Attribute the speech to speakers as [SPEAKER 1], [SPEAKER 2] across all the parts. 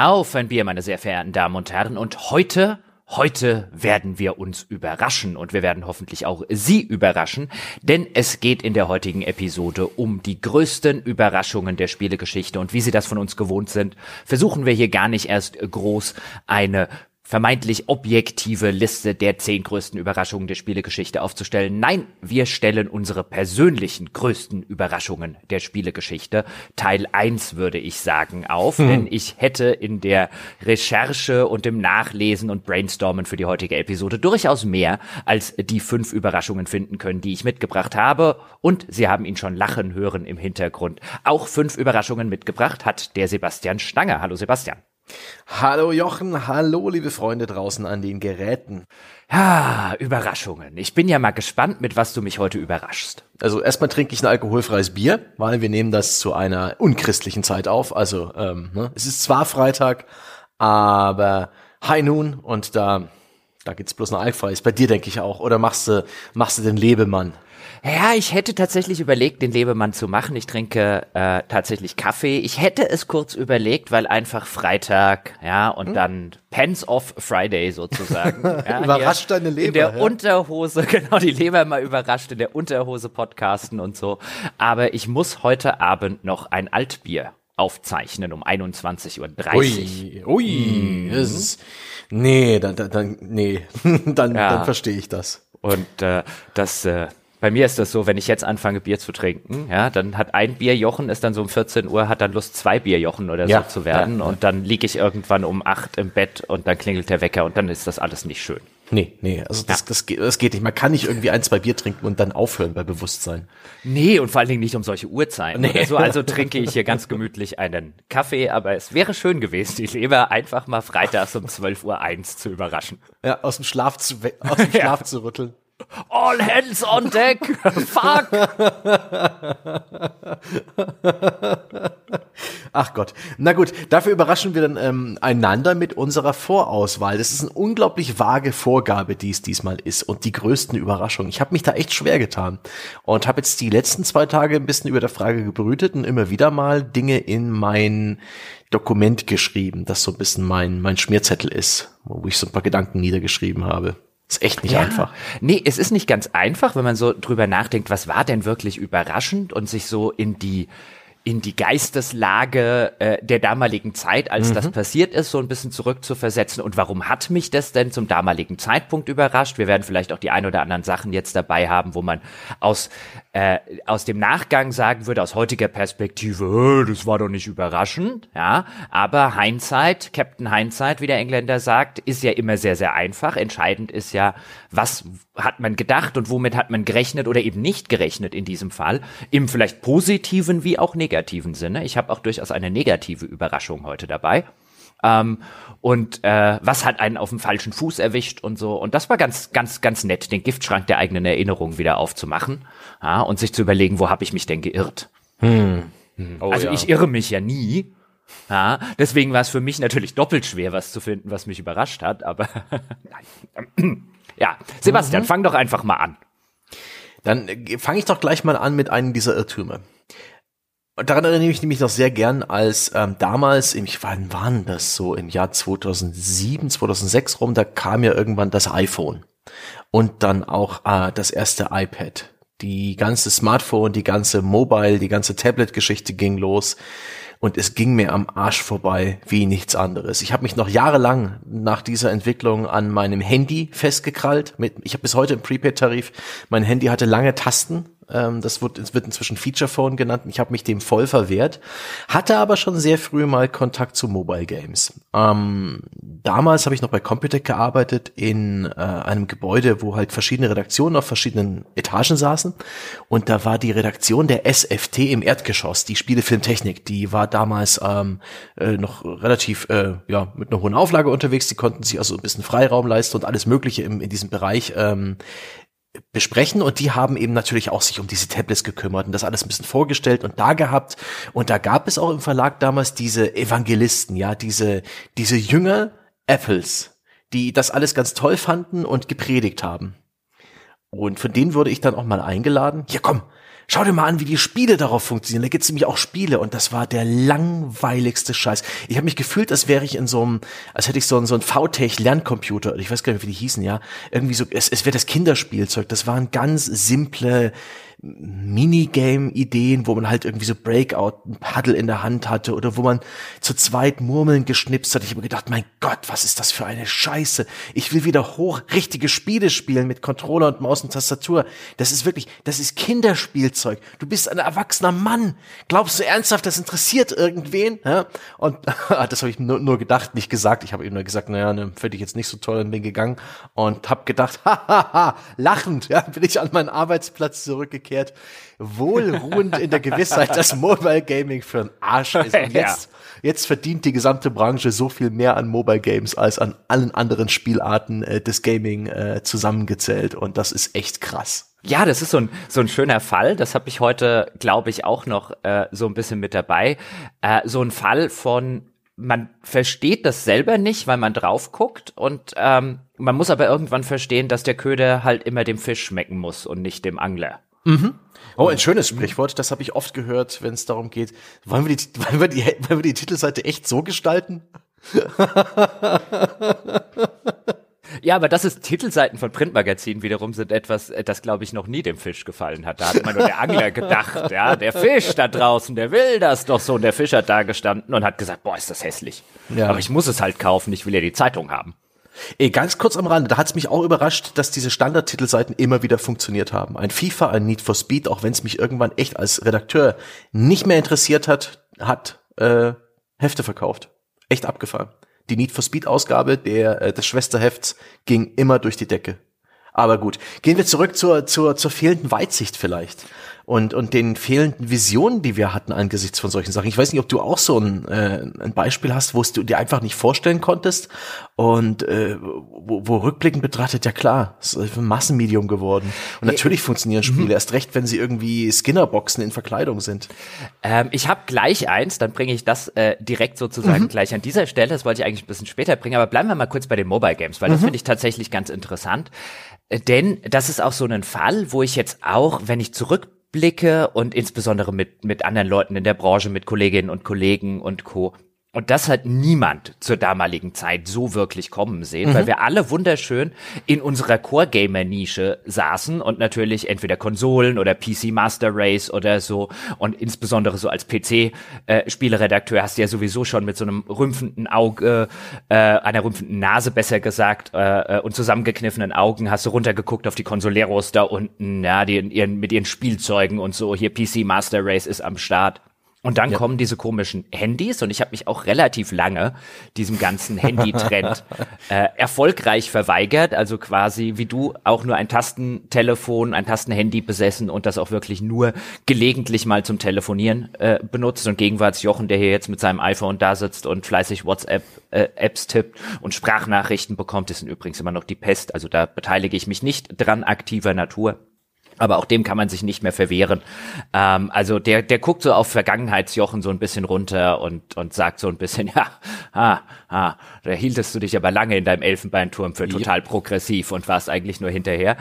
[SPEAKER 1] Auf ein Bier, meine sehr verehrten Damen und Herren. Und heute werden wir uns überraschen und wir werden hoffentlich auch Sie überraschen, denn es geht in der heutigen Episode um die größten Überraschungen der Spielegeschichte und wie Sie das von uns gewohnt sind, versuchen wir hier gar nicht erst groß eine vermeintlich objektive Liste der 10 größten Überraschungen der Spielegeschichte aufzustellen. Nein, wir stellen unsere persönlichen größten Überraschungen der Spielegeschichte, Teil 1 würde ich sagen, auf, denn ich hätte in der Recherche und im Nachlesen und Brainstormen für die heutige Episode durchaus mehr als die 5 Überraschungen finden können, die ich mitgebracht habe. Und Sie haben ihn schon lachen hören im Hintergrund. Auch 5 Überraschungen mitgebracht hat der Sebastian Stanger. Hallo Sebastian.
[SPEAKER 2] Hallo Jochen, hallo liebe Freunde draußen an den Geräten.
[SPEAKER 1] Ja, Überraschungen. Ich bin ja mal gespannt, mit was du mich heute überraschst.
[SPEAKER 2] Also erstmal trinke ich ein alkoholfreies Bier, weil wir nehmen das zu einer unchristlichen Zeit auf. Also es ist zwar Freitag, aber High Noon und da gibt's bloß ein alkoholfreies. Bei dir denke ich auch. Oder machst du den Lebemann?
[SPEAKER 1] Ja, ich hätte tatsächlich überlegt, den Lebemann zu machen. Ich trinke tatsächlich Kaffee. Ich hätte es kurz überlegt, weil einfach Freitag, ja, und dann Pants off Friday sozusagen. Ja,
[SPEAKER 2] überrascht deine Leber.
[SPEAKER 1] In der Unterhose, genau, die Leber mal überrascht, in der Unterhose podcasten und so. Aber ich muss heute Abend noch ein Altbier aufzeichnen um 21:30 Uhr.
[SPEAKER 2] Ui, das ist, dann verstehe ich das.
[SPEAKER 1] Und bei mir ist das so, wenn ich jetzt anfange, Bier zu trinken, ja, dann hat ein Bier Jochen, ist dann so um 14 Uhr, hat dann Lust, 2 Bier Jochen oder so zu werden. Ja. Und dann liege ich irgendwann um 8 im Bett und dann klingelt der Wecker und dann ist das alles nicht schön.
[SPEAKER 2] Nee, also das geht nicht. Man kann nicht irgendwie 1, 2 Bier trinken und dann aufhören bei Bewusstsein.
[SPEAKER 1] Nee, und vor allen Dingen nicht um solche Uhrzeiten. Nee. Also trinke ich hier ganz gemütlich einen Kaffee, aber es wäre schön gewesen, die Leber einfach mal freitags um 12:01 Uhr zu überraschen.
[SPEAKER 2] Ja, aus dem Schlaf zu rütteln.
[SPEAKER 1] All hands on deck! Fuck!
[SPEAKER 2] Ach Gott. Na gut, dafür überraschen wir dann einander mit unserer Vorauswahl. Das ist eine unglaublich vage Vorgabe, die es diesmal ist. Und die größten Überraschungen. Ich habe mich da echt schwer getan. Und habe jetzt die letzten 2 Tage ein bisschen über der Frage gebrütet und immer wieder mal Dinge in mein Dokument geschrieben, das so ein bisschen mein Schmierzettel ist, wo ich so ein paar Gedanken niedergeschrieben habe. Ist echt nicht einfach.
[SPEAKER 1] Nee, es ist nicht ganz einfach, wenn man so drüber nachdenkt, was war denn wirklich überraschend und sich so in die Geisteslage der damaligen Zeit, als das passiert ist, so ein bisschen zurückzuversetzen. Und warum hat mich das denn zum damaligen Zeitpunkt überrascht? Wir werden vielleicht auch die ein oder anderen Sachen jetzt dabei haben, wo man aus dem Nachgang sagen würde, aus heutiger Perspektive, das war doch nicht überraschend, ja. Aber Hindsight, Captain Hindsight, wie der Engländer sagt, ist ja immer sehr, sehr einfach. Entscheidend ist ja, was hat man gedacht und womit hat man gerechnet oder eben nicht gerechnet in diesem Fall. Im vielleicht positiven wie auch negativen Sinne. Ich habe auch durchaus eine negative Überraschung heute dabei. Was hat einen auf dem falschen Fuß erwischt und so. Und das war ganz, ganz, ganz nett, den Giftschrank der eigenen Erinnerungen wieder aufzumachen, ja, und sich zu überlegen, wo habe ich mich denn geirrt? Ich irre mich ja nie. Ja, deswegen war es für mich natürlich doppelt schwer, was zu finden, was mich überrascht hat. Aber nein. Ja, Sebastian, fang doch einfach mal an.
[SPEAKER 2] Dann fange ich doch gleich mal an mit einem dieser Irrtümer. Und daran erinnere ich mich noch sehr gern, als damals, wann war denn das so, im Jahr 2007, 2006 rum, da kam ja irgendwann das iPhone und dann auch das erste iPad. Die ganze Smartphone, die ganze Mobile, die ganze Tablet-Geschichte ging los. Und es ging mir am Arsch vorbei wie nichts anderes. Ich habe mich noch jahrelang nach dieser Entwicklung an meinem Handy festgekrallt. Ich habe bis heute im Prepaid-Tarif. Mein Handy hatte lange Tasten. Das wird inzwischen Feature Phone genannt. Ich habe mich dem voll verwehrt. Hatte aber schon sehr früh mal Kontakt zu Mobile Games. Damals habe ich noch bei Computec gearbeitet in einem Gebäude, wo halt verschiedene Redaktionen auf verschiedenen Etagen saßen. Und da war die Redaktion der SFT im Erdgeschoss, die Spielefilmtechnik. Die war damals noch relativ mit einer hohen Auflage unterwegs. Die konnten sich also ein bisschen Freiraum leisten und alles Mögliche in diesem Bereich besprechen, und die haben eben natürlich auch sich um diese Tablets gekümmert und das alles ein bisschen vorgestellt und da gehabt, und da gab es auch im Verlag damals diese Evangelisten, ja, diese Jünger Apples, die das alles ganz toll fanden und gepredigt haben. Und von denen wurde ich dann auch mal eingeladen. Ja, komm, schau dir mal an, wie die Spiele darauf funktionieren. Da gibt's nämlich auch Spiele und das war der langweiligste Scheiß. Ich habe mich gefühlt, als wäre ich als hätte ich so einen VTech-Lerncomputer, ich weiß gar nicht, wie die hießen, ja. Irgendwie so, es wäre das Kinderspielzeug. Das waren ganz simple Minigame-Ideen, wo man halt irgendwie so Breakout, ein Paddel in der Hand hatte oder wo man zu zweit Murmeln geschnipst hat. Ich habe gedacht, mein Gott, was ist das für eine Scheiße? Ich will wieder richtige Spiele spielen mit Controller und Maus und Tastatur. Das ist Kinderspielzeug. Du bist ein erwachsener Mann. Glaubst du ernsthaft, das interessiert irgendwen? Ja? Und das habe ich nur gedacht, nicht gesagt. Ich habe ihm nur gesagt, naja, ne, finde ich jetzt nicht so toll und bin gegangen und habe gedacht, lachend, ja, bin ich an meinen Arbeitsplatz zurückgekehrt. Wohlruhend in der Gewissheit, dass Mobile Gaming für ein Arsch ist. Und jetzt verdient die gesamte Branche so viel mehr an Mobile Games als an allen anderen Spielarten des Gaming zusammengezählt. Und das ist echt krass.
[SPEAKER 1] Ja, das ist so ein schöner Fall. Das habe ich heute, glaube ich, auch noch so ein bisschen mit dabei. So ein Fall von, man versteht das selber nicht, weil man drauf guckt und man muss aber irgendwann verstehen, dass der Köder halt immer dem Fisch schmecken muss und nicht dem Angler.
[SPEAKER 2] Mhm. Oh, ein schönes Sprichwort, das habe ich oft gehört, wenn es darum geht, wollen wir die Titelseite echt so gestalten?
[SPEAKER 1] Ja, aber das ist Titelseiten von Printmagazinen wiederum sind etwas, das glaube ich noch nie dem Fisch gefallen hat. Da hat immer nur der Angler gedacht, ja, der Fisch da draußen, der will das doch so. Und der Fisch hat da gestanden und hat gesagt, boah, ist das hässlich. Ja. Aber ich muss es halt kaufen, ich will ja die Zeitung haben.
[SPEAKER 2] Ganz kurz am Rande, da hat's mich auch überrascht, dass diese Standard-Titelseiten immer wieder funktioniert haben. Ein FIFA, ein Need for Speed, auch wenn es mich irgendwann echt als Redakteur nicht mehr interessiert hat Hefte verkauft. Echt abgefahren. Die Need for Speed Ausgabe des Schwesterhefts ging immer durch die Decke. Aber gut, gehen wir zurück zur fehlenden Weitsicht vielleicht und den fehlenden Visionen, die wir hatten angesichts von solchen Sachen. Ich weiß nicht, ob du auch so ein Beispiel hast, wo du dir einfach nicht vorstellen konntest und wo rückblickend betrachtet, ja klar, es ist ein Massenmedium geworden. Und natürlich funktionieren Spiele, erst recht, wenn sie irgendwie Skinnerboxen in Verkleidung sind.
[SPEAKER 1] Ich habe gleich eins, dann bringe ich das direkt sozusagen gleich an dieser Stelle. Das wollte ich eigentlich ein bisschen später bringen, aber bleiben wir mal kurz bei den Mobile Games, weil das finde ich tatsächlich ganz interessant. Denn das ist auch so ein Fall, wo ich jetzt auch, wenn ich zurückblicke und insbesondere mit anderen Leuten in der Branche, mit Kolleginnen und Kollegen und Co., und das hat niemand zur damaligen Zeit so wirklich kommen sehen, weil wir alle wunderschön in unserer Core-Gamer-Nische saßen und natürlich entweder Konsolen oder PC Master Race oder so und insbesondere so als PC-Spieleredakteur hast du ja sowieso schon mit so einem rümpfenden Auge, einer rümpfenden Nase besser gesagt und zusammengekniffenen Augen hast du runtergeguckt auf die Consoleros da unten, ja, mit ihren Spielzeugen und so, hier PC Master Race ist am Start. Und dann kommen diese komischen Handys und ich habe mich auch relativ lange diesem ganzen Handy-Trend erfolgreich verweigert, also quasi wie du auch nur ein Tastentelefon, ein Tastenhandy besessen und das auch wirklich nur gelegentlich mal zum Telefonieren benutzt und gegenwärtig Jochen, der hier jetzt mit seinem iPhone da sitzt und fleißig WhatsApp-Apps tippt und Sprachnachrichten bekommt, das sind übrigens immer noch die Pest, also da beteilige ich mich nicht dran aktiver Natur. Aber auch dem kann man sich nicht mehr verwehren. Also der guckt so auf Vergangenheitsjochen so ein bisschen runter und sagt so ein bisschen, da hieltest du dich aber lange in deinem Elfenbeinturm für total progressiv und warst eigentlich nur hinterher.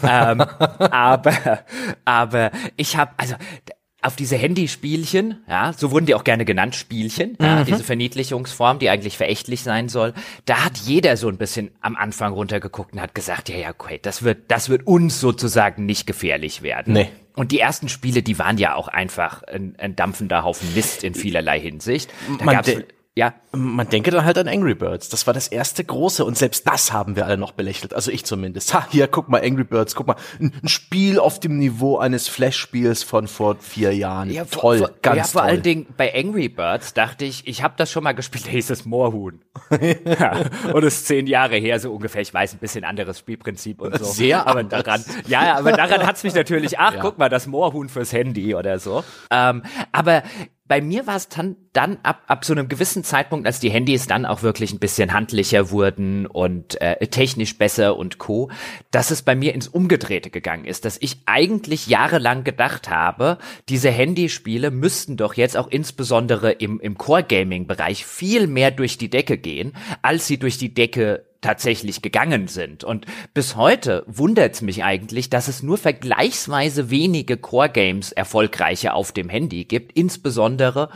[SPEAKER 1] Aber ich habe, also auf diese Handyspielchen, ja, so wurden die auch gerne genannt, Spielchen, ja, diese Verniedlichungsform, die eigentlich verächtlich sein soll, da hat jeder so ein bisschen am Anfang runtergeguckt und hat gesagt, ja, okay, das wird uns sozusagen nicht gefährlich werden. Nee. Und die ersten Spiele, die waren ja auch einfach ein dampfender Haufen Mist in vielerlei Hinsicht.
[SPEAKER 2] Man denke dann halt an Angry Birds. Das war das erste große und selbst das haben wir alle noch belächelt. Also ich zumindest. Hier, guck mal, Angry Birds, guck mal. Ein Spiel auf dem Niveau eines Flash-Spiels von vor 4 Jahren. Ja, toll, ganz toll.
[SPEAKER 1] Vor allen Dingen bei Angry Birds dachte ich habe das schon mal gespielt, da hieß es Moorhuhn. Und es ist 10 Jahre her, so ungefähr. Ich weiß, ein bisschen anderes Spielprinzip und so.
[SPEAKER 2] Sehr
[SPEAKER 1] aber daran hat's mich natürlich, guck mal, das Moorhuhn fürs Handy oder so. Aber bei mir war es dann ab so einem gewissen Zeitpunkt, als die Handys dann auch wirklich ein bisschen handlicher wurden und technisch besser und Co., dass es bei mir ins Umgedrehte gegangen ist, dass ich eigentlich jahrelang gedacht habe, diese Handyspiele müssten doch jetzt auch insbesondere im Core-Gaming-Bereich viel mehr durch die Decke gehen, als sie durch die Decke tatsächlich gegangen sind. Und bis heute wundert's mich eigentlich, dass es nur vergleichsweise wenige Core-Games erfolgreiche auf dem Handy gibt, insbesondere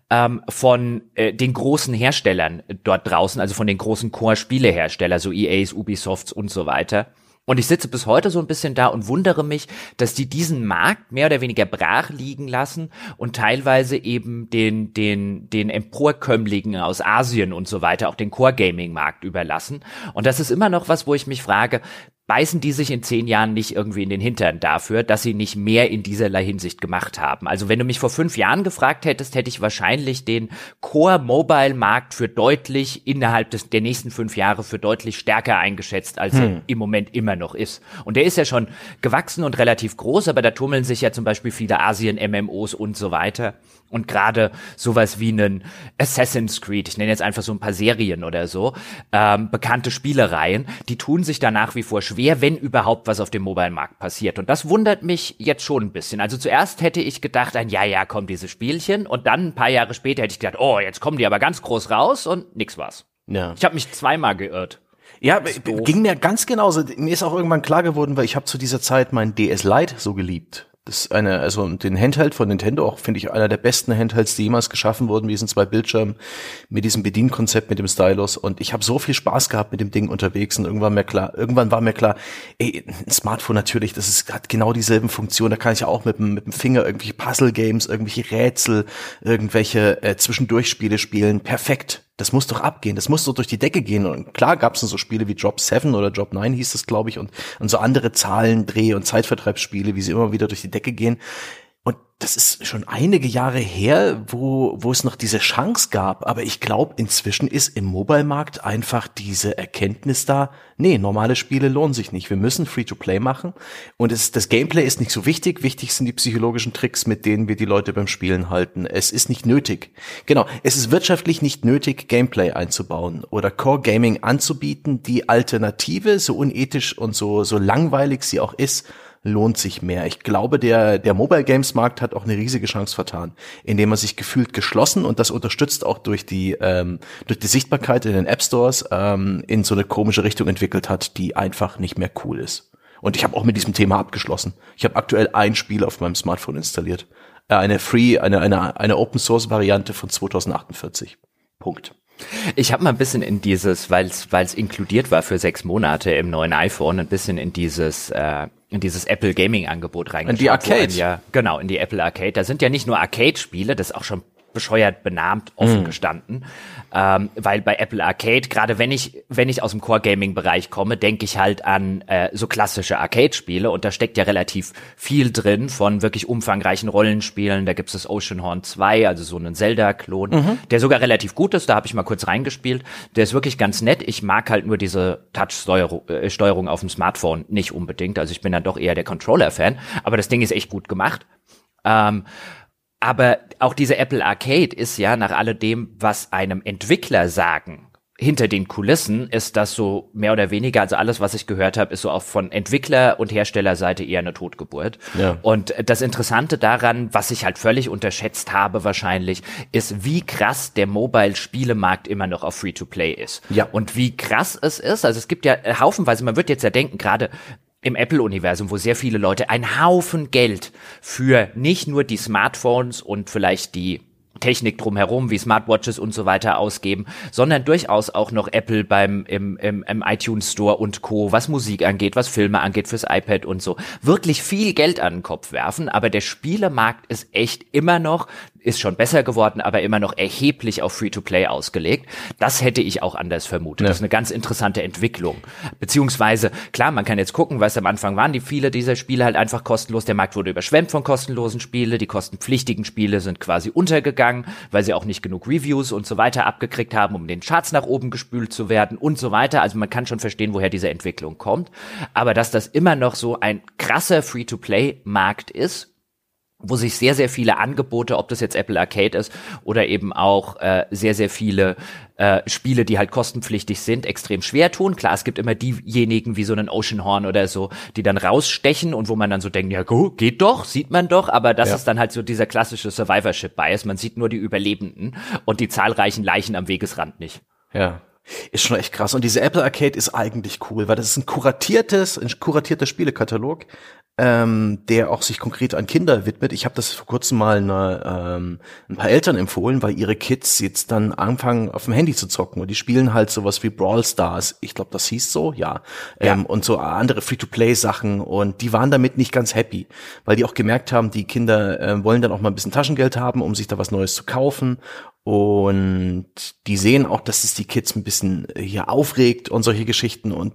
[SPEAKER 1] von den großen Herstellern dort draußen, also von den großen Core-Spieleherstellern, so EAs, Ubisofts und so weiter. Und ich sitze bis heute so ein bisschen da und wundere mich, dass die diesen Markt mehr oder weniger brach liegen lassen und teilweise eben den Emporkömmlingen aus Asien und so weiter auch den Core-Gaming-Markt überlassen. Und das ist immer noch was, wo ich mich frage, beißen die sich in 10 Jahren nicht irgendwie in den Hintern dafür, dass sie nicht mehr in dieserlei Hinsicht gemacht haben? Also wenn du mich vor 5 Jahren gefragt hättest, hätte ich wahrscheinlich den Core-Mobile-Markt für deutlich innerhalb der nächsten 5 Jahre für deutlich stärker eingeschätzt, als er im Moment immer noch ist. Und der ist ja schon gewachsen und relativ groß, aber da tummeln sich ja zum Beispiel viele Asien-MMOs und so weiter. Und gerade sowas wie einen Assassin's Creed, ich nenne jetzt einfach so ein paar Serien oder so, bekannte Spielereien, die tun sich da nach wie vor schwer, wenn überhaupt was auf dem Mobile-Markt passiert. Und das wundert mich jetzt schon ein bisschen. Also zuerst hätte ich gedacht, ja, kommen diese Spielchen. Und dann ein paar Jahre später hätte ich gedacht, oh, jetzt kommen die aber ganz groß raus und nix war's. Ja. Ich habe mich 2-mal geirrt.
[SPEAKER 2] Ja, ging mir ganz genauso. Mir ist auch irgendwann klar geworden, weil ich habe zu dieser Zeit mein DS Lite so geliebt. Das ist also den Handheld von Nintendo, auch finde ich einer der besten Handhelds, die jemals geschaffen wurden, mit diesen 2 Bildschirmen, mit diesem Bedienkonzept, mit dem Stylus. Und ich habe so viel Spaß gehabt mit dem Ding unterwegs und irgendwann war mir klar, ein Smartphone natürlich, hat genau dieselben Funktionen. Da kann ich ja auch mit dem Finger irgendwelche Puzzle-Games, irgendwelche Rätsel, irgendwelche Zwischendurchspiele spielen. Perfekt. Das muss doch abgehen, das muss doch durch die Decke gehen. Und klar gab's dann so Spiele wie Drop 7 oder Drop 9 hieß das, glaube ich, und so andere Dreh- und Zeitvertreibsspiele, wie sie immer wieder durch die Decke gehen. Und das ist schon einige Jahre her, wo es noch diese Chance gab. Aber ich glaube, inzwischen ist im Mobile-Markt einfach diese Erkenntnis da, nee, normale Spiele lohnen sich nicht. Wir müssen Free-to-Play machen. Und das Gameplay ist nicht so wichtig. Wichtig sind die psychologischen Tricks, mit denen wir die Leute beim Spielen halten. Es ist nicht nötig. Genau, es ist wirtschaftlich nicht nötig, Gameplay einzubauen oder Core-Gaming anzubieten. Die Alternative, so unethisch und so langweilig sie auch ist, lohnt sich mehr. Ich glaube, der Mobile Games Markt hat auch eine riesige Chance vertan, indem er sich gefühlt geschlossen und das unterstützt auch durch die Sichtbarkeit in den App Stores in so eine komische Richtung entwickelt hat, die einfach nicht mehr cool ist. Und ich habe auch mit diesem Thema abgeschlossen. Ich habe aktuell ein Spiel auf meinem Smartphone installiert. Eine Open Source Variante von 2048. Punkt.
[SPEAKER 1] Ich habe mal ein bisschen in dieses, weil es inkludiert war für 6 Monate im neuen iPhone, ein bisschen in dieses Apple Gaming Angebot reingeschaut.
[SPEAKER 2] In die Arcade.
[SPEAKER 1] Ja, genau, in die Apple Arcade. Da sind ja nicht nur Arcade-Spiele, das ist auch schon bescheuert benannt, offen gestanden, weil bei Apple Arcade, gerade wenn ich aus dem Core-Gaming-Bereich komme, denke ich halt an so klassische Arcade-Spiele und da steckt ja relativ viel drin von wirklich umfangreichen Rollenspielen. Da gibt's das Oceanhorn 2, also so einen Zelda-Klon, der sogar relativ gut ist, da habe ich mal kurz reingespielt. Der ist wirklich ganz nett. Ich mag halt nur diese Touch-Steuerung auf dem Smartphone nicht unbedingt, also ich bin dann doch eher der Controller-Fan, aber das Ding ist echt gut gemacht. Aber auch diese Apple Arcade ist ja nach alledem, was einem Entwickler sagen, hinter den Kulissen ist das so mehr oder weniger, also alles, was ich gehört habe, ist so auch von Entwickler- und Herstellerseite eher eine Totgeburt. Ja. Und das Interessante daran, was ich halt völlig unterschätzt habe wahrscheinlich, ist, wie krass der Mobile-Spielemarkt immer noch auf Free-to-Play ist. Ja. Und wie krass es ist, also es gibt ja haufenweise, man wird jetzt ja denken, gerade im Apple-Universum, wo sehr viele Leute einen Haufen Geld für nicht nur die Smartphones und vielleicht die Technik drumherum, wie Smartwatches und so weiter ausgeben, sondern durchaus auch noch Apple im iTunes Store und Co., was Musik angeht, was Filme angeht, fürs iPad und so, wirklich viel Geld an den Kopf werfen, aber der Spielemarkt ist echt immer noch, ist schon besser geworden, aber immer noch erheblich auf Free-to-Play ausgelegt. Das hätte ich auch anders vermutet. Ja. Das ist eine ganz interessante Entwicklung. Beziehungsweise, klar, man kann jetzt gucken, was am Anfang waren, viele dieser Spiele halt einfach kostenlos, der Markt wurde überschwemmt von kostenlosen Spielen, die kostenpflichtigen Spiele sind quasi untergegangen, weil sie auch nicht genug Reviews und so weiter abgekriegt haben, um in den Charts nach oben gespült zu werden und so weiter. Also man kann schon verstehen, woher diese Entwicklung kommt. Aber dass das immer noch so ein krasser Free-to-Play-Markt ist, wo sich sehr, sehr viele Angebote, ob das jetzt Apple Arcade ist oder eben auch sehr, sehr viele Spiele, die halt kostenpflichtig sind, extrem schwer tun. Klar, es gibt immer diejenigen wie so einen Oceanhorn oder so, die dann rausstechen und wo man dann so denkt, ja gut, geht doch, sieht man doch, aber das ist dann halt so dieser klassische Survivorship-Bias. Man sieht nur die Überlebenden und die zahlreichen Leichen am Wegesrand nicht.
[SPEAKER 2] Ja. Ist schon echt krass. Und diese Apple Arcade ist eigentlich cool, weil das ist ein kuratierter Spielekatalog, der auch sich konkret an Kinder widmet. Ich habe das vor kurzem mal ein paar Eltern empfohlen, weil ihre Kids jetzt dann anfangen, auf dem Handy zu zocken. Und die spielen halt sowas wie Brawl Stars. Ich glaube, das hieß so, ja. Und so andere Free-to-Play-Sachen. Und die waren damit nicht ganz happy, weil die auch gemerkt haben, die Kinder wollen dann auch mal ein bisschen Taschengeld haben, um sich da was Neues zu kaufen. Und die sehen auch, dass es die Kids ein bisschen hier aufregt und solche Geschichten und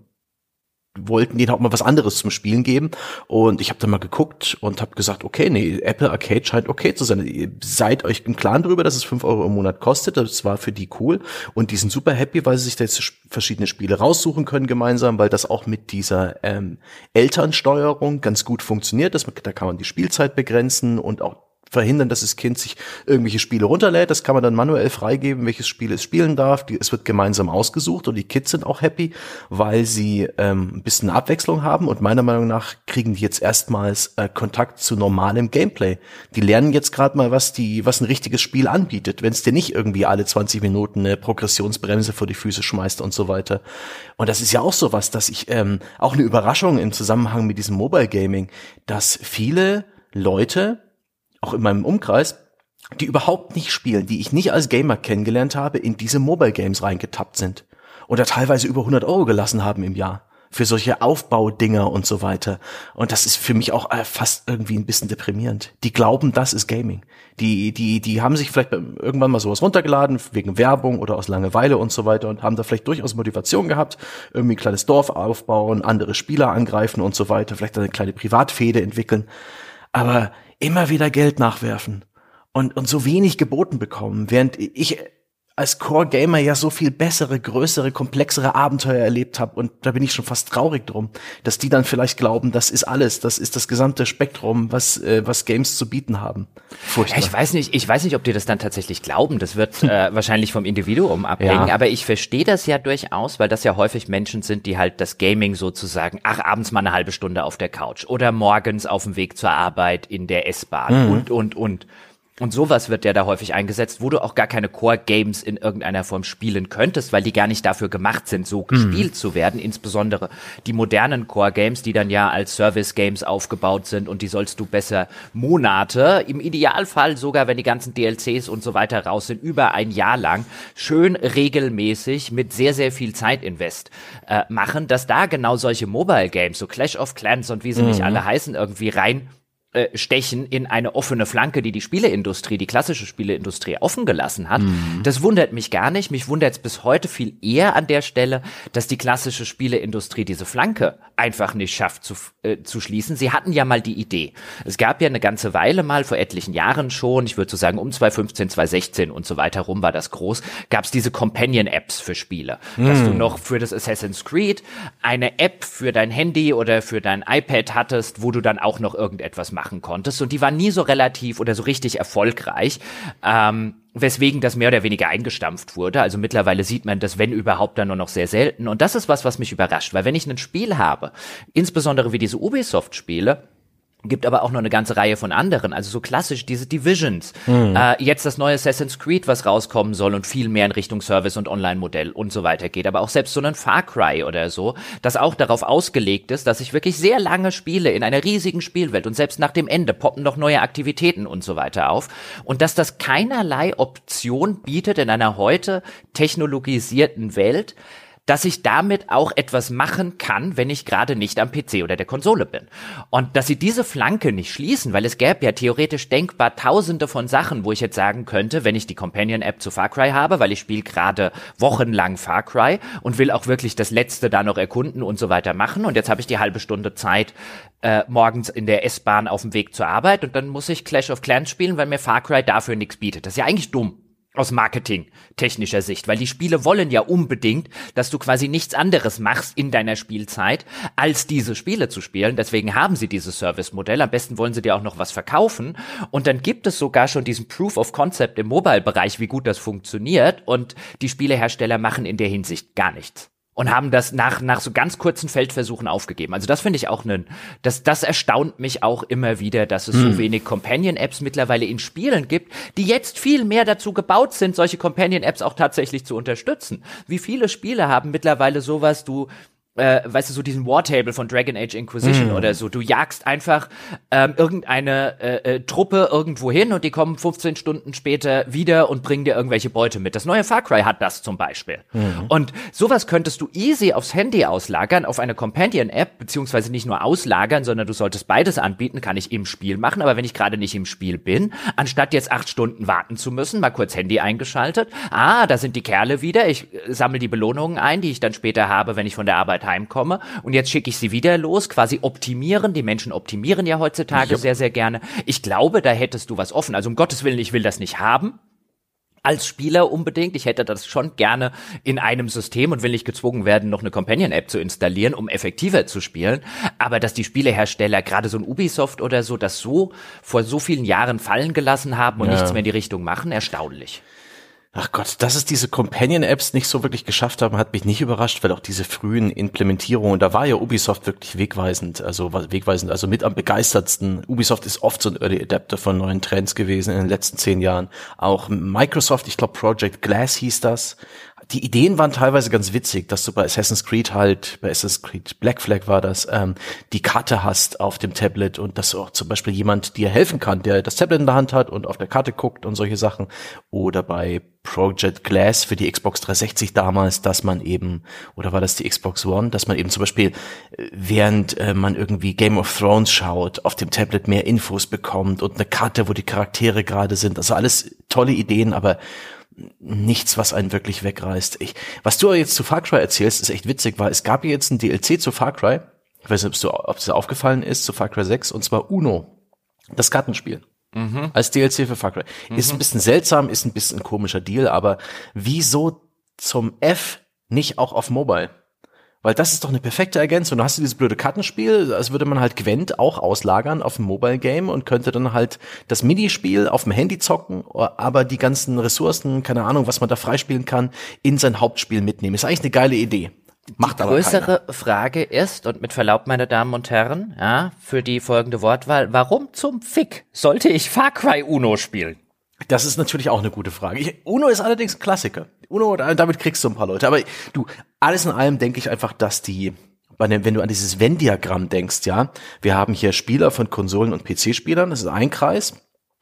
[SPEAKER 2] wollten denen auch mal was anderes zum Spielen geben. Und ich habe dann mal geguckt und habe gesagt, okay, nee, Apple Arcade scheint okay zu sein. Ihr seid euch im Klaren darüber, dass es 5 € im Monat kostet. Das war für die cool. Und die sind super happy, weil sie sich da jetzt verschiedene Spiele raussuchen können gemeinsam, weil das auch mit dieser Elternsteuerung ganz gut funktioniert. Da kann man die Spielzeit begrenzen und auch verhindern, dass das Kind sich irgendwelche Spiele runterlädt. Das kann man dann manuell freigeben, welches Spiel es spielen darf. Es wird gemeinsam ausgesucht und die Kids sind auch happy, weil sie ein bisschen Abwechslung haben und meiner Meinung nach kriegen die jetzt erstmals Kontakt zu normalem Gameplay. Die lernen jetzt gerade mal, was ein richtiges Spiel anbietet, wenn es dir nicht irgendwie alle 20 Minuten eine Progressionsbremse vor die Füße schmeißt und so weiter. Und das ist ja auch sowas, dass ich auch eine Überraschung im Zusammenhang mit diesem Mobile Gaming, dass viele Leute auch in meinem Umkreis, die überhaupt nicht spielen, die ich nicht als Gamer kennengelernt habe, in diese Mobile Games reingetappt sind und da teilweise über 100 € gelassen haben im Jahr für solche Aufbaudinger und so weiter. Und das ist für mich auch fast irgendwie ein bisschen deprimierend. Die glauben, das ist Gaming. Die haben sich vielleicht irgendwann mal sowas runtergeladen, wegen Werbung oder aus Langeweile und so weiter und haben da vielleicht durchaus Motivation gehabt, irgendwie ein kleines Dorf aufbauen, andere Spieler angreifen und so weiter, vielleicht eine kleine Privatfehde entwickeln. Aber immer wieder Geld nachwerfen und so wenig geboten bekommen, während ich als Core-Gamer ja so viel bessere, größere, komplexere Abenteuer erlebt habe und da bin ich schon fast traurig drum, dass die dann vielleicht glauben, das ist alles, das ist das gesamte Spektrum, was Games zu bieten haben. Furchtbar.
[SPEAKER 1] Ja, ich weiß nicht, ob die das dann tatsächlich glauben, das wird wahrscheinlich vom Individuum abhängen, aber ich verstehe das ja durchaus, weil das ja häufig Menschen sind, die halt das Gaming sozusagen, abends mal eine halbe Stunde auf der Couch oder morgens auf dem Weg zur Arbeit in der S-Bahn und. Und sowas wird ja da häufig eingesetzt, wo du auch gar keine Core-Games in irgendeiner Form spielen könntest, weil die gar nicht dafür gemacht sind, so gespielt zu werden. Insbesondere die modernen Core-Games, die dann ja als Service-Games aufgebaut sind und die sollst du besser Monate, im Idealfall sogar, wenn die ganzen DLCs und so weiter raus sind, über ein Jahr lang schön regelmäßig mit sehr, sehr viel Zeitinvest machen, dass da genau solche Mobile-Games, so Clash of Clans und wie sie nicht alle heißen, irgendwie rein stechen in eine offene Flanke, die Spieleindustrie, die klassische Spieleindustrie offen gelassen hat. Das wundert mich gar nicht. Mich wundert es bis heute viel eher an der Stelle, dass die klassische Spieleindustrie diese Flanke einfach nicht schafft zu schließen. Sie hatten ja mal die Idee. Es gab ja eine ganze Weile mal, vor etlichen Jahren schon, ich würde so sagen um 2015, 2016 und so weiter rum war das groß, gab es diese Companion-Apps für Spiele. Dass du noch für das Assassin's Creed eine App für dein Handy oder für dein iPad hattest, wo du dann auch noch irgendetwas machen konntest und die war nie so relativ oder so richtig erfolgreich, weswegen das mehr oder weniger eingestampft wurde. Also mittlerweile sieht man das, wenn überhaupt, dann nur noch sehr selten und das ist was mich überrascht, weil wenn ich ein Spiel habe, insbesondere wie diese Ubisoft-Spiele, gibt aber auch noch eine ganze Reihe von anderen, also so klassisch diese Divisions. Jetzt das neue Assassin's Creed, was rauskommen soll und viel mehr in Richtung Service- und Online-Modell und so weiter geht. Aber auch selbst so ein Far Cry oder so, das auch darauf ausgelegt ist, dass ich wirklich sehr lange spiele in einer riesigen Spielwelt und selbst nach dem Ende poppen noch neue Aktivitäten und so weiter auf. Und dass das keinerlei Option bietet in einer heute technologisierten Welt, dass ich damit auch etwas machen kann, wenn ich gerade nicht am PC oder der Konsole bin. Und dass sie diese Flanke nicht schließen, weil es gäbe ja theoretisch denkbar tausende von Sachen, wo ich jetzt sagen könnte, wenn ich die Companion-App zu Far Cry habe, weil ich spiele gerade wochenlang Far Cry und will auch wirklich das Letzte da noch erkunden und so weiter machen. Und jetzt habe ich die halbe Stunde Zeit, morgens in der S-Bahn auf dem Weg zur Arbeit und dann muss ich Clash of Clans spielen, weil mir Far Cry dafür nichts bietet. Das ist ja eigentlich dumm. Aus marketingtechnischer Sicht, weil die Spiele wollen ja unbedingt, dass du quasi nichts anderes machst in deiner Spielzeit, als diese Spiele zu spielen. Deswegen haben sie dieses Service-Modell. Am besten wollen sie dir auch noch was verkaufen. Und dann gibt es sogar schon diesen Proof of Concept im Mobile-Bereich, wie gut das funktioniert. Und die Spielehersteller machen in der Hinsicht gar nichts. und haben das nach so ganz kurzen Feldversuchen aufgegeben. Also das finde ich auch das erstaunt mich auch immer wieder, dass es so wenig Companion-Apps mittlerweile in Spielen gibt, die jetzt viel mehr dazu gebaut sind, solche Companion-Apps auch tatsächlich zu unterstützen. Wie viele Spiele haben mittlerweile sowas, weißt du, so diesen Wartable von Dragon Age Inquisition oder so. Du jagst einfach irgendeine Truppe irgendwo hin und die kommen 15 Stunden später wieder und bringen dir irgendwelche Beute mit. Das neue Far Cry hat das zum Beispiel. Und sowas könntest du easy aufs Handy auslagern, auf eine Companion-App, beziehungsweise nicht nur auslagern, sondern du solltest beides anbieten, kann ich im Spiel machen, aber wenn ich gerade nicht im Spiel bin, anstatt jetzt 8 Stunden warten zu müssen, mal kurz Handy eingeschaltet, da sind die Kerle wieder, ich sammle die Belohnungen ein, die ich dann später habe, wenn ich von der Arbeit heimkomme und jetzt schicke ich sie wieder los, quasi optimieren. Die Menschen optimieren ja heutzutage sehr, sehr gerne. Ich glaube, da hättest du was offen. Also um Gottes Willen, ich will das nicht haben. Als Spieler unbedingt. Ich hätte das schon gerne in einem System und will nicht gezwungen werden, noch eine Companion-App zu installieren, um effektiver zu spielen. Aber dass die Spielehersteller, gerade so ein Ubisoft oder so, das so vor so vielen Jahren fallen gelassen haben und nichts mehr in die Richtung machen, erstaunlich.
[SPEAKER 2] Ach Gott, dass es diese Companion-Apps nicht so wirklich geschafft haben, hat mich nicht überrascht, weil auch diese frühen Implementierungen, da war ja Ubisoft wirklich wegweisend, also mit am begeistertsten. Ubisoft ist oft so ein Early Adapter von neuen Trends gewesen in den letzten 10 Jahren. Auch Microsoft, ich glaube Project Glass hieß das. Die Ideen waren teilweise ganz witzig, dass du bei Assassin's Creed Black Flag war das, die Karte hast auf dem Tablet und dass auch zum Beispiel jemand dir helfen kann, der das Tablet in der Hand hat und auf der Karte guckt und solche Sachen. Oder bei Project Glass für die Xbox 360 damals, dass man eben, oder war das die Xbox One, dass man eben zum Beispiel, während man irgendwie Game of Thrones schaut, auf dem Tablet mehr Infos bekommt und eine Karte, wo die Charaktere gerade sind. Also alles tolle Ideen, aber nichts, was einen wirklich wegreißt. Was du jetzt zu Far Cry erzählst, ist echt witzig, weil es gab ja jetzt ein DLC zu Far Cry. Ich weiß nicht, ob es dir aufgefallen ist, zu Far Cry 6, und zwar Uno, das Kartenspiel. Als DLC für Far Cry. Ist ein bisschen seltsam, ist ein bisschen ein komischer Deal, aber wieso zum F nicht auch auf Mobile? Weil das ist doch eine perfekte Ergänzung. Du hast dieses blöde Kartenspiel, als würde man halt Gwent auch auslagern auf ein Mobile-Game und könnte dann halt das Minispiel auf dem Handy zocken, aber die ganzen Ressourcen, keine Ahnung, was man da freispielen kann, in sein Hauptspiel mitnehmen. Ist eigentlich eine geile Idee. Macht aber keiner. Die größere
[SPEAKER 1] Frage ist, und mit Verlaub, meine Damen und Herren, für die folgende Wortwahl, warum zum Fick sollte ich Far Cry Uno spielen?
[SPEAKER 2] Das ist natürlich auch eine gute Frage. Uno ist allerdings ein Klassiker. Uno, damit kriegst du ein paar Leute. Aber du, alles in allem denke ich einfach, dass wenn du an dieses Venn-Diagramm denkst, ja, wir haben hier Spieler von Konsolen- und PC-Spielern, das ist ein Kreis.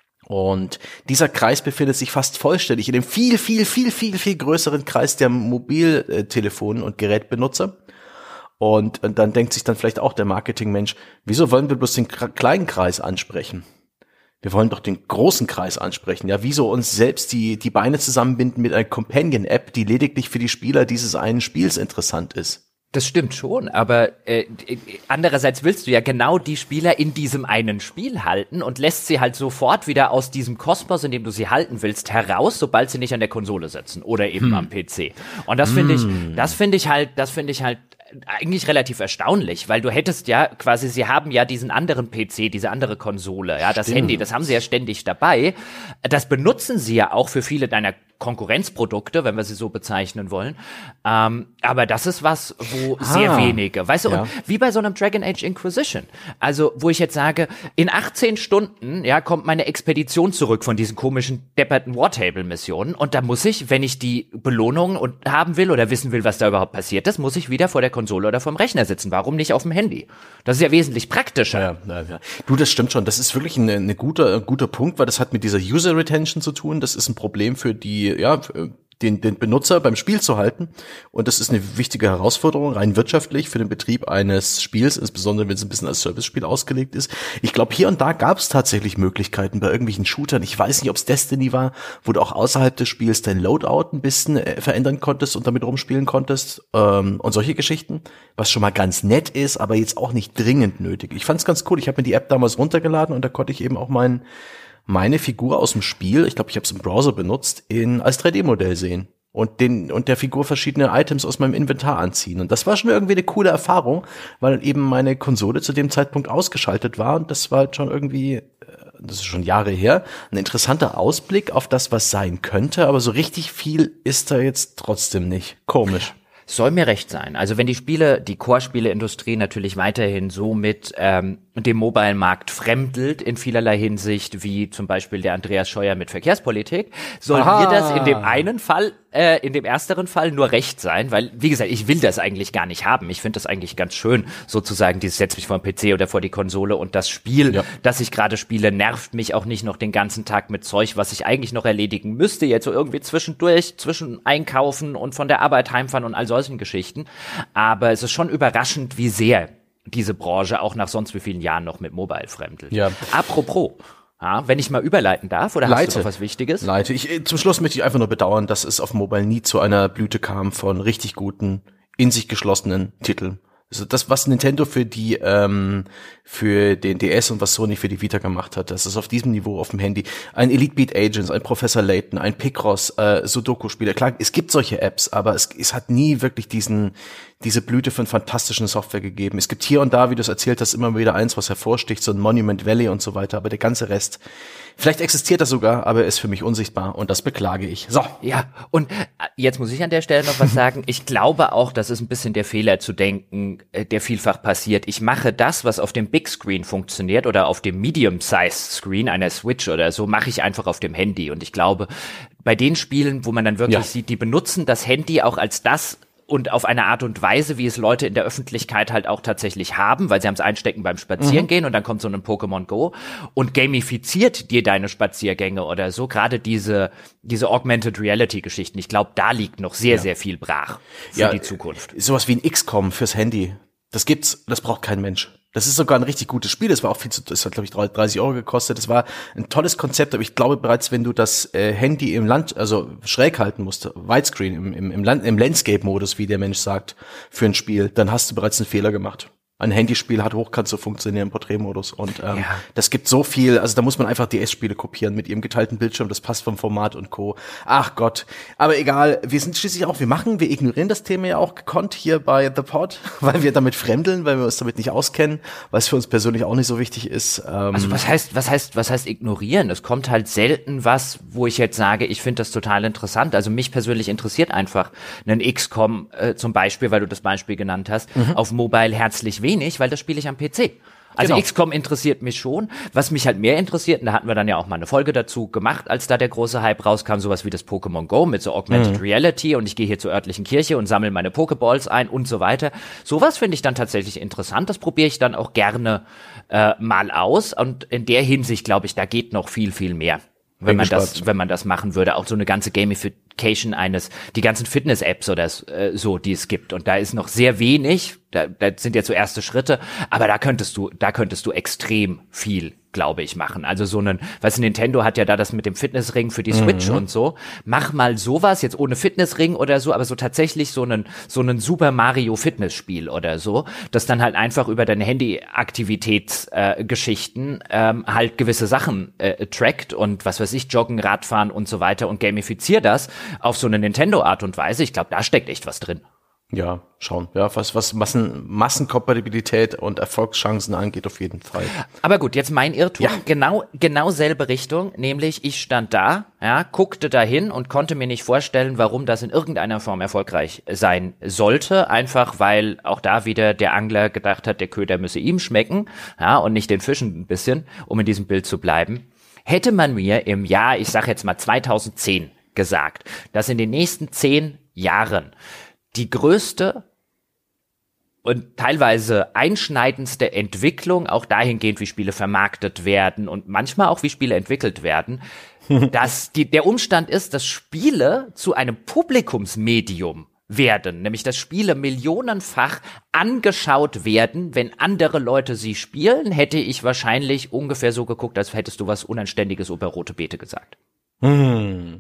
[SPEAKER 2] Und dieser Kreis befindet sich fast vollständig in dem viel, viel, viel, viel, viel größeren Kreis der Mobiltelefonen und Gerätbenutzer. Und dann denkt sich dann vielleicht auch der Marketingmensch, wieso wollen wir bloß den kleinen Kreis ansprechen? Wir wollen doch den großen Kreis ansprechen. Ja, wieso uns selbst die Beine zusammenbinden mit einer Companion-App, die lediglich für die Spieler dieses einen Spiels interessant ist?
[SPEAKER 1] Das stimmt schon, aber andererseits willst du ja genau die Spieler in diesem einen Spiel halten und lässt sie halt sofort wieder aus diesem Kosmos, in dem du sie halten willst, heraus, sobald sie nicht an der Konsole sitzen oder eben am PC. Und das finde ich halt eigentlich relativ erstaunlich, weil du hättest ja quasi, sie haben ja diesen anderen PC, diese andere Konsole, ja, das Handy, das haben sie ja ständig dabei. Das benutzen sie ja auch für viele deiner Konkurrenzprodukte, wenn wir sie so bezeichnen wollen. Aber das ist was, wo sehr wenige, weißt du, und wie bei so einem Dragon Age Inquisition. Also, wo ich jetzt sage, in 18 Stunden, ja, kommt meine Expedition zurück von diesen komischen depperten Wartable-Missionen und da muss ich, wenn ich die Belohnung haben will oder wissen will, was da überhaupt passiert ist, muss ich wieder vor der Konsole oder vom Rechner sitzen. Warum nicht auf dem Handy? Das ist ja wesentlich praktischer.
[SPEAKER 2] Ja. Du, das stimmt schon. Das ist wirklich ein guter Punkt, weil das hat mit dieser User Retention zu tun. Das ist ein Problem für den Benutzer beim Spiel zu halten. Und das ist eine wichtige Herausforderung, rein wirtschaftlich für den Betrieb eines Spiels, insbesondere wenn es ein bisschen als Servicespiel ausgelegt ist. Ich glaube, hier und da gab es tatsächlich Möglichkeiten bei irgendwelchen Shootern. Ich weiß nicht, ob es Destiny war, wo du auch außerhalb des Spiels dein Loadout ein bisschen verändern konntest und damit rumspielen konntest. Und solche Geschichten, was schon mal ganz nett ist, aber jetzt auch nicht dringend nötig. Ich fand es ganz cool. Ich habe mir die App damals runtergeladen und da konnte ich eben auch meine Figur aus dem Spiel, ich glaube, ich habe es im Browser benutzt, als 3D-Modell sehen und der Figur verschiedene Items aus meinem Inventar anziehen. Und das war schon irgendwie eine coole Erfahrung, weil eben meine Konsole zu dem Zeitpunkt ausgeschaltet war und das war halt schon irgendwie, das ist schon Jahre her, ein interessanter Ausblick auf das, was sein könnte, aber so richtig viel ist da jetzt trotzdem nicht. Komisch.
[SPEAKER 1] Soll mir recht sein. Also wenn die Core-Spieleindustrie natürlich weiterhin so mit dem Mobile-Markt fremdelt in vielerlei Hinsicht, wie zum Beispiel der Andreas Scheuer mit Verkehrspolitik, soll mir das in dem ersteren Fall nur recht sein, weil, wie gesagt, ich will das eigentlich gar nicht haben. Ich finde das eigentlich ganz schön, sozusagen, dieses setz mich vor den PC oder vor die Konsole und das Spiel, das ich gerade spiele, nervt mich auch nicht noch den ganzen Tag mit Zeug, was ich eigentlich noch erledigen müsste, jetzt so irgendwie zwischen Einkaufen und von der Arbeit heimfahren und all solchen Geschichten. Aber es ist schon überraschend, wie sehr diese Branche auch nach sonst wie vielen Jahren noch mit Mobile fremdelt. Ja. Apropos, wenn ich mal überleiten darf, oder hast du noch was Wichtiges?
[SPEAKER 2] Zum Schluss möchte ich einfach nur bedauern, dass es auf Mobile nie zu einer Blüte kam von richtig guten, in sich geschlossenen Titeln. Also das, was Nintendo für den DS und was Sony für die Vita gemacht hat, das ist auf diesem Niveau auf dem Handy. Ein Elite Beat Agents, ein Professor Layton, ein Picross, Sudoku-Spieler. Klar, es gibt solche Apps, aber es hat nie wirklich diese Blüte von fantastischen Software gegeben. Es gibt hier und da, wie du es erzählt hast, immer wieder eins, was hervorsticht, so ein Monument Valley und so weiter, aber der ganze Rest, vielleicht existiert das sogar, aber ist für mich unsichtbar und das beklage ich. So.
[SPEAKER 1] Ja, und jetzt muss ich an der Stelle noch was sagen. Ich glaube auch, das ist ein bisschen der Fehler zu denken, der vielfach passiert. Ich mache das, was auf dem Big Screen funktioniert oder auf dem Medium-Sized Screen einer Switch oder so, mache ich einfach auf dem Handy. Und ich glaube, bei den Spielen, wo man dann wirklich sieht, die benutzen das Handy auch als das und auf eine Art und Weise, wie es Leute in der Öffentlichkeit halt auch tatsächlich haben, weil sie haben es einstecken beim Spazierengehen und dann kommt so ein Pokémon Go und gamifiziert dir deine Spaziergänge oder so. Gerade diese Augmented Reality Geschichten. Ich glaube, da liegt noch sehr, sehr viel brach für die Zukunft.
[SPEAKER 2] Sowas wie ein XCOM fürs Handy. Das braucht kein Mensch. Das ist sogar ein richtig gutes Spiel. Das hat, glaube ich, 30 Euro gekostet. Das war ein tolles Konzept, aber ich glaube bereits, wenn du das Handy im Land, also schräg halten musst, Widescreen, im Landscape-Modus, wie der Mensch sagt, für ein Spiel, dann hast du bereits einen Fehler gemacht. Ein Handyspiel hat hochkant zu funktionieren im Porträtmodus und das gibt so viel, also da muss man einfach DS-Spiele kopieren mit ihrem geteilten Bildschirm, das passt vom Format und Co. Ach Gott, aber egal, wir sind schließlich auch, wir ignorieren das Thema ja auch gekonnt hier bei The Pod, weil wir damit fremdeln, weil wir uns damit nicht auskennen, weil es für uns persönlich auch nicht so wichtig ist.
[SPEAKER 1] Also was heißt ignorieren? Es kommt halt selten was, wo ich jetzt sage, ich finde das total interessant. Also mich persönlich interessiert einfach ein XCOM zum Beispiel, weil du das Beispiel genannt hast, auf Mobile herzlich wenig, weil das spiele ich am PC. Also genau. XCOM interessiert mich schon. Was mich halt mehr interessiert, und da hatten wir dann ja auch mal eine Folge dazu gemacht, als da der große Hype rauskam, sowas wie das Pokémon Go mit so Augmented Reality und ich gehe hier zur örtlichen Kirche und sammle meine Pokeballs ein und so weiter. Sowas finde ich dann tatsächlich interessant. Das probiere ich dann auch gerne mal aus und in der Hinsicht glaube ich, da geht noch viel, viel mehr. Wenn man das machen würde, auch so eine ganze Gamification die ganzen Fitness-Apps oder so, die es gibt. Und da ist noch sehr wenig, da sind jetzt so erste Schritte, aber da könntest du extrem viel, glaube ich, machen. Also Nintendo hat ja da das mit dem Fitnessring für die Switch und so. Mach mal sowas, jetzt ohne Fitnessring oder so, aber so tatsächlich so einen Super Mario Fitnessspiel oder so, das dann halt einfach über deine Handy-Aktivitätsgeschichten halt gewisse Sachen trackt und was weiß ich, Joggen, Radfahren und so weiter und gamifizier das auf so eine Nintendo-Art und Weise. Ich glaube, da steckt echt was drin.
[SPEAKER 2] Ja, schauen. Ja, was Massenkompatibilität und Erfolgschancen angeht, auf jeden Fall.
[SPEAKER 1] Aber gut, jetzt mein Irrtum. Ja. Genau selbe Richtung. Nämlich, ich stand da, guckte dahin und konnte mir nicht vorstellen, warum das in irgendeiner Form erfolgreich sein sollte. Einfach, weil auch da wieder der Angler gedacht hat, der Köder müsse ihm schmecken, und nicht den Fischen ein bisschen, um in diesem Bild zu bleiben. Hätte man mir im Jahr, ich sag jetzt mal 2010 gesagt, dass in den nächsten 10 Jahren die größte und teilweise einschneidendste Entwicklung, auch dahingehend, wie Spiele vermarktet werden und manchmal auch, wie Spiele entwickelt werden, dass der Umstand ist, dass Spiele zu einem Publikumsmedium werden, nämlich dass Spiele millionenfach angeschaut werden, wenn andere Leute sie spielen, hätte ich wahrscheinlich ungefähr so geguckt, als hättest du was Unanständiges über rote Beete gesagt. Also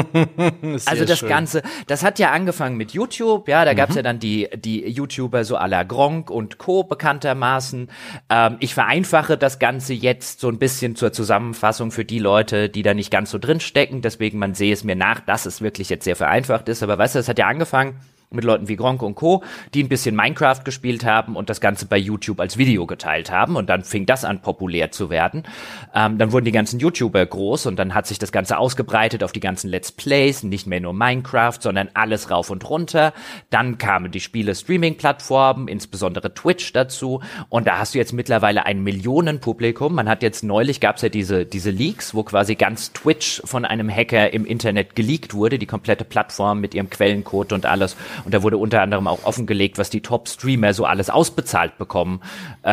[SPEAKER 1] das schön. Ganze, das hat ja angefangen mit YouTube, da gab's ja dann die YouTuber so à la Gronkh und Co. bekanntermaßen. Ich vereinfache das Ganze jetzt so ein bisschen zur Zusammenfassung für die Leute, die da nicht ganz so drin stecken, deswegen man sehe es mir nach, dass es wirklich jetzt sehr vereinfacht ist, aber weißt du, das hat ja angefangen mit Leuten wie Gronkh und Co., die ein bisschen Minecraft gespielt haben und das Ganze bei YouTube als Video geteilt haben. Und dann fing das an, populär zu werden. Dann wurden die ganzen YouTuber groß und dann hat sich das Ganze ausgebreitet auf die ganzen Let's Plays, nicht mehr nur Minecraft, sondern alles rauf und runter. Dann kamen die Spiele-Streaming-Plattformen, insbesondere Twitch dazu. Und da hast du jetzt mittlerweile ein Millionenpublikum. Man hat jetzt neulich, gab's ja diese Leaks, wo quasi ganz Twitch von einem Hacker im Internet geleakt wurde, die komplette Plattform mit ihrem Quellencode und alles. Und da wurde unter anderem auch offengelegt, was die Top-Streamer so alles ausbezahlt bekommen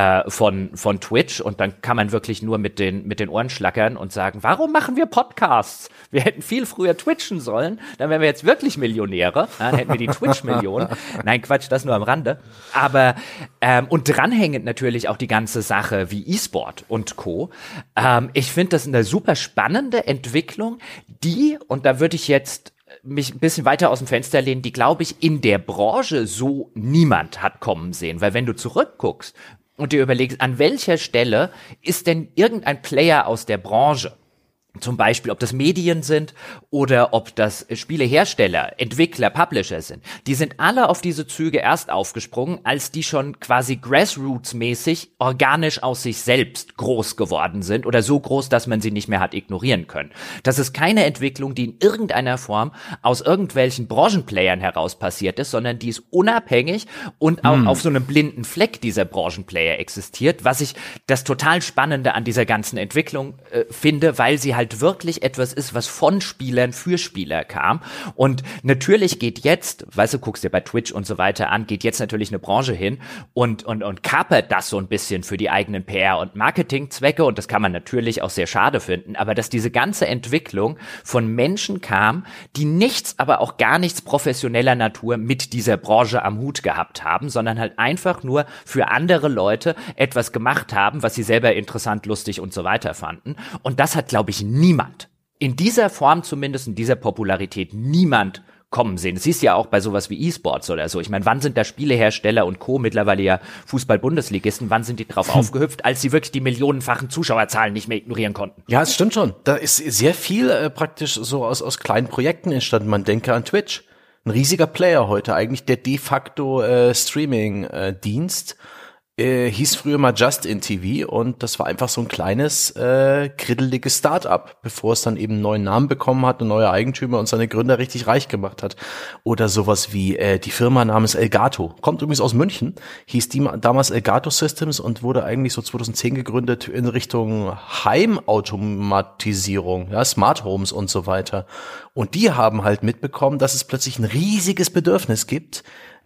[SPEAKER 1] von Twitch. Und dann kann man wirklich nur mit den Ohren schlackern und sagen, warum machen wir Podcasts? Wir hätten viel früher twitchen sollen, dann wären wir jetzt wirklich Millionäre. Dann hätten wir die Twitch-Millionen. Nein, Quatsch, das nur am Rande. Aber und dranhängend natürlich auch die ganze Sache wie E-Sport und Co. Ich finde das eine super spannende Entwicklung, und da würde ich jetzt mich ein bisschen weiter aus dem Fenster lehnen, die, glaube ich, in der Branche so niemand hat kommen sehen. Weil wenn du zurückguckst und dir überlegst, an welcher Stelle ist denn irgendein Player aus der Branche, zum Beispiel, ob das Medien sind oder ob das Spielehersteller, Entwickler, Publisher sind. Die sind alle auf diese Züge erst aufgesprungen, als die schon quasi grassroots-mäßig organisch aus sich selbst groß geworden sind oder so groß, dass man sie nicht mehr hat ignorieren können. Das ist keine Entwicklung, die in irgendeiner Form aus irgendwelchen Branchenplayern heraus passiert ist, sondern die ist unabhängig und auch auf so einem blinden Fleck dieser Branchenplayer existiert, was ich das total Spannende an dieser ganzen Entwicklung finde, weil sie halt wirklich etwas ist, was von Spielern für Spieler kam. Und natürlich geht jetzt, weißt du, guckst dir bei Twitch und so weiter an, geht jetzt natürlich eine Branche hin und kapert das so ein bisschen für die eigenen PR- und Marketingzwecke. Und das kann man natürlich auch sehr schade finden. Aber dass diese ganze Entwicklung von Menschen kam, die nichts, aber auch gar nichts professioneller Natur mit dieser Branche am Hut gehabt haben, sondern halt einfach nur für andere Leute etwas gemacht haben, was sie selber interessant, lustig und so weiter fanden. Und das hat, glaube ich, niemand, in dieser Form zumindest, in dieser Popularität, niemand kommen sehen. Das siehst du ja auch bei sowas wie E-Sports oder so. Ich meine, wann sind da Spielehersteller und Co., mittlerweile ja Fußball-Bundesligisten, wann sind die drauf aufgehüpft, als sie wirklich die millionenfachen Zuschauerzahlen nicht mehr ignorieren konnten?
[SPEAKER 2] Ja, es stimmt schon. Da ist sehr viel praktisch so aus kleinen Projekten entstanden. Man denke an Twitch. Ein riesiger Player heute, eigentlich der de facto Streaming-Dienst. Hieß früher mal Just in TV und das war einfach so ein kleines, kriddeliges Start-up, bevor es dann eben einen neuen Namen bekommen hat, eine neue Eigentümer und seine Gründer richtig reich gemacht hat. Oder sowas wie die Firma namens Elgato. Kommt übrigens aus München, hieß die damals Elgato Systems und wurde eigentlich so 2010 gegründet in Richtung Heimautomatisierung, ja, Smart Homes und so weiter. Und die haben halt mitbekommen, dass es plötzlich ein riesiges Bedürfnis gibt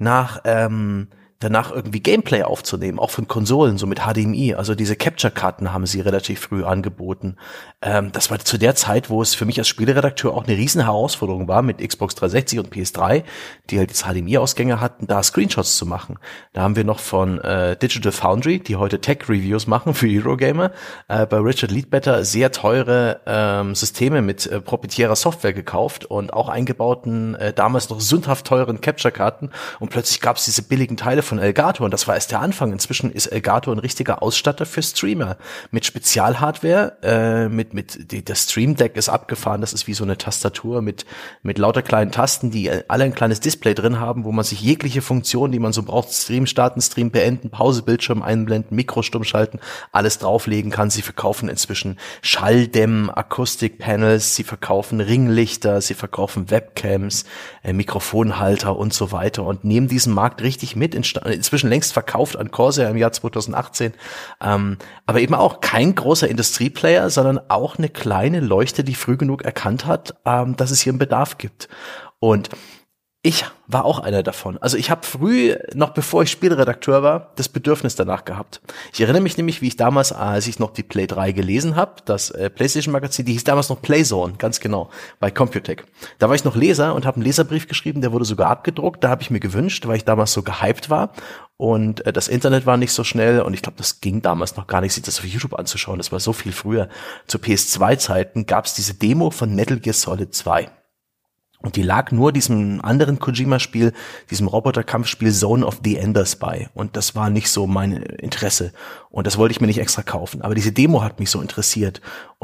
[SPEAKER 2] danach irgendwie Gameplay aufzunehmen, auch von Konsolen, so mit HDMI. Also diese Capture-Karten haben sie relativ früh angeboten. Das war zu der Zeit, wo es für mich als Spieleredakteur auch eine riesen Herausforderung war, mit Xbox 360 und PS3, die halt jetzt HDMI-Ausgänge hatten, da Screenshots zu machen. Da haben wir noch von Digital Foundry, die heute Tech-Reviews machen für Eurogamer, bei Richard Leadbetter sehr teure Systeme mit proprietärer Software gekauft und auch eingebauten, damals noch sündhaft teuren Capture-Karten. Und plötzlich gab es diese billigen Teile von Elgato und das war erst der Anfang. Inzwischen ist Elgato ein richtiger Ausstatter für Streamer mit Spezialhardware, das Stream Deck ist abgefahren, das ist wie so eine Tastatur mit lauter kleinen Tasten, die alle ein kleines Display drin haben, wo man sich jegliche Funktion, die man so braucht, Stream starten, Stream beenden, Pausebildschirm einblenden, Mikro stumm schalten, alles drauflegen kann. Sie verkaufen inzwischen Schalldämmen, Akustikpanels, sie verkaufen Ringlichter, sie verkaufen Webcams, Mikrofonhalter und so weiter und nehmen diesen Markt richtig mit, inzwischen längst verkauft an Corsair im Jahr 2018, aber eben auch kein großer Industrieplayer, sondern auch eine kleine Leuchte, die früh genug erkannt hat, dass es hier einen Bedarf gibt. Und ich war auch einer davon. Also ich habe früh, noch bevor ich Spielredakteur war, das Bedürfnis danach gehabt. Ich erinnere mich nämlich, wie ich damals, als ich noch die Play 3 gelesen habe, das PlayStation-Magazin, die hieß damals noch Playzone, ganz genau, bei Computec. Da war ich noch Leser und habe einen Leserbrief geschrieben, der wurde sogar abgedruckt. Da habe ich mir gewünscht, weil ich damals so gehypt war und das Internet war nicht so schnell und ich glaube, das ging damals noch gar nicht, sich das auf YouTube anzuschauen. Das war so viel früher. Zu PS2-Zeiten gab es diese Demo von Metal Gear Solid 2. Und die lag nur diesem anderen Kojima-Spiel, diesem Roboterkampfspiel Zone of the Enders bei. Und das war nicht so mein Interesse. Und das wollte ich mir nicht extra kaufen. Aber diese Demo hat mich so interessiert. Und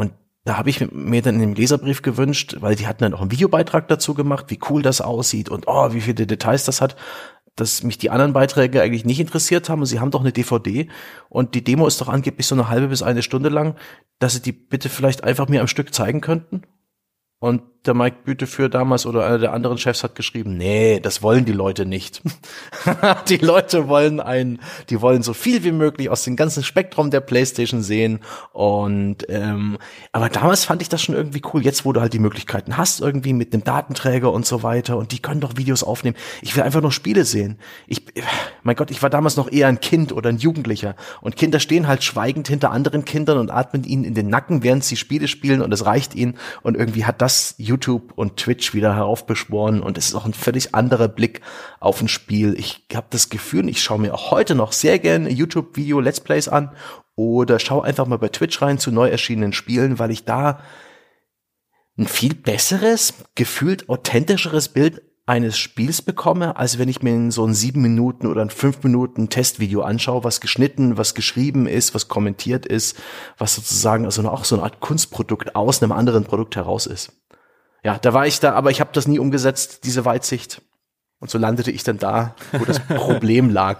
[SPEAKER 2] da habe ich mir dann in dem Leserbrief gewünscht, weil die hatten dann auch einen Videobeitrag dazu gemacht, wie cool das aussieht und wie viele Details das hat, dass mich die anderen Beiträge eigentlich nicht interessiert haben. Und sie haben doch eine DVD und die Demo ist doch angeblich so eine halbe bis eine Stunde lang, dass sie die bitte vielleicht einfach mir am Stück zeigen könnten. Und der Mike Büteführ damals oder einer der anderen Chefs hat geschrieben, nee, das wollen die Leute nicht. Die Leute wollen die wollen so viel wie möglich aus dem ganzen Spektrum der PlayStation sehen. Und aber damals fand ich das schon irgendwie cool. Jetzt, wo du halt die Möglichkeiten hast, irgendwie mit einem Datenträger und so weiter, und die können doch Videos aufnehmen. Ich will einfach nur Spiele sehen. Mein Gott, ich war damals noch eher ein Kind oder ein Jugendlicher. Und Kinder stehen halt schweigend hinter anderen Kindern und atmen ihnen in den Nacken, während sie Spiele spielen, und es reicht ihnen. Und irgendwie hat das YouTube und Twitch wieder heraufbeschworen, und es ist auch ein völlig anderer Blick auf ein Spiel. Ich habe das Gefühl, ich schaue mir auch heute noch sehr gerne YouTube-Video Let's Plays an oder schaue einfach mal bei Twitch rein zu neu erschienenen Spielen, weil ich da ein viel besseres, gefühlt authentischeres Bild eines Spiels bekomme, als wenn ich mir in so ein 7 Minuten oder ein 5 Minuten Testvideo anschaue, was geschnitten, was geschrieben ist, was kommentiert ist, was sozusagen also auch so eine Art Kunstprodukt aus einem anderen Produkt heraus ist. Ja, da war ich da, aber ich habe das nie umgesetzt, diese Weitsicht. Und so landete ich dann da, wo das Problem lag.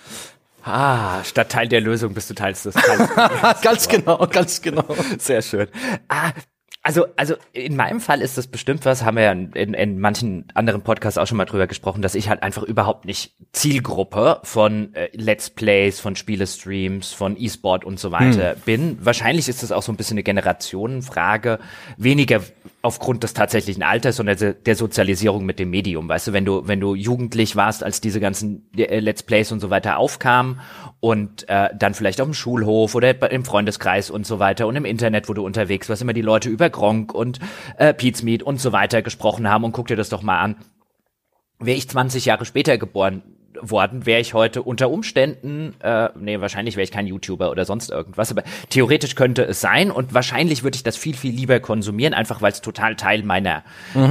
[SPEAKER 1] Statt Teil der Lösung bist du Teil des Problems.
[SPEAKER 2] Ganz genau.
[SPEAKER 1] Sehr schön. Also in meinem Fall ist das bestimmt was, haben wir ja in manchen anderen Podcasts auch schon mal drüber gesprochen, dass ich halt einfach überhaupt nicht Zielgruppe von Let's Plays, von Spielestreams, von E-Sport und so weiter bin. Wahrscheinlich ist das auch so ein bisschen eine Generationenfrage, weniger aufgrund des tatsächlichen Alters, sondern der Sozialisierung mit dem Medium. Weißt du, wenn du jugendlich warst, als diese ganzen Let's Plays und so weiter aufkamen und dann vielleicht auf dem Schulhof oder im Freundeskreis und so weiter und im Internet, wo du unterwegs warst, immer die Leute über Gronk und Pete's Meat und so weiter gesprochen haben, und guck dir das doch mal an. Wäre ich 20 Jahre später geboren worden, wäre ich heute unter Umständen, wahrscheinlich wäre ich kein YouTuber oder sonst irgendwas, aber theoretisch könnte es sein, und wahrscheinlich würde ich das viel, viel lieber konsumieren, einfach weil es total Teil meiner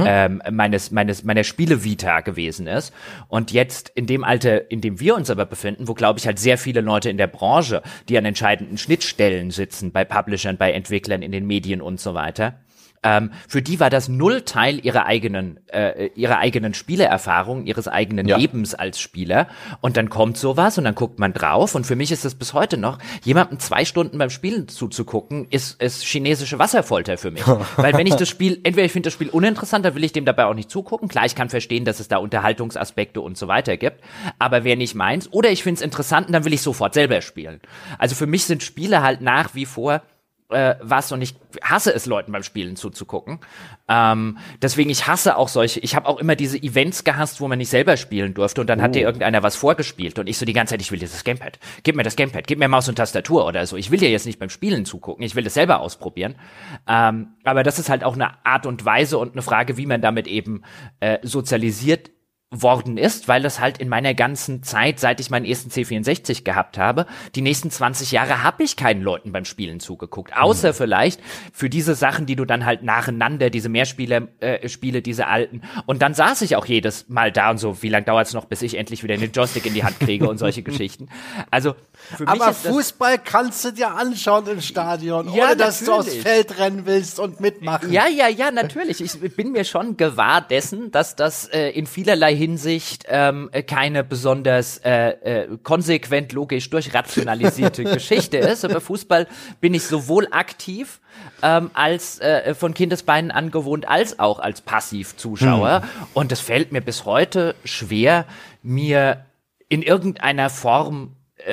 [SPEAKER 1] Spielevita gewesen ist. Und jetzt in dem Alter, in dem wir uns aber befinden, wo, glaube ich, halt sehr viele Leute in der Branche, die an entscheidenden Schnittstellen sitzen, bei Publishern, bei Entwicklern, in den Medien und so weiter, für die war das null Teil ihrer eigenen Spielerfahrung, ihres eigenen Lebens als Spieler. Und dann kommt sowas und dann guckt man drauf. Und für mich ist es bis heute noch, jemandem 2 Stunden beim Spielen zuzugucken, ist chinesische Wasserfolter für mich. Weil wenn ich das Spiel, entweder ich finde das Spiel uninteressant, dann will ich dem dabei auch nicht zugucken. Klar, ich kann verstehen, dass es da Unterhaltungsaspekte und so weiter gibt. Aber wer nicht meins, oder ich finde es interessant, dann will ich sofort selber spielen. Also für mich sind Spiele halt nach wie vor und ich hasse es, Leuten beim Spielen zuzugucken. Deswegen, ich hasse auch ich habe auch immer diese Events gehasst, wo man nicht selber spielen durfte, und dann hat dir irgendeiner was vorgespielt und ich so die ganze Zeit, ich will dieses Gamepad, gib mir das Gamepad, gib mir Maus und Tastatur oder so. Ich will dir jetzt nicht beim Spielen zugucken, ich will das selber ausprobieren. Aber das ist halt auch eine Art und Weise und eine Frage, wie man damit eben sozialisiert worden ist, weil das halt in meiner ganzen Zeit, seit ich meinen ersten C64 gehabt habe, die nächsten 20 Jahre habe ich keinen Leuten beim Spielen zugeguckt, außer vielleicht für diese Sachen, die du dann halt nacheinander, diese Mehrspieler-Spiele, diese alten, und dann saß ich auch jedes Mal da und so, wie lange dauert es noch, bis ich endlich wieder den Joystick in die Hand kriege und solche Geschichten. Also für mich
[SPEAKER 2] aber
[SPEAKER 1] ist
[SPEAKER 2] Fußball kannst du dir anschauen im Stadion,
[SPEAKER 1] ja,
[SPEAKER 2] ohne dass du aufs Feld rennen willst und mitmachen.
[SPEAKER 1] Ja, natürlich. Ich bin mir schon gewahr dessen, dass das in vielerlei Hinsicht keine besonders konsequent logisch durchrationalisierte Geschichte ist. Aber Fußball bin ich sowohl aktiv als von Kindesbeinen angewohnt, als auch als Passivzuschauer. Und es fällt mir bis heute schwer, mir in irgendeiner Form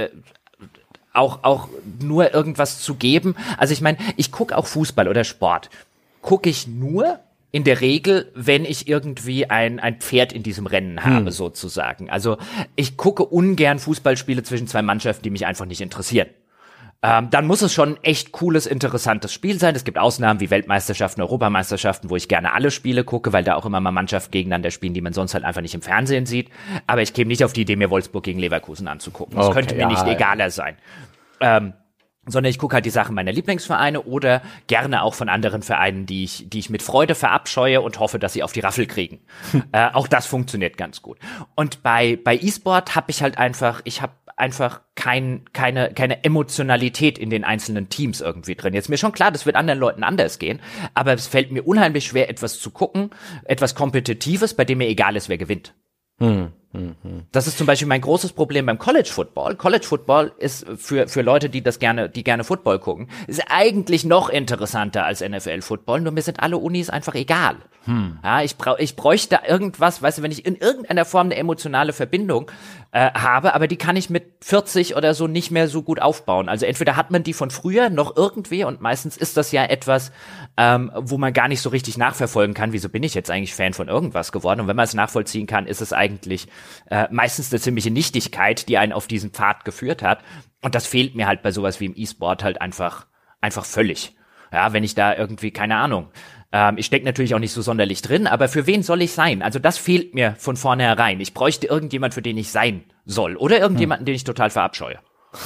[SPEAKER 1] auch nur irgendwas zu geben. Also ich meine, ich gucke auch Fußball oder Sport. Gucke ich nur in der Regel, wenn ich irgendwie ein Pferd in diesem Rennen habe, sozusagen. Also ich gucke ungern Fußballspiele zwischen 2 Mannschaften, die mich einfach nicht interessieren. Dann muss es schon ein echt cooles, interessantes Spiel sein. Es gibt Ausnahmen wie Weltmeisterschaften, Europameisterschaften, wo ich gerne alle Spiele gucke, weil da auch immer mal Mannschaften gegeneinander spielen, die man sonst halt einfach nicht im Fernsehen sieht. Aber ich käme nicht auf die Idee, mir Wolfsburg gegen Leverkusen anzugucken. Das könnte mir nicht egaler sein. Sondern ich gucke halt die Sachen meiner Lieblingsvereine oder gerne auch von anderen Vereinen, die ich mit Freude verabscheue und hoffe, dass sie auf die Raffel kriegen. Auch das funktioniert ganz gut. Und bei E-Sport habe ich halt einfach, ich habe einfach keine Emotionalität in den einzelnen Teams irgendwie drin. Jetzt ist mir schon klar, das wird anderen Leuten anders gehen, aber es fällt mir unheimlich schwer, etwas zu gucken, etwas Kompetitives, bei dem mir egal ist, wer gewinnt. Das ist zum Beispiel mein großes Problem beim College Football. College Football ist für Leute, die gerne Football gucken, ist eigentlich noch interessanter als NFL Football, nur mir sind alle Unis einfach egal. Ja, ich bräuchte irgendwas, weißt du, wenn ich in irgendeiner Form eine emotionale Verbindung habe, aber die kann ich mit 40 oder so nicht mehr so gut aufbauen. Also entweder hat man die von früher noch irgendwie und meistens ist das ja etwas, wo man gar nicht so richtig nachverfolgen kann, wieso bin ich jetzt eigentlich Fan von irgendwas geworden? Und wenn man es nachvollziehen kann, ist es eigentlich meistens eine ziemliche Nichtigkeit, die einen auf diesen Pfad geführt hat. Und das fehlt mir halt bei sowas wie im E-Sport halt einfach völlig. Ja, wenn ich da irgendwie, keine Ahnung, ich stecke natürlich auch nicht so sonderlich drin, aber für wen soll ich sein? Also das fehlt mir von vornherein. Ich bräuchte irgendjemand, für den ich sein soll. Oder irgendjemanden, den ich total verabscheue.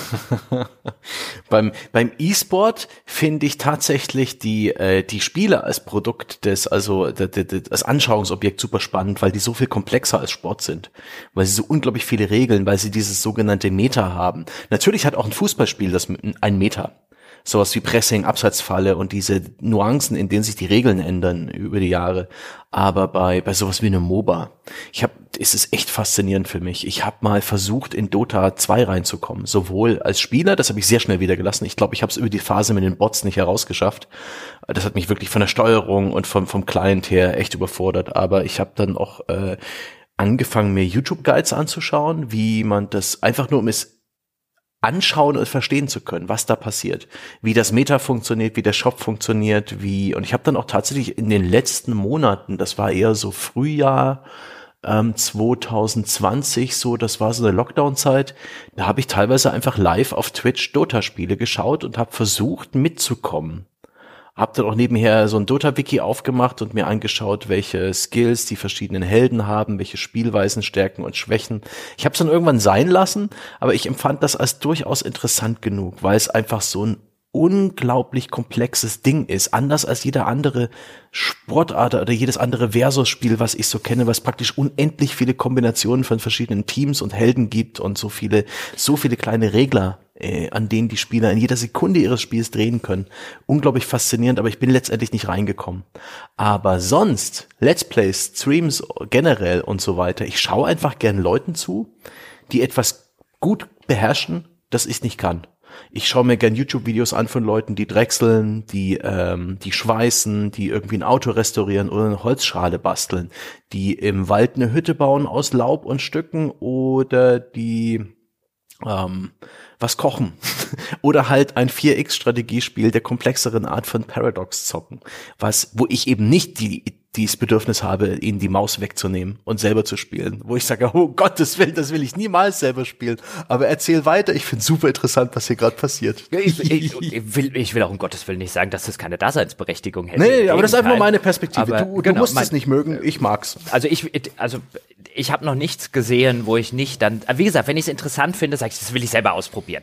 [SPEAKER 2] Beim E-Sport finde ich tatsächlich die Spiele als Produkt das Anschauungsobjekt super spannend, weil die so viel komplexer als Sport sind, weil sie so unglaublich viele Regeln, weil sie dieses sogenannte Meta haben. Natürlich hat auch ein Fußballspiel ein Meta. Sowas wie Pressing, Abseitsfalle und diese Nuancen, in denen sich die Regeln ändern über die Jahre. Aber bei sowas wie einem MOBA, ist es echt faszinierend für mich. Ich habe mal versucht, in Dota 2 reinzukommen, sowohl als Spieler, das habe ich sehr schnell wieder gelassen. Ich glaube, ich habe es über die Phase mit den Bots nicht herausgeschafft. Das hat mich wirklich von der Steuerung und vom Client her echt überfordert. Aber ich habe dann auch angefangen, mir YouTube-Guides anzuschauen, wie man das einfach nur, um es anschauen und verstehen zu können, was da passiert, wie das Meta funktioniert, wie der Shop funktioniert, und ich habe dann auch tatsächlich in den letzten Monaten, das war eher so Frühjahr 2020, das war so eine Lockdown-Zeit, da habe ich teilweise einfach live auf Twitch Dota-Spiele geschaut und habe versucht mitzukommen. Hab dann auch nebenher so ein Dota-Wiki aufgemacht und mir angeschaut, welche Skills die verschiedenen Helden haben, welche Spielweisen, Stärken und Schwächen. Ich habe es dann irgendwann sein lassen, aber ich empfand das als durchaus interessant genug, weil es einfach so ein unglaublich komplexes Ding ist, anders als jeder andere Sportart oder jedes andere Versus-Spiel, was ich so kenne, was praktisch unendlich viele Kombinationen von verschiedenen Teams und Helden gibt und so viele kleine Regler, an denen die Spieler in jeder Sekunde ihres Spiels drehen können. Unglaublich faszinierend, aber ich bin letztendlich nicht reingekommen. Aber sonst, Let's Plays, Streams generell und so weiter, ich schaue einfach gern Leuten zu, die etwas gut beherrschen, das ich nicht kann. Ich schaue mir gern YouTube-Videos an von Leuten, die drechseln, die schweißen, die irgendwie ein Auto restaurieren oder eine Holzschale basteln, die im Wald eine Hütte bauen aus Laub und Stücken oder die was kochen oder halt ein 4X-Strategiespiel der komplexeren Art von Paradox zocken, wo ich eben nicht dieses Bedürfnis habe, ihnen die Maus wegzunehmen und selber zu spielen, wo ich sage, oh Gottes Willen, das will ich niemals selber spielen, aber erzähl weiter, ich finde super interessant, was hier gerade passiert.
[SPEAKER 1] Ich will auch um Gottes Willen nicht sagen, dass das keine Daseinsberechtigung hätte.
[SPEAKER 2] Nee, aber das ist einfach nur meine Perspektive.
[SPEAKER 1] Aber
[SPEAKER 2] du musst es nicht mögen, ich mag's.
[SPEAKER 1] Also ich habe noch nichts gesehen, wo ich nicht dann, wie gesagt, wenn ich es interessant finde, sage ich, das will ich selber ausprobieren.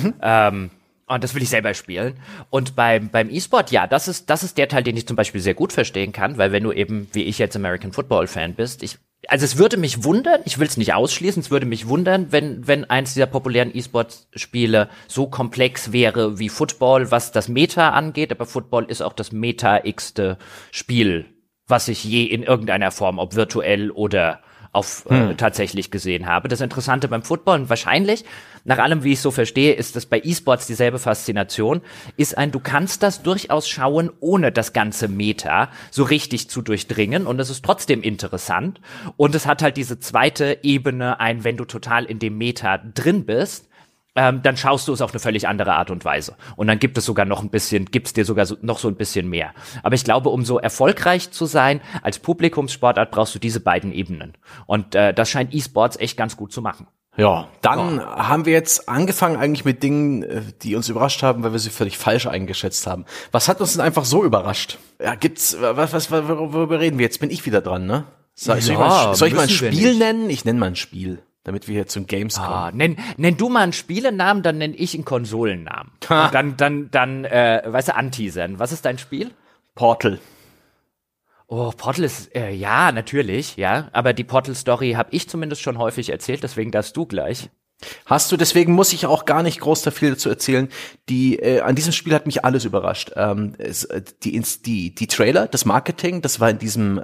[SPEAKER 1] Und das will ich selber spielen. Und beim E-Sport, ja, das ist der Teil, den ich zum Beispiel sehr gut verstehen kann, weil wenn du eben, wie ich jetzt American Football Fan bist, also es würde mich wundern, ich will es nicht ausschließen, es würde mich wundern, wenn eins dieser populären E-Sport-Spiele so komplex wäre wie Football, was das Meta angeht, aber Football ist auch das Meta-igste Spiel, was ich je in irgendeiner Form, ob virtuell oder tatsächlich gesehen habe. Das Interessante beim Football, und wahrscheinlich, nach allem, wie ich es so verstehe, ist das bei E-Sports dieselbe Faszination, du kannst das durchaus schauen, ohne das ganze Meta so richtig zu durchdringen, und es ist trotzdem interessant, und es hat halt diese zweite Ebene, wenn du total in dem Meta drin bist, dann schaust du es auf eine völlig andere Art und Weise. Und dann gibt's dir sogar noch so ein bisschen mehr. Aber ich glaube, um so erfolgreich zu sein, als Publikumssportart brauchst du diese beiden Ebenen. Und das scheint E-Sports echt ganz gut zu machen.
[SPEAKER 2] Ja, dann haben wir jetzt angefangen eigentlich mit Dingen, die uns überrascht haben, weil wir sie völlig falsch eingeschätzt haben. Was hat uns denn einfach so überrascht? Ja, worüber reden wir? Jetzt bin ich wieder dran, ne? Soll ich mal ein Spiel nennen? Ich nenne mal ein Spiel, damit wir hier zum Games kommen.
[SPEAKER 1] Nenn du mal einen Spielenamen, dann nenn ich einen Konsolennamen. Und dann weißt du, anteasern. Was ist dein Spiel?
[SPEAKER 2] Portal.
[SPEAKER 1] Oh, Portal ist, ja, natürlich, ja. Aber die Portal-Story habe ich zumindest schon häufig erzählt, deswegen darfst du gleich.
[SPEAKER 2] Hast du, deswegen muss ich auch gar nicht groß da viel dazu erzählen. An diesem Spiel hat mich alles überrascht. Die Trailer, das Marketing, das war in diesem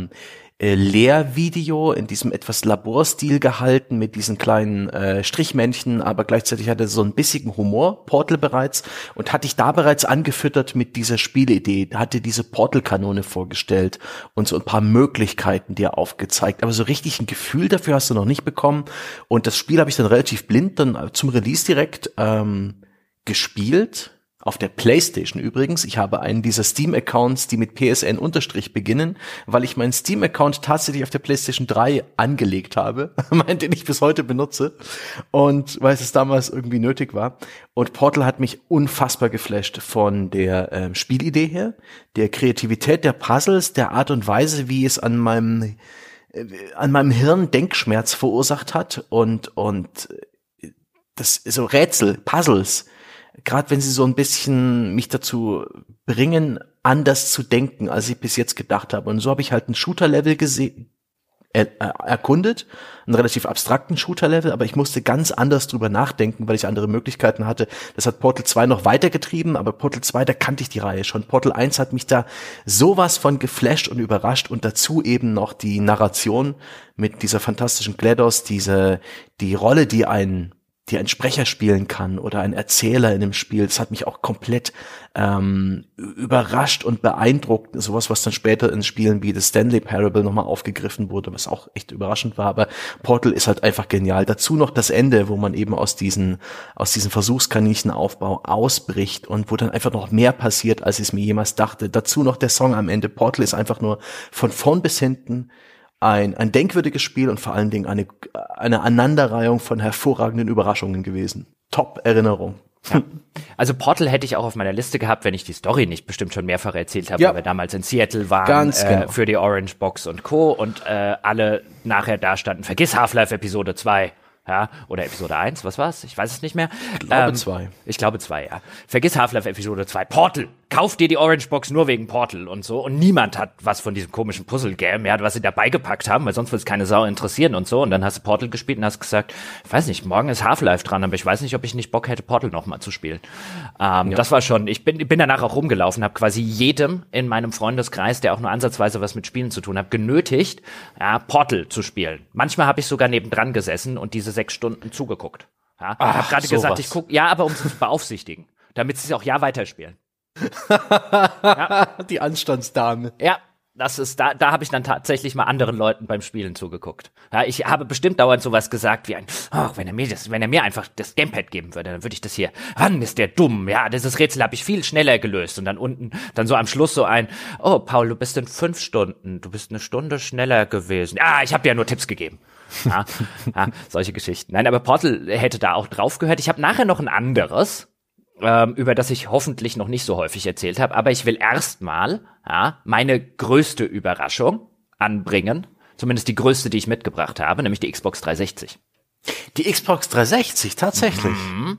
[SPEAKER 2] Lehrvideo, in diesem etwas Laborstil gehalten, mit diesen kleinen Strichmännchen, aber gleichzeitig hatte so ein bisschen Humor, Portal bereits, und hatte ich da bereits angefüttert mit dieser Spielidee, hatte diese Portal-Kanone vorgestellt und so ein paar Möglichkeiten dir aufgezeigt, aber so richtig ein Gefühl dafür hast du noch nicht bekommen, und das Spiel habe ich dann relativ blind dann zum Release direkt gespielt. Auf der PlayStation übrigens. Ich habe einen dieser Steam-Accounts, die mit PSN unterstrich beginnen, weil ich meinen Steam-Account tatsächlich auf der PlayStation 3 angelegt habe, den ich bis heute benutze, und weil es damals irgendwie nötig war. Und Portal hat mich unfassbar geflasht von der Spielidee her, der Kreativität der Puzzles, der Art und Weise, wie es an meinem Hirn Denkschmerz verursacht hat, und das ist so Rätsel, Puzzles, gerade wenn sie so ein bisschen mich dazu bringen, anders zu denken, als ich bis jetzt gedacht habe. Und so habe ich halt ein Shooter-Level erkundet, einen relativ abstrakten Shooter-Level, aber ich musste ganz anders drüber nachdenken, weil ich andere Möglichkeiten hatte. Das hat Portal 2 noch weitergetrieben, aber Portal 2, da kannte ich die Reihe schon. Portal 1 hat mich da sowas von geflasht und überrascht, und dazu eben noch die Narration mit dieser fantastischen GLaDOS, die Rolle, die ein Sprecher spielen kann oder ein Erzähler in dem Spiel. Das hat mich auch komplett überrascht und beeindruckt. Sowas, was dann später in Spielen wie The Stanley Parable nochmal aufgegriffen wurde, was auch echt überraschend war. Aber Portal ist halt einfach genial. Dazu noch das Ende, wo man eben aus diesen Versuchskaninchenaufbau ausbricht und wo dann einfach noch mehr passiert, als ich es mir jemals dachte. Dazu noch der Song am Ende. Portal ist einfach nur von vorn bis hinten ein denkwürdiges Spiel und vor allen Dingen eine Aneinanderreihung von hervorragenden Überraschungen gewesen. Top-Erinnerung.
[SPEAKER 1] Ja. Also Portal hätte ich auch auf meiner Liste gehabt, wenn ich die Story nicht bestimmt schon mehrfach erzählt habe, weil wir damals in Seattle waren,
[SPEAKER 2] ganz genau,
[SPEAKER 1] für die Orange Box und Co. und alle nachher da standen, vergiss Half-Life Episode 2. Ja, oder Episode 1, was war's? Ich weiß es nicht mehr. Ich glaube 2, ja. Vergiss Half-Life Episode 2. Portal! Kauf dir die Orange Box nur wegen Portal und so. Und niemand hat was von diesem komischen Puzzle-Game, ja, was sie dabei gepackt haben, weil sonst würde es keine Sau interessieren und so. Und dann hast du Portal gespielt und hast gesagt, ich weiß nicht, morgen ist Half-Life dran, aber ich weiß nicht, ob ich nicht Bock hätte, Portal nochmal zu spielen. Das war schon, ich bin danach auch rumgelaufen, habe quasi jedem in meinem Freundeskreis, der auch nur ansatzweise was mit Spielen zu tun hat, genötigt, ja, Portal zu spielen. Manchmal habe ich sogar nebendran gesessen und diese 6 Stunden zugeguckt. Ja, ich habe gerade gesagt, ich gucke, ja, aber um sie zu beaufsichtigen, damit sie es auch weiterspielen.
[SPEAKER 2] Ja. Die Anstandsdame.
[SPEAKER 1] Ja, das ist, da habe ich dann tatsächlich mal anderen Leuten beim Spielen zugeguckt. Ja, ich habe bestimmt dauernd sowas gesagt wie wenn er mir einfach das Gamepad geben würde, dann würde ich das hier, wann ist der dumm? Ja, dieses Rätsel habe ich viel schneller gelöst. Und dann unten, dann so am Schluss so oh Paul, du bist in 5 Stunden, du bist 1 Stunde schneller gewesen. Ja, ich habe dir ja nur Tipps gegeben. Ja, solche Geschichten. Nein, aber Portal hätte da auch drauf gehört. Ich habe nachher noch ein anderes, über das ich hoffentlich noch nicht so häufig erzählt habe, aber ich will erstmal meine größte Überraschung anbringen, zumindest die größte, die ich mitgebracht habe, nämlich die Xbox 360.
[SPEAKER 2] Die Xbox 360, tatsächlich?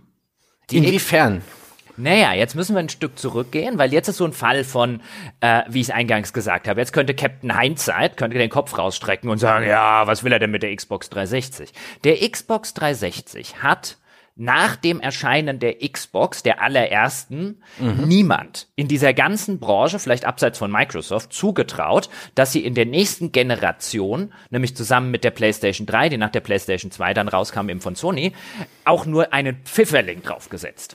[SPEAKER 2] Inwiefern?
[SPEAKER 1] Naja, jetzt müssen wir ein Stück zurückgehen, weil jetzt ist so ein Fall von, wie ich es eingangs gesagt habe, jetzt könnte Captain Hindsight, könnte den Kopf rausstrecken und sagen, ja, was will er denn mit der Xbox 360? Der Xbox 360 hat nach dem Erscheinen der Xbox, der allerersten, niemand in dieser ganzen Branche, vielleicht abseits von Microsoft, zugetraut, dass sie in der nächsten Generation, nämlich zusammen mit der PlayStation 3, die nach der PlayStation 2 dann rauskam, eben von Sony, auch nur einen Pfifferling draufgesetzt.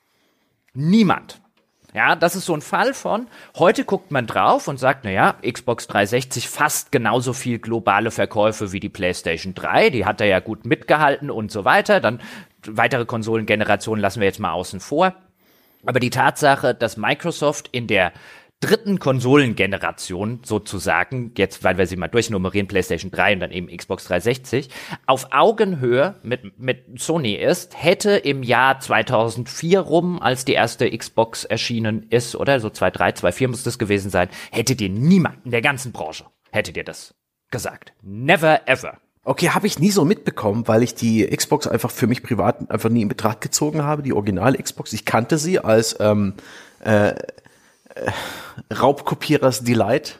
[SPEAKER 1] Niemand. Ja, das ist so ein Fall von, heute guckt man drauf und sagt, naja, Xbox 360 fast genauso viel globale Verkäufe wie die PlayStation 3, die hat da ja gut mitgehalten und so weiter, dann weitere Konsolengenerationen lassen wir jetzt mal außen vor. Aber die Tatsache, dass Microsoft in der dritten Konsolengeneration sozusagen, jetzt weil wir sie mal durchnummerieren, PlayStation 3 und dann eben Xbox 360, auf Augenhöhe mit Sony ist, hätte im Jahr 2004 rum, als die erste Xbox erschienen ist, oder so 2003, 2004 muss das gewesen sein, hätte dir niemand in der ganzen Branche, hätte dir das gesagt. Never ever.
[SPEAKER 2] Okay, habe ich nie so mitbekommen, weil ich die Xbox einfach für mich privat einfach nie in Betracht gezogen habe, die originale Xbox. Ich kannte sie als Raubkopierers Delight,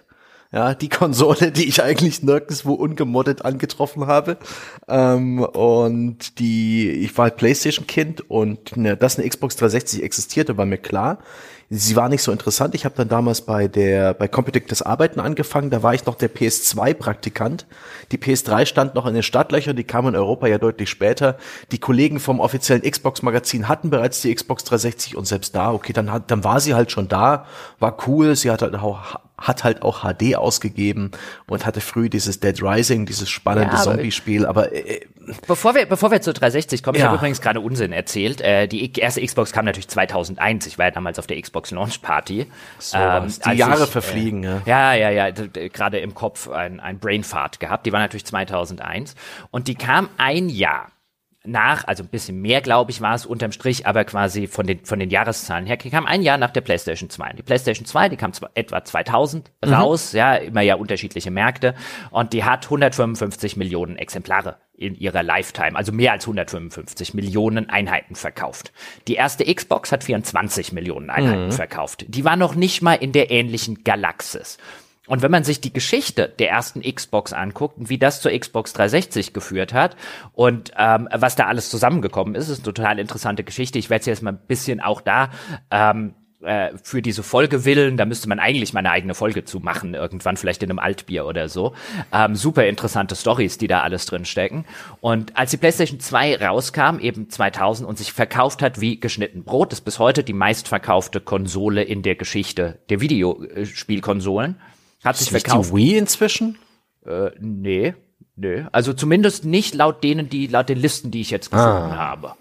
[SPEAKER 2] Ja, die Konsole, die ich eigentlich nirgendwo ungemoddet angetroffen habe. Und ich war halt PlayStation-Kind und dass eine Xbox 360 existierte, war mir klar. Sie war nicht so interessant. Ich habe dann damals bei Competitive Arbeiten angefangen. Da war ich noch der PS2-Praktikant. Die PS3 stand noch in den Startlöchern. Die kam in Europa ja deutlich später. Die Kollegen vom offiziellen Xbox-Magazin hatten bereits die Xbox 360 und selbst da, okay, dann war sie halt schon da, war cool. Sie hat halt auch HD ausgegeben und hatte früh dieses Dead Rising, dieses spannende Zombie-Spiel, aber
[SPEAKER 1] bevor wir zu 360 kommen, ich
[SPEAKER 2] Ja.
[SPEAKER 1] habe übrigens gerade Unsinn erzählt. Die erste Xbox kam natürlich 2001. Ich war ja damals auf der Xbox Launch Party.
[SPEAKER 2] die Jahre verfliegen, ja.
[SPEAKER 1] Ja, gerade im Kopf ein Brainfart gehabt. Die war natürlich 2001 und die kam ein Jahr nach, also ein bisschen mehr, glaube ich, war es unterm Strich, aber quasi von den Jahreszahlen her, kam ein Jahr nach der PlayStation 2. Die PlayStation 2, die kam etwa 2000 raus, ja, immer ja unterschiedliche Märkte, und die hat 155 Millionen Exemplare in ihrer Lifetime, also mehr als 155 Millionen Einheiten verkauft. Die erste Xbox hat 24 Millionen Einheiten verkauft. Die war noch nicht mal in der ähnlichen Galaxis. Und wenn man sich die Geschichte der ersten Xbox anguckt und wie das zur Xbox 360 geführt hat und was da alles zusammengekommen ist eine total interessante Geschichte. Ich werde es jetzt mal ein bisschen auch da für diese Folge willen, da müsste man eigentlich mal eine eigene Folge zu machen, irgendwann vielleicht in einem Altbier oder so. Super interessante Storys, die da alles drin stecken. Und als die PlayStation 2 rauskam, eben 2000, und sich verkauft hat wie geschnitten Brot, ist bis heute die meistverkaufte Konsole in der Geschichte der Videospielkonsolen. Hat sich verkauft.
[SPEAKER 2] Die Wii inzwischen?
[SPEAKER 1] Nee. Also zumindest nicht laut den Listen, die ich jetzt gefunden habe.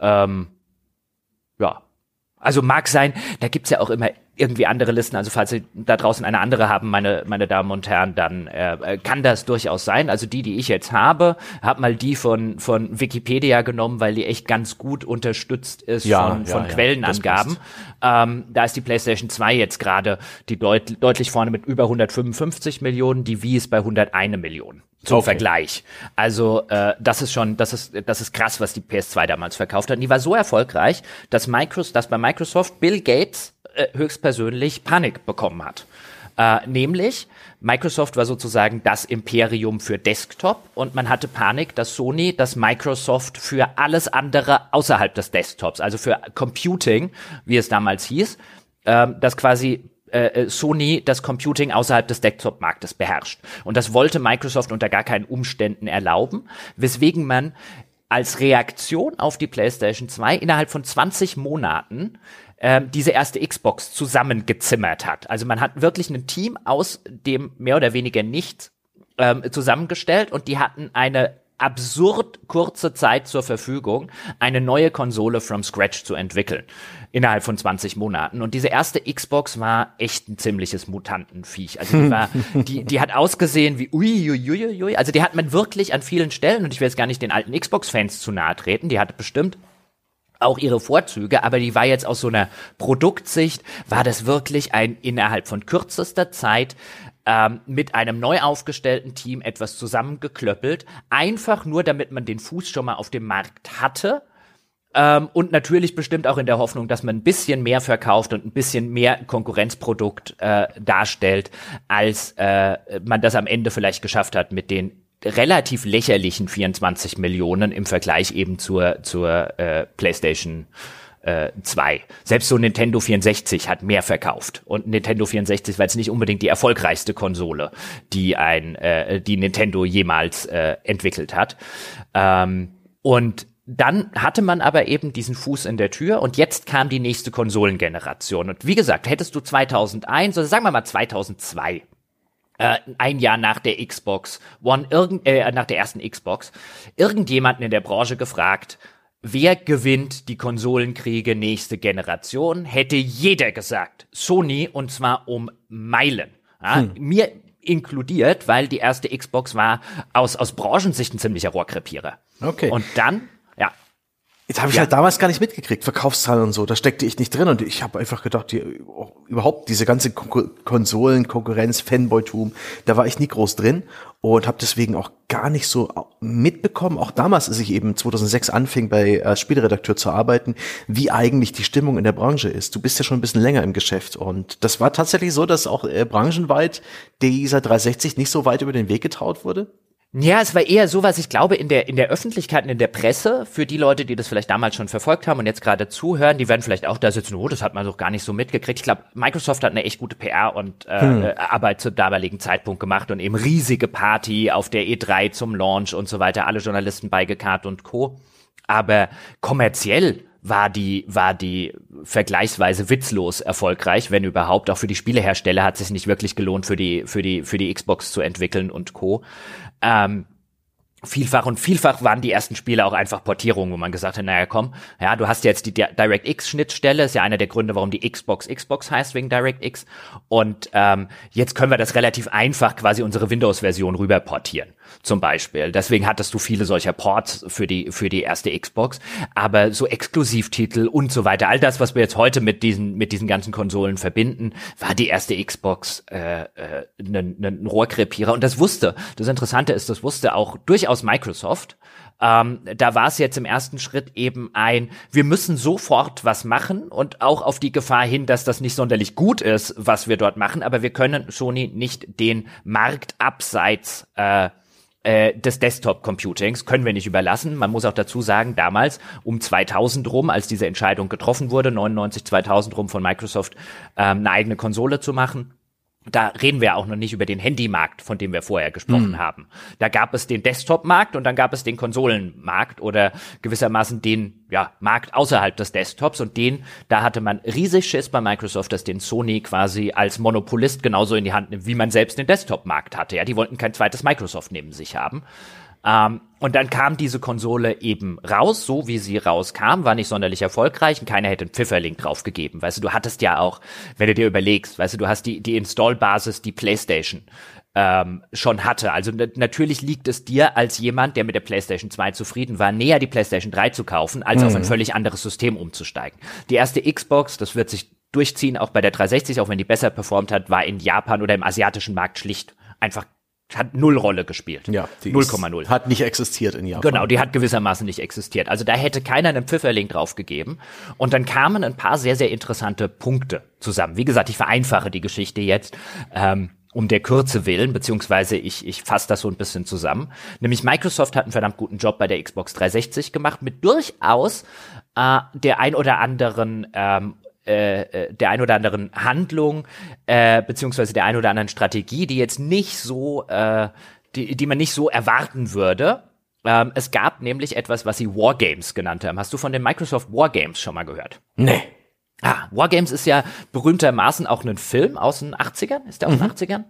[SPEAKER 1] Ja. Also mag sein, da gibt's ja auch immer irgendwie andere Listen, also falls Sie da draußen eine andere haben, meine Damen und Herren, dann kann das durchaus sein. Also die ich jetzt habe mal die von Wikipedia genommen, weil die echt ganz gut unterstützt ist von Quellenangaben. Da ist die PlayStation 2 jetzt gerade die deutlich vorne mit über 155 Millionen, die Wii ist bei 101 Millionen. Zum Vergleich. Also das ist krass, was die PS2 damals verkauft hat. Und die war so erfolgreich, dass bei Microsoft Bill Gates höchstpersönlich Panik bekommen hat. Nämlich, Microsoft war sozusagen das Imperium für Desktop und man hatte Panik, dass Sony das Microsoft für alles andere außerhalb des Desktops, also für Computing, wie es damals hieß, dass quasi Sony das Computing außerhalb des Desktop-Marktes beherrscht. Und das wollte Microsoft unter gar keinen Umständen erlauben, weswegen man als Reaktion auf die PlayStation 2 innerhalb von 20 Monaten diese erste Xbox zusammengezimmert hat. Also man hat wirklich ein Team aus dem mehr oder weniger nichts zusammengestellt und die hatten eine absurd kurze Zeit zur Verfügung, eine neue Konsole from scratch zu entwickeln. Innerhalb von 20 Monaten. Und diese erste Xbox war echt ein ziemliches Mutantenviech. Also die hat ausgesehen wie uiuiuiui. Also die hat man wirklich an vielen Stellen, und ich will jetzt gar nicht den alten Xbox-Fans zu nahe treten, die hatte bestimmt auch ihre Vorzüge, aber die war jetzt aus so einer Produktsicht, war das wirklich innerhalb von kürzester Zeit mit einem neu aufgestellten Team etwas zusammengeklöppelt, einfach nur, damit man den Fuß schon mal auf dem Markt hatte. Und natürlich bestimmt auch in der Hoffnung, dass man ein bisschen mehr verkauft und ein bisschen mehr Konkurrenzprodukt darstellt, als man das am Ende vielleicht geschafft hat mit den relativ lächerlichen 24 Millionen im Vergleich eben zur PlayStation 2. Selbst so Nintendo 64 hat mehr verkauft. Und Nintendo 64 war jetzt nicht unbedingt die erfolgreichste Konsole, die Nintendo jemals entwickelt hat. Und dann hatte man aber eben diesen Fuß in der Tür und jetzt kam die nächste Konsolengeneration. Und wie gesagt, hättest du 2001 oder sagen wir mal 2002, ein Jahr nach der Xbox One, nach der ersten Xbox, irgendjemanden in der Branche gefragt, wer gewinnt die Konsolenkriege nächste Generation, hätte jeder gesagt, Sony, und zwar um Meilen. Ja, mir inkludiert, weil die erste Xbox war aus Branchensicht ein ziemlicher Rohrkrepierer.
[SPEAKER 2] Okay.
[SPEAKER 1] Und dann,
[SPEAKER 2] Jetzt habe ich halt damals gar nicht mitgekriegt, Verkaufszahlen und so, da steckte ich nicht drin und ich habe einfach gedacht, überhaupt diese ganze Konsolen, Konkurrenz, Fanboytum, da war ich nie groß drin und habe deswegen auch gar nicht so mitbekommen, auch damals, als ich eben 2006 anfing, bei Spieleredakteur zu arbeiten, wie eigentlich die Stimmung in der Branche ist. Du bist ja schon ein bisschen länger im Geschäft und das war tatsächlich so, dass auch branchenweit dieser 360 nicht so weit über den Weg getraut wurde?
[SPEAKER 1] Ja, es war eher so, was ich glaube, in der Öffentlichkeit und in der Presse, für die Leute, die das vielleicht damals schon verfolgt haben und jetzt gerade zuhören, die werden vielleicht auch da sitzen, das hat man doch gar nicht so mitgekriegt. Ich glaube, Microsoft hat eine echt gute PR und Arbeit zum damaligen Zeitpunkt gemacht und eben riesige Party auf der E3 zum Launch und so weiter, alle Journalisten beigekarrt und Co. Aber kommerziell war die vergleichsweise witzlos erfolgreich, wenn überhaupt. Auch für die Spielehersteller hat es sich nicht wirklich gelohnt, für die Xbox zu entwickeln und Co. Vielfach waren die ersten Spiele auch einfach Portierungen, wo man gesagt hat, naja komm, ja, du hast jetzt die DirectX-Schnittstelle, ist ja einer der Gründe, warum die Xbox heißt, wegen DirectX. Und jetzt können wir das relativ einfach quasi unsere Windows-Version rüber portieren, zum Beispiel. Deswegen hattest du viele solcher Ports für die erste Xbox. Aber so Exklusivtitel und so weiter, all das, was wir jetzt heute mit diesen ganzen Konsolen verbinden, war die erste Xbox ein Rohrkrepierer. Und das Interessante ist, das wusste auch durchaus Microsoft. Da war es jetzt im ersten Schritt eben wir müssen sofort was machen und auch auf die Gefahr hin, dass das nicht sonderlich gut ist, was wir dort machen, aber wir können Sony nicht den Markt abseits des Desktop-Computings können wir nicht überlassen. Man muss auch dazu sagen, damals um 2000 rum, als diese Entscheidung getroffen wurde, 99, 2000 rum von Microsoft, eine eigene Konsole zu machen, da reden wir auch noch nicht über den Handymarkt, von dem wir vorher gesprochen haben. Da gab es den Desktop-Markt und dann gab es den Konsolenmarkt oder gewissermaßen den Markt außerhalb des Desktops und da hatte man riesig Schiss bei Microsoft, dass den Sony quasi als Monopolist genauso in die Hand nimmt, wie man selbst den Desktop-Markt hatte. Ja, die wollten kein zweites Microsoft neben sich haben. Und dann kam diese Konsole eben raus, so wie sie rauskam, war nicht sonderlich erfolgreich und keiner hätte einen Pfifferling drauf gegeben. Weißt du hattest ja auch, wenn du dir überlegst, weißt du hast die Install-Basis, die PlayStation schon hatte. Also natürlich liegt es dir als jemand, der mit der PlayStation 2 zufrieden war, näher die PlayStation 3 zu kaufen, als auf ein völlig anderes System umzusteigen. Die erste Xbox, das wird sich durchziehen, auch bei der 360, auch wenn die besser performt hat, war in Japan oder im asiatischen Markt schlicht einfach hat null Rolle gespielt.
[SPEAKER 2] Ja,
[SPEAKER 1] 0,0.
[SPEAKER 2] Hat nicht existiert in Japan.
[SPEAKER 1] Genau, die hat gewissermaßen nicht existiert. Also da hätte keiner einen Pfifferling drauf gegeben. Und dann kamen ein paar sehr, sehr interessante Punkte zusammen. Wie gesagt, ich vereinfache die Geschichte jetzt, um der Kürze willen, beziehungsweise ich fasse das so ein bisschen zusammen. Nämlich Microsoft hat einen verdammt guten Job bei der Xbox 360 gemacht, mit durchaus der ein oder anderen Handlung, beziehungsweise der ein oder anderen Strategie, die jetzt nicht so, die man nicht so erwarten würde. Es gab nämlich etwas, was sie Wargames genannt haben. Hast du von den Microsoft Wargames schon mal gehört?
[SPEAKER 2] Nee.
[SPEAKER 1] Wargames ist ja berühmtermaßen auch ein Film aus den 80ern. Ist der aus den 80ern?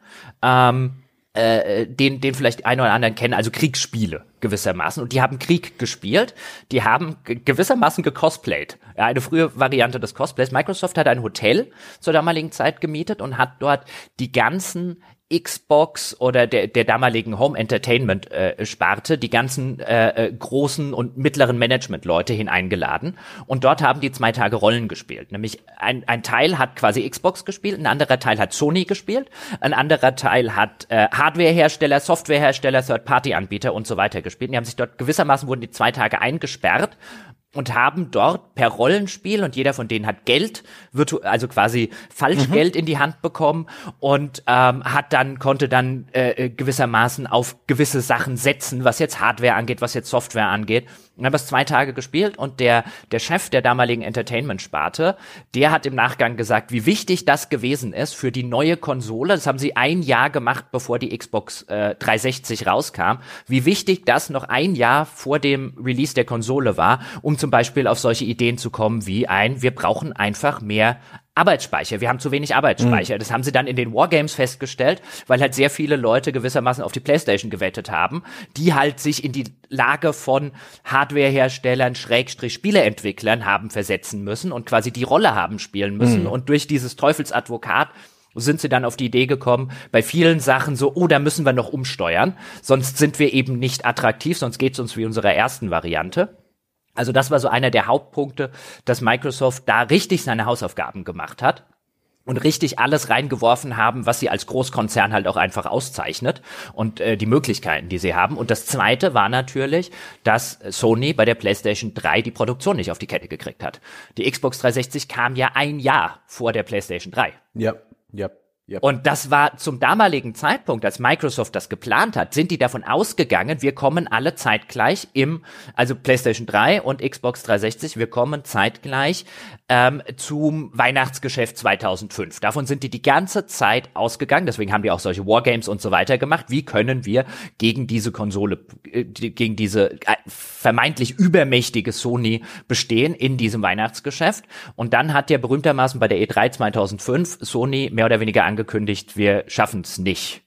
[SPEAKER 1] Den vielleicht ein oder anderen kennen, also Kriegsspiele gewissermaßen. Und die haben Krieg gespielt, die haben gewissermaßen gecosplayt. Ja, eine frühe Variante des Cosplays. Microsoft hat ein Hotel zur damaligen Zeit gemietet und hat dort die ganzen Xbox oder der damaligen Home Entertainment Sparte die ganzen großen und mittleren Management-Leute hineingeladen und dort haben die 2 Tage Rollen gespielt. Nämlich ein Teil hat quasi Xbox gespielt, ein anderer Teil hat Sony gespielt, ein anderer Teil hat Hardwarehersteller, Softwarehersteller, Third-Party-Anbieter und so weiter gespielt. Und die haben sich dort gewissermaßen wurden die 2 Tage eingesperrt und haben dort per Rollenspiel, und jeder von denen hat Geld, also quasi Falschgeld in die Hand bekommen und konnte dann gewissermaßen auf gewisse Sachen setzen, was jetzt Hardware angeht, was jetzt Software angeht. Und haben das 2 Tage gespielt und der Chef der damaligen Entertainment-Sparte, der hat im Nachgang gesagt, wie wichtig das gewesen ist für die neue Konsole. Das haben sie 1 Jahr gemacht, bevor die Xbox 360 rauskam. Wie wichtig das noch 1 Jahr vor dem Release der Konsole war, um zum Beispiel auf solche Ideen zu kommen wie wir brauchen einfach mehr Arbeitsspeicher. Wir haben zu wenig Arbeitsspeicher. Das haben sie dann in den Wargames festgestellt, weil halt sehr viele Leute gewissermaßen auf die PlayStation gewettet haben, die halt sich in die Lage von Hardwareherstellern, Spieleentwicklern haben versetzen müssen und quasi die Rolle haben spielen müssen. Und durch dieses Teufelsadvokat sind sie dann auf die Idee gekommen, bei vielen Sachen so, da müssen wir noch umsteuern, sonst sind wir eben nicht attraktiv, sonst geht's uns wie unserer ersten Variante. Also das war so einer der Hauptpunkte, dass Microsoft da richtig seine Hausaufgaben gemacht hat und richtig alles reingeworfen haben, was sie als Großkonzern halt auch einfach auszeichnet und die Möglichkeiten, die sie haben. Und das Zweite war natürlich, dass Sony bei der PlayStation 3 die Produktion nicht auf die Kette gekriegt hat. Die Xbox 360 kam ja ein Jahr vor der PlayStation 3.
[SPEAKER 2] Ja.
[SPEAKER 1] Und das war zum damaligen Zeitpunkt, als Microsoft das geplant hat, sind die davon ausgegangen, wir kommen alle zeitgleich also PlayStation 3 und Xbox 360, wir kommen zeitgleich zum Weihnachtsgeschäft 2005. Davon sind die ganze Zeit ausgegangen, deswegen haben die auch solche Wargames und so weiter gemacht. Wie können wir gegen diese Konsole, gegen diese vermeintlich übermächtige Sony bestehen in diesem Weihnachtsgeschäft? Und dann hat der berühmtermaßen bei der E3 2005 Sony mehr oder weniger angekündigt, wir schaffen es nicht.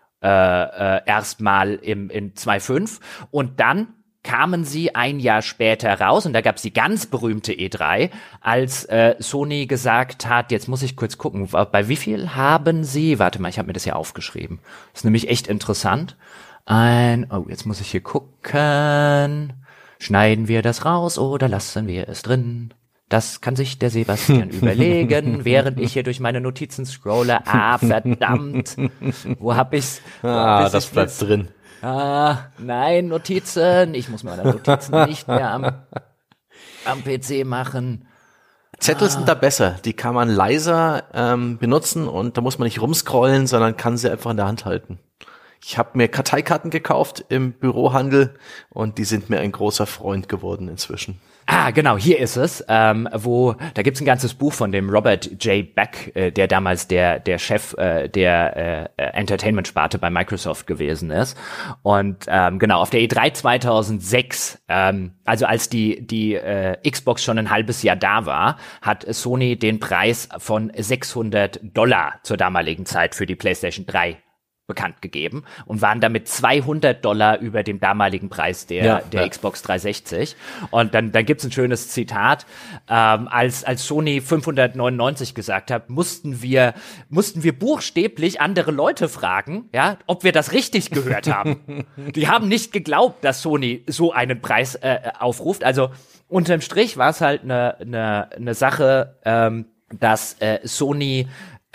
[SPEAKER 1] Erstmal in 2.5 und dann kamen sie ein Jahr später raus und da gab's die ganz berühmte E3, als Sony gesagt hat, jetzt muss ich kurz gucken, bei wie viel haben sie, warte mal, ich habe mir das ja aufgeschrieben, das ist nämlich echt interessant, jetzt muss ich hier gucken, schneiden wir das raus oder lassen wir es drin? Das kann sich der Sebastian überlegen, während ich hier durch meine Notizen scrolle. Verdammt. Wo hab ich's?
[SPEAKER 2] Das bleibt drin.
[SPEAKER 1] Nein, Notizen. Ich muss meine Notizen nicht mehr am PC machen.
[SPEAKER 2] Zettel sind da besser. Die kann man leiser benutzen und da muss man nicht rumscrollen, sondern kann sie einfach in der Hand halten. Ich habe mir Karteikarten gekauft im Bürohandel und die sind mir ein großer Freund geworden inzwischen.
[SPEAKER 1] Genau, hier ist es, da gibt's ein ganzes Buch von dem Robert J. Beck, der damals der Chef der Entertainment-Sparte bei Microsoft gewesen ist. Und genau, auf der E3 2006, also als die Xbox schon ein halbes Jahr da war, hat Sony den Preis von $600 zur damaligen Zeit für die PlayStation 3 bekannt gegeben und waren damit $200 über dem damaligen Preis der Xbox 360. Und dann gibt's ein schönes Zitat, als Sony 599 gesagt hat, mussten wir buchstäblich andere Leute fragen, ja, ob wir das richtig gehört haben. Die haben nicht geglaubt, dass Sony so einen Preis aufruft. Also unterm Strich war es halt eine Sache, dass Sony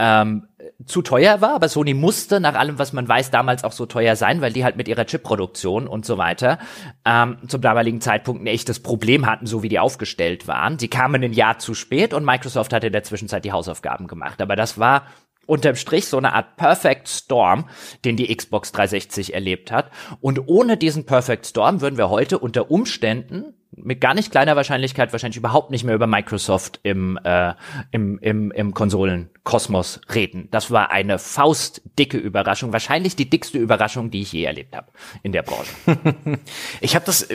[SPEAKER 1] zu teuer war, aber Sony musste nach allem, was man weiß, damals auch so teuer sein, weil die halt mit ihrer Chipproduktion und so weiter zum damaligen Zeitpunkt ein echtes Problem hatten, so wie die aufgestellt waren. Sie kamen ein Jahr zu spät und Microsoft hatte in der Zwischenzeit die Hausaufgaben gemacht. Aber das war unterm Strich so eine Art Perfect Storm, den die Xbox 360 erlebt hat. Und ohne diesen Perfect Storm würden wir heute unter Umständen mit gar nicht kleiner Wahrscheinlichkeit wahrscheinlich überhaupt nicht mehr über Microsoft im Konsolenkosmos reden. Das war eine faustdicke Überraschung, wahrscheinlich die dickste Überraschung, die ich je erlebt habe in der Branche.
[SPEAKER 2] Ich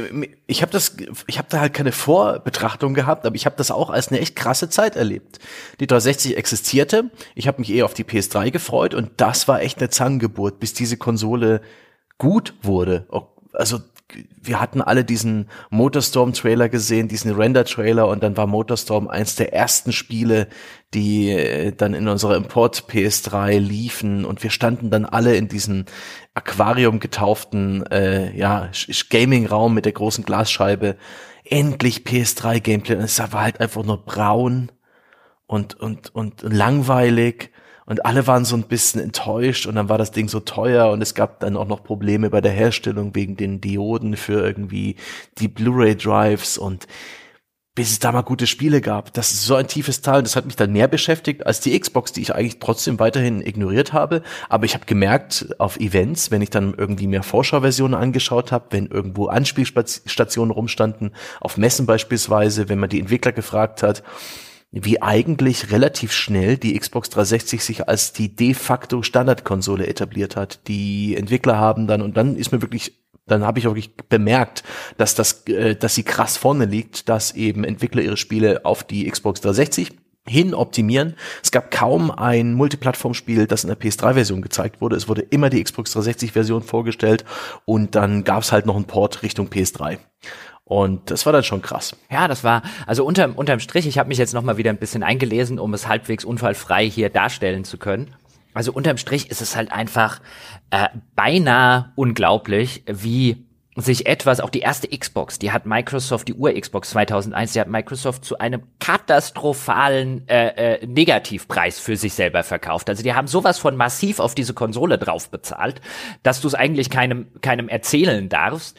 [SPEAKER 2] habe da halt keine Vorbetrachtung gehabt, aber ich habe das auch als eine echt krasse Zeit erlebt. Die 360 existierte, ich habe mich eher auf die PS3 gefreut und das war echt eine Zangengeburt, bis diese Konsole gut wurde. Also wir hatten alle diesen Motorstorm-Trailer gesehen, diesen Render-Trailer und dann war Motorstorm eins der ersten Spiele, die dann in unserer Import-PS3 liefen und wir standen dann alle in diesem Aquarium getauften Gaming-Raum mit der großen Glasscheibe. Endlich PS3-Gameplay und es war halt einfach nur braun und langweilig. Und alle waren so ein bisschen enttäuscht und dann war das Ding so teuer und es gab dann auch noch Probleme bei der Herstellung wegen den Dioden für irgendwie die Blu-ray-Drives und bis es da mal gute Spiele gab. Das ist so ein tiefes Tal, das hat mich dann mehr beschäftigt als die Xbox, die ich eigentlich trotzdem weiterhin ignoriert habe. Aber ich habe gemerkt, auf Events, wenn ich dann irgendwie mehr Vorschauversionen angeschaut habe, wenn irgendwo Anspielstationen rumstanden, auf Messen beispielsweise, wenn man die Entwickler gefragt hat, wie eigentlich relativ schnell die Xbox 360 sich als die de facto Standardkonsole etabliert hat. Die Entwickler haben dann, und dann habe ich wirklich bemerkt, dass sie krass vorne liegt, dass eben Entwickler ihre Spiele auf die Xbox 360 hin optimieren. Es gab kaum ein Multiplattformspiel, das in der PS3-Version gezeigt wurde. Es wurde immer die Xbox 360-Version vorgestellt und dann gab es halt noch einen Port Richtung PS3. Und das war dann schon krass.
[SPEAKER 1] Ja, das war, also unterm Strich, ich habe mich jetzt noch mal wieder ein bisschen eingelesen, um es halbwegs unfallfrei hier darstellen zu können. Also unterm Strich ist es halt einfach beinahe unglaublich, wie sich etwas, auch die erste Xbox, die hat Microsoft, die Ur-Xbox 2001, die hat Microsoft zu einem katastrophalen Negativpreis für sich selber verkauft. Also die haben sowas von massiv auf diese Konsole drauf bezahlt, dass du es eigentlich keinem erzählen darfst.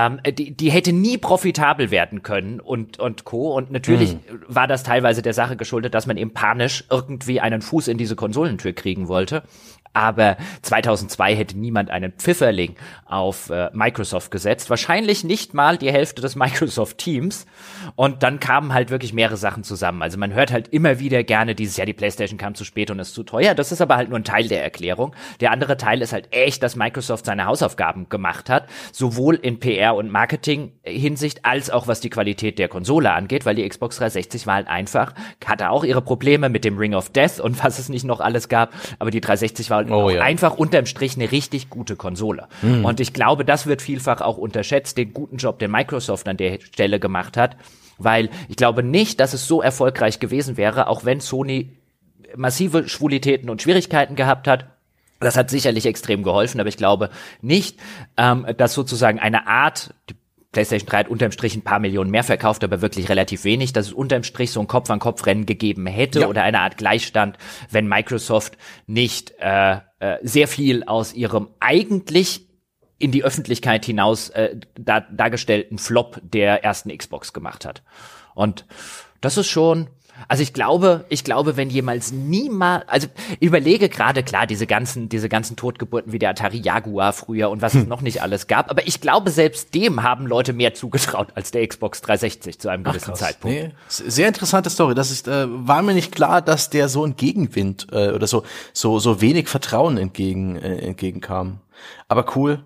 [SPEAKER 1] Die hätte nie profitabel werden können und Co. Und natürlich war das teilweise der Sache geschuldet, dass man eben panisch irgendwie einen Fuß in diese Konsolentür kriegen wollte. Aber 2002 hätte niemand einen Pfifferling auf Microsoft gesetzt. Wahrscheinlich nicht mal die Hälfte des Microsoft-Teams. Und dann kamen halt wirklich mehrere Sachen zusammen. Also man hört halt immer wieder gerne dieses Jahr, die PlayStation kam zu spät und ist zu teuer. Das ist aber halt nur ein Teil der Erklärung. Der andere Teil ist halt echt, dass Microsoft seine Hausaufgaben gemacht hat. Sowohl in PR- und Marketing-Hinsicht als auch was die Qualität der Konsole angeht. Weil die Xbox 360 war halt einfach, hatte auch ihre Probleme mit dem Ring of Death und was es nicht noch alles gab. Aber die 360 war einfach unterm Strich eine richtig gute Konsole. Und ich glaube, das wird vielfach auch unterschätzt, den guten Job, den Microsoft an der Stelle gemacht hat, weil ich glaube nicht, dass es so erfolgreich gewesen wäre, auch wenn Sony massive Schwulitäten und Schwierigkeiten gehabt hat. Das hat sicherlich extrem geholfen, aber ich glaube nicht, dass sozusagen eine Art, PlayStation 3 hat unterm Strich ein paar Millionen mehr verkauft, aber wirklich relativ wenig, dass es unterm Strich so ein Kopf-an-Kopf-Rennen gegeben hätte oder eine Art Gleichstand, wenn Microsoft nicht sehr viel aus ihrem eigentlich in die Öffentlichkeit hinaus dargestellten Flop der ersten Xbox gemacht hat. Und das ist schon... Also ich glaube, wenn jemals also überlege gerade, klar, diese ganzen Totgeburten wie der Atari Jaguar früher und was es noch nicht alles gab, aber ich glaube, selbst dem haben Leute mehr zugetraut als der Xbox 360 zu einem gewissen Zeitpunkt.
[SPEAKER 2] Nee, sehr interessante Story. Das ist, war mir nicht klar, dass der so ein Gegenwind oder so wenig Vertrauen entgegenkam. Aber cool.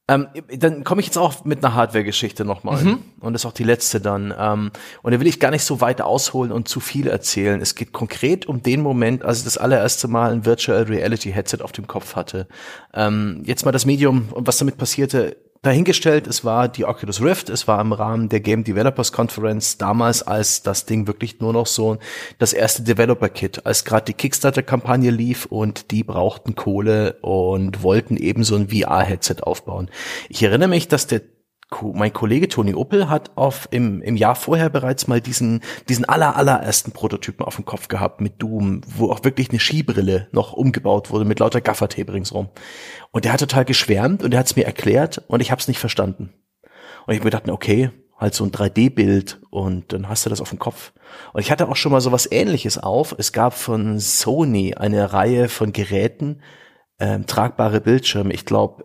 [SPEAKER 2] Dann komme ich jetzt auch mit einer Hardware-Geschichte nochmal. Und das ist auch die letzte dann. Und da will ich gar nicht so weit ausholen und zu viel erzählen. Es geht konkret um den Moment, als ich das allererste Mal ein Virtual Reality Headset auf dem Kopf hatte. Jetzt mal das Medium und was damit passierte, dahingestellt. Es war die Oculus Rift, es war im Rahmen der Game Developers Conference, damals als das Ding wirklich nur noch so das erste Developer-Kit, als gerade die Kickstarter-Kampagne lief und die brauchten Kohle und wollten eben so ein VR-Headset aufbauen. Ich erinnere mich, dass mein Kollege Toni Uppel hat im Jahr vorher bereits mal diesen allerersten Prototypen auf dem Kopf gehabt mit Doom, wo auch wirklich eine Skibrille noch umgebaut wurde mit lauter Gaffertape ringsrum. Und der hat total geschwärmt und er hat es mir erklärt und ich habe es nicht verstanden. Und ich mir dachte, okay, halt so ein 3D-Bild und dann hast du das auf dem Kopf. Und ich hatte auch schon mal sowas Ähnliches auf. Es gab von Sony eine Reihe von Geräten, tragbare Bildschirme, ich glaube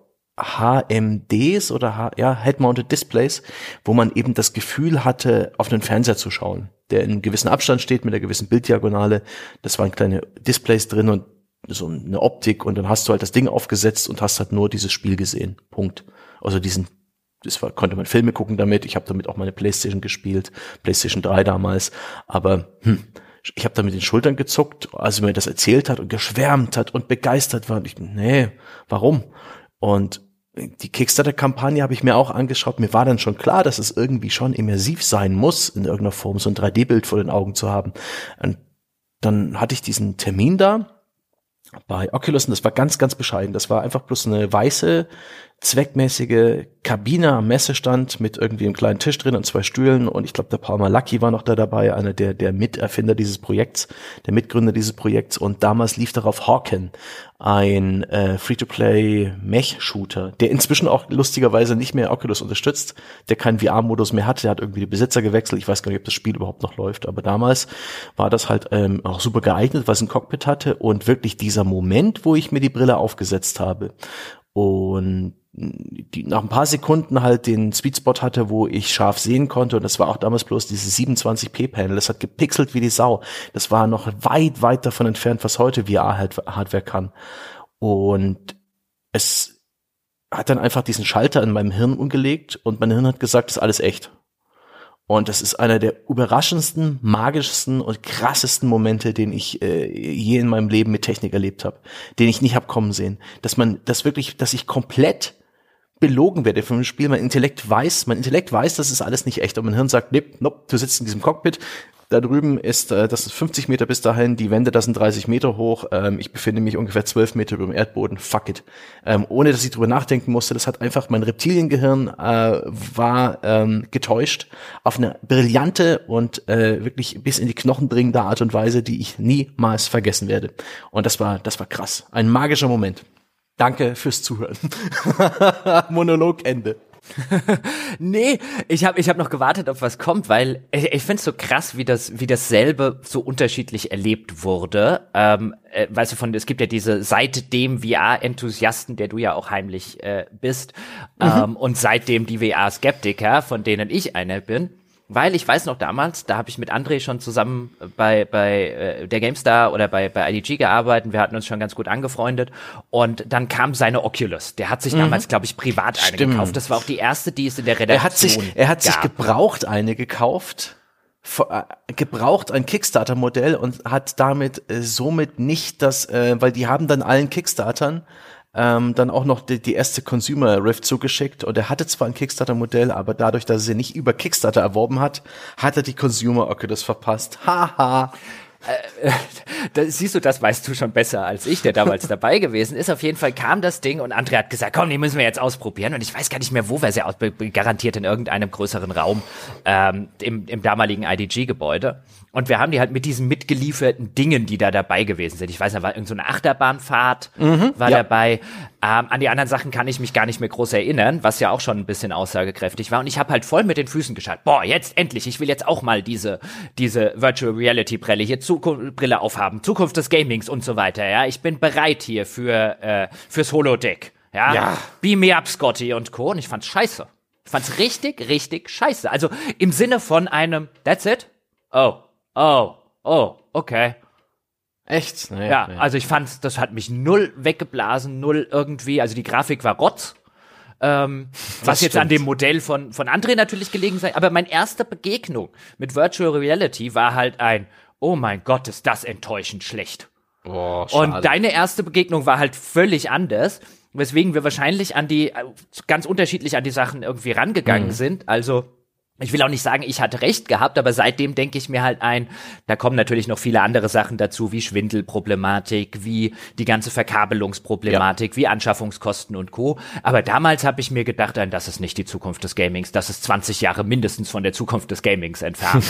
[SPEAKER 2] HMDs oder Head-Mounted Displays, wo man eben das Gefühl hatte, auf einen Fernseher zu schauen, der in einem gewissen Abstand steht, mit einer gewissen Bilddiagonale. Das waren kleine Displays drin und so eine Optik und dann hast du halt das Ding aufgesetzt und hast halt nur dieses Spiel gesehen. Punkt. Also konnte man Filme gucken damit. Ich habe damit auch meine PlayStation gespielt, PlayStation 3 damals. Aber ich habe da mit den Schultern gezuckt, als er mir das erzählt hat und geschwärmt hat und begeistert war. Und ich, warum? Und die Kickstarter-Kampagne habe ich mir auch angeschaut. Mir war dann schon klar, dass es irgendwie schon immersiv sein muss, in irgendeiner Form so ein 3D-Bild vor den Augen zu haben. Und dann hatte ich diesen Termin da bei Oculus und das war ganz, ganz bescheiden. Das war einfach bloß eine weiße, zweckmäßige Kabine am Messestand mit irgendwie einem kleinen Tisch drin und 2 Stühlen und ich glaube, der Palmer Luckey war noch da dabei, einer der Miterfinder dieses Projekts, der Mitgründer dieses Projekts und damals lief darauf Hawken, ein Free-to-Play-Mech-Shooter, der inzwischen auch lustigerweise nicht mehr Oculus unterstützt, der keinen VR-Modus mehr hat, der hat irgendwie die Besitzer gewechselt, ich weiß gar nicht, ob das Spiel überhaupt noch läuft, aber damals war das halt auch super geeignet, weil es ein Cockpit hatte und wirklich dieser Moment, wo ich mir die Brille aufgesetzt habe und nach ein paar Sekunden halt den Sweet Spot hatte, wo ich scharf sehen konnte und das war auch damals bloß dieses 27p-Panel, das hat gepixelt wie die Sau. Das war noch weit, weit davon entfernt, was heute VR-Hardware kann. Und es hat dann einfach diesen Schalter in meinem Hirn umgelegt und mein Hirn hat gesagt, das ist alles echt. Und das ist einer der überraschendsten, magischsten und krassesten Momente, den ich je in meinem Leben mit Technik erlebt habe, den ich nicht hab kommen sehen. Dass ich komplett belogen werde vom Spiel. Mein Intellekt weiß, das ist alles nicht echt. Und mein Hirn sagt, nope, du sitzt in diesem Cockpit. Da drüben ist, das ist 50 Meter bis dahin, die Wände, das sind 30 Meter hoch, ich befinde mich ungefähr 12 Meter über dem Erdboden, fuck it. Ohne, dass ich drüber nachdenken musste, das hat einfach, mein Reptiliengehirn war getäuscht auf eine brillante und wirklich bis in die Knochen dringende Art und Weise, die ich niemals vergessen werde. Und das war krass. Ein magischer Moment. Danke fürs Zuhören. Monologende.
[SPEAKER 1] Nee, ich hab noch gewartet, ob was kommt, weil ich find's so krass, wie dasselbe so unterschiedlich erlebt wurde. Weißt du, es gibt ja diese seitdem VR-Enthusiasten, der du ja auch heimlich bist, und seitdem die VR-Skeptiker, von denen ich einer bin. Weil ich weiß noch damals, da habe ich mit André schon zusammen bei der GameStar oder bei IDG gearbeitet. Wir hatten uns schon ganz gut angefreundet. Und dann kam seine Oculus. Der hat sich damals, glaube ich, privat eine gekauft. Das war auch die erste, die es in der Redaktion
[SPEAKER 2] Er hat sich gebraucht eine gekauft. Gebraucht ein Kickstarter-Modell und hat damit somit nicht weil die haben dann allen Kickstartern dann auch noch die erste Consumer Rift zugeschickt und er hatte zwar ein Kickstarter-Modell, aber dadurch, dass er sie nicht über Kickstarter erworben hat, hat er die Consumer Oculus verpasst. Haha.
[SPEAKER 1] Siehst du, das weißt du schon besser als ich, der damals dabei gewesen ist. Auf jeden Fall kam das Ding und André hat gesagt, komm, die müssen wir jetzt ausprobieren. Und ich weiß gar nicht mehr, wo wir sie garantiert in irgendeinem größeren Raum im damaligen IDG-Gebäude. Und wir haben die halt mit diesen mitgelieferten Dingen, die da dabei gewesen sind. Ich weiß, da war irgend so eine Achterbahnfahrt dabei. An die anderen Sachen kann ich mich gar nicht mehr groß erinnern, was ja auch schon ein bisschen aussagekräftig war. Und ich habe halt voll mit den Füßen geschaut. Boah, jetzt endlich, ich will jetzt auch mal diese Virtual Reality Brille hier Brille aufhaben, Zukunft des Gamings und so weiter. Ja, ich bin bereit hier fürs Holodeck. Ja, beam me up, Scotty und Co. Und ich fand's scheiße. Ich fand's richtig, richtig scheiße. Also im Sinne von einem, that's it? Oh, okay.
[SPEAKER 2] Echt?
[SPEAKER 1] Naja, ja, also ich fand's, das hat mich null weggeblasen, null irgendwie, also die Grafik war Rotz. Was jetzt an dem Modell von André natürlich gelegen sei, aber meine erste Begegnung mit Virtual Reality war halt oh mein Gott, ist das enttäuschend schlecht.
[SPEAKER 2] Oh, schade.
[SPEAKER 1] Und deine erste Begegnung war halt völlig anders, weswegen wir wahrscheinlich ganz unterschiedlich an die Sachen irgendwie rangegangen sind, also ich will auch nicht sagen, ich hatte recht gehabt, aber seitdem denke ich mir halt da kommen natürlich noch viele andere Sachen dazu, wie Schwindelproblematik, wie die ganze Verkabelungsproblematik, wie Anschaffungskosten und Co. Aber damals habe ich mir gedacht, das ist nicht die Zukunft des Gamings, das ist 20 Jahre mindestens von der Zukunft des Gamings entfernt.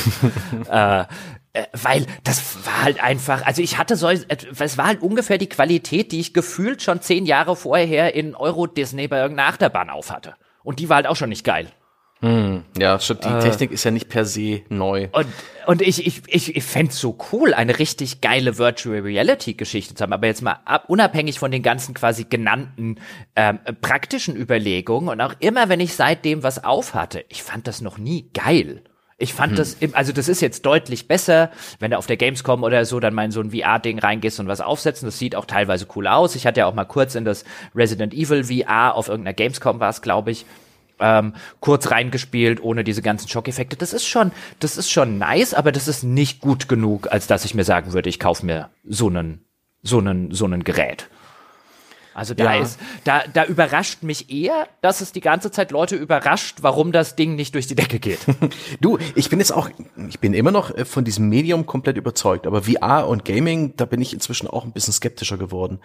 [SPEAKER 1] Weil das war halt einfach, also es war halt ungefähr die Qualität, die ich gefühlt schon 10 Jahre vorher in Euro Disney bei irgendeiner Achterbahn aufhatte. Und die war halt auch schon nicht geil.
[SPEAKER 2] Ja, stimmt, die Technik ist ja nicht per se neu.
[SPEAKER 1] Und ich fänd's so cool, eine richtig geile Virtual Reality Geschichte zu haben, aber jetzt mal unabhängig von den ganzen quasi genannten praktischen Überlegungen und auch immer, wenn ich seitdem was aufhatte, ich fand das noch nie geil. Ich fand das ist jetzt deutlich besser, wenn du auf der Gamescom oder so dann mal in so ein VR-Ding reingehst und was aufsetzen, das sieht auch teilweise cool aus. Ich hatte ja auch mal kurz in das Resident Evil VR auf irgendeiner Gamescom war es, glaube ich, kurz reingespielt, ohne diese ganzen Schockeffekte. Das ist schon nice, aber das ist nicht gut genug, als dass ich mir sagen würde, ich kaufe mir so einen Gerät. Also da überrascht mich eher, dass es die ganze Zeit Leute überrascht, warum das Ding nicht durch die Decke geht.
[SPEAKER 2] Du, ich bin immer noch von diesem Medium komplett überzeugt, aber VR und Gaming, da bin ich inzwischen auch ein bisschen skeptischer geworden.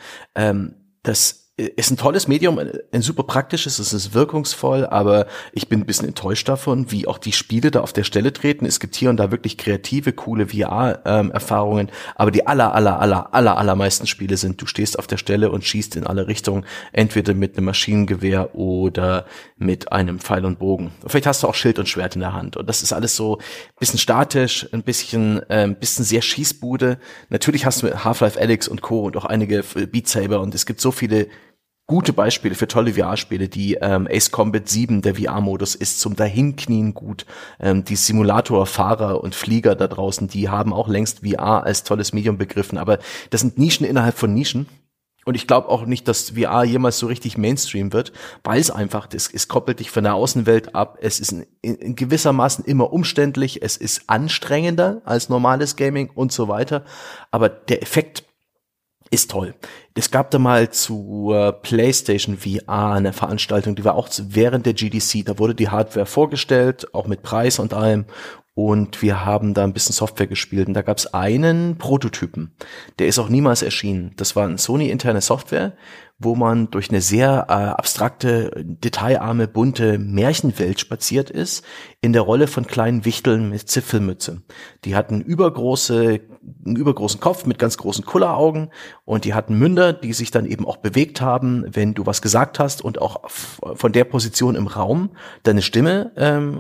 [SPEAKER 2] Das ist ein tolles Medium, ein super praktisches, es ist wirkungsvoll, aber ich bin ein bisschen enttäuscht davon, wie auch die Spiele da auf der Stelle treten. Es gibt hier und da wirklich kreative, coole VR-Erfahrungen, aber die allermeisten Spiele sind, du stehst auf der Stelle und schießt in alle Richtungen, entweder mit einem Maschinengewehr oder mit einem Pfeil und Bogen. Vielleicht hast du auch Schild und Schwert in der Hand und das ist alles so ein bisschen statisch, ein bisschen sehr Schießbude. Natürlich hast du Half-Life Alyx und Co. und auch einige Beat Saber und es gibt so viele gute Beispiele für tolle VR-Spiele, die Ace Combat 7, der VR-Modus, ist zum Dahinknien gut. Die Simulator-Fahrer und Flieger da draußen, die haben auch längst VR als tolles Medium begriffen, aber das sind Nischen innerhalb von Nischen. Und ich glaube auch nicht, dass VR jemals so richtig Mainstream wird, weil es einfach, es koppelt dich von der Außenwelt ab, es ist in gewissermaßen immer umständlich, es ist anstrengender als normales Gaming und so weiter, aber der Effekt Ist toll. Es gab da mal zu PlayStation VR eine Veranstaltung, die war auch während der GDC. Da wurde die Hardware vorgestellt, auch mit Preis und allem. Und wir haben da ein bisschen Software gespielt. Und da gab es einen Prototypen, der ist auch niemals erschienen. Das war eine Sony-interne Software, wo man durch eine sehr abstrakte, detailarme, bunte Märchenwelt spaziert ist, in der Rolle von kleinen Wichteln mit Zipfelmütze. Die hatten einen übergroßen Kopf mit ganz großen Kulleraugen und die hatten Münder, die sich dann eben auch bewegt haben, wenn du was gesagt hast und auch von der Position im Raum deine Stimme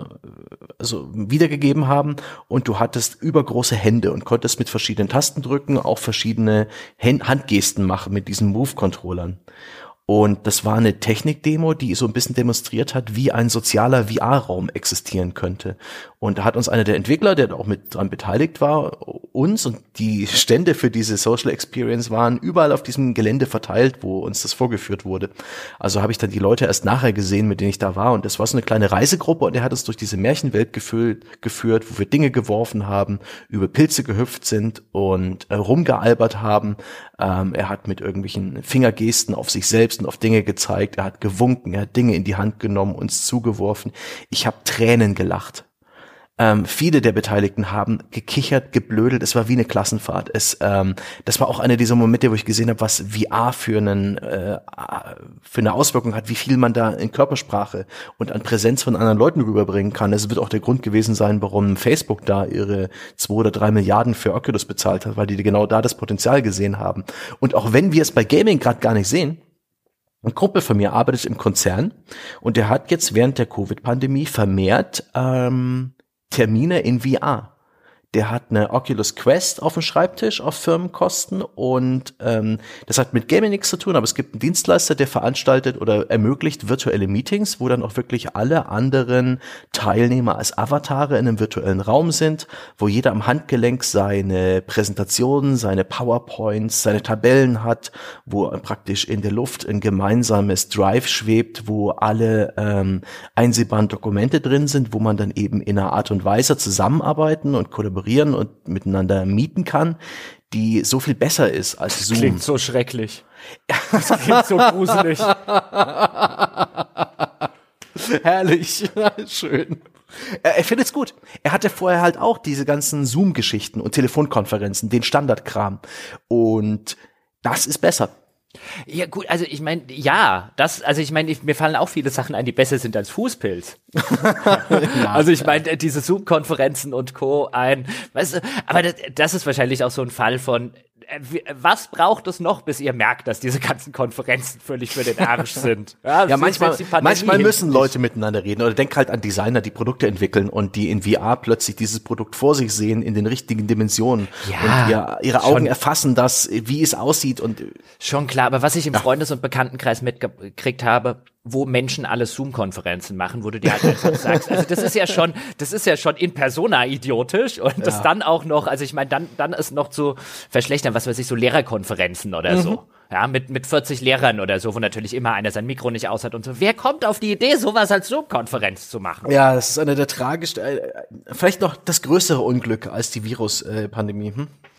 [SPEAKER 2] also wiedergegeben haben, und du hattest übergroße Hände und konntest mit verschiedenen Tastendrücken auch verschiedene Handgesten machen mit diesen Move-Controllern. Und das war eine Technikdemo, die so ein bisschen demonstriert hat, wie ein sozialer VR-Raum existieren könnte. Und da hat uns einer der Entwickler, der auch mit dran beteiligt war, uns und die Stände für diese Social Experience waren überall auf diesem Gelände verteilt, wo uns das vorgeführt wurde. Also habe ich dann die Leute erst nachher gesehen, mit denen ich da war. Und das war so eine kleine Reisegruppe, und er hat uns durch diese Märchenwelt geführt, wo wir Dinge geworfen haben, über Pilze gehüpft sind und rumgealbert haben. Er hat mit irgendwelchen Fingergesten auf sich selbst und auf Dinge gezeigt. Er hat gewunken, er hat Dinge in die Hand genommen, uns zugeworfen. Ich habe Tränen gelacht. Viele der Beteiligten haben gekichert, geblödelt. Es war wie eine Klassenfahrt. Das war auch einer dieser Momente, wo ich gesehen habe, was VR für eine Auswirkung hat, wie viel man da in Körpersprache und an Präsenz von anderen Leuten rüberbringen kann. Es wird auch der Grund gewesen sein, warum Facebook da ihre 2 oder 3 Milliarden für Oculus bezahlt hat, weil die genau da das Potenzial gesehen haben. Und auch wenn wir es bei Gaming gerade gar nicht sehen, ein Kumpel von mir arbeitet im Konzern, und der hat jetzt während der Covid-Pandemie vermehrt Termine in VR. Der hat eine Oculus Quest auf dem Schreibtisch auf Firmenkosten, und das hat mit Gaming nichts zu tun, aber es gibt einen Dienstleister, der veranstaltet oder ermöglicht virtuelle Meetings, wo dann auch wirklich alle anderen Teilnehmer als Avatare in einem virtuellen Raum sind, wo jeder am Handgelenk seine Präsentationen, seine PowerPoints, seine Tabellen hat, wo praktisch in der Luft ein gemeinsames Drive schwebt, wo alle einsehbaren Dokumente drin sind, wo man dann eben in einer Art und Weise zusammenarbeiten und kollaborieren und miteinander mieten kann, die so viel besser ist als Zoom.
[SPEAKER 1] Klingt so schrecklich. Das klingt so gruselig.
[SPEAKER 2] Herrlich. Schön. Er findet es gut. Er hatte vorher halt auch diese ganzen Zoom-Geschichten und Telefonkonferenzen, den Standardkram. Und das ist besser.
[SPEAKER 1] Ja gut, also ich meine, mir fallen auch viele Sachen ein, die besser sind als Fußpilz. Also ich meine, diese Zoom-Konferenzen und Co. weißt du, aber das ist wahrscheinlich auch so ein Fall von, was braucht es noch, bis ihr merkt, dass diese ganzen Konferenzen völlig für den Arsch sind?
[SPEAKER 2] Ja, manchmal müssen Leute miteinander reden. Oder denk halt an Designer, die Produkte entwickeln und die in VR plötzlich dieses Produkt vor sich sehen in den richtigen Dimensionen. Ja, und ihre Augen erfassen das, wie es aussieht. Und
[SPEAKER 1] schon klar, aber was ich im Freundes- und Bekanntenkreis mitgekriegt habe, wo Menschen alle Zoom-Konferenzen machen, wo du dir halt einfach sagst, also das ist ja schon in persona idiotisch, und das dann auch noch, also ich meine, dann ist noch zu verschlechtern, was weiß ich, so Lehrerkonferenzen oder so. Ja, mit 40 Lehrern oder so, wo natürlich immer einer sein Mikro nicht aus hat und so. Wer kommt auf die Idee, sowas als Zoom-Konferenz zu machen?
[SPEAKER 2] Ja, das ist eine der tragischsten, vielleicht noch das größere Unglück als die Virus-Pandemie.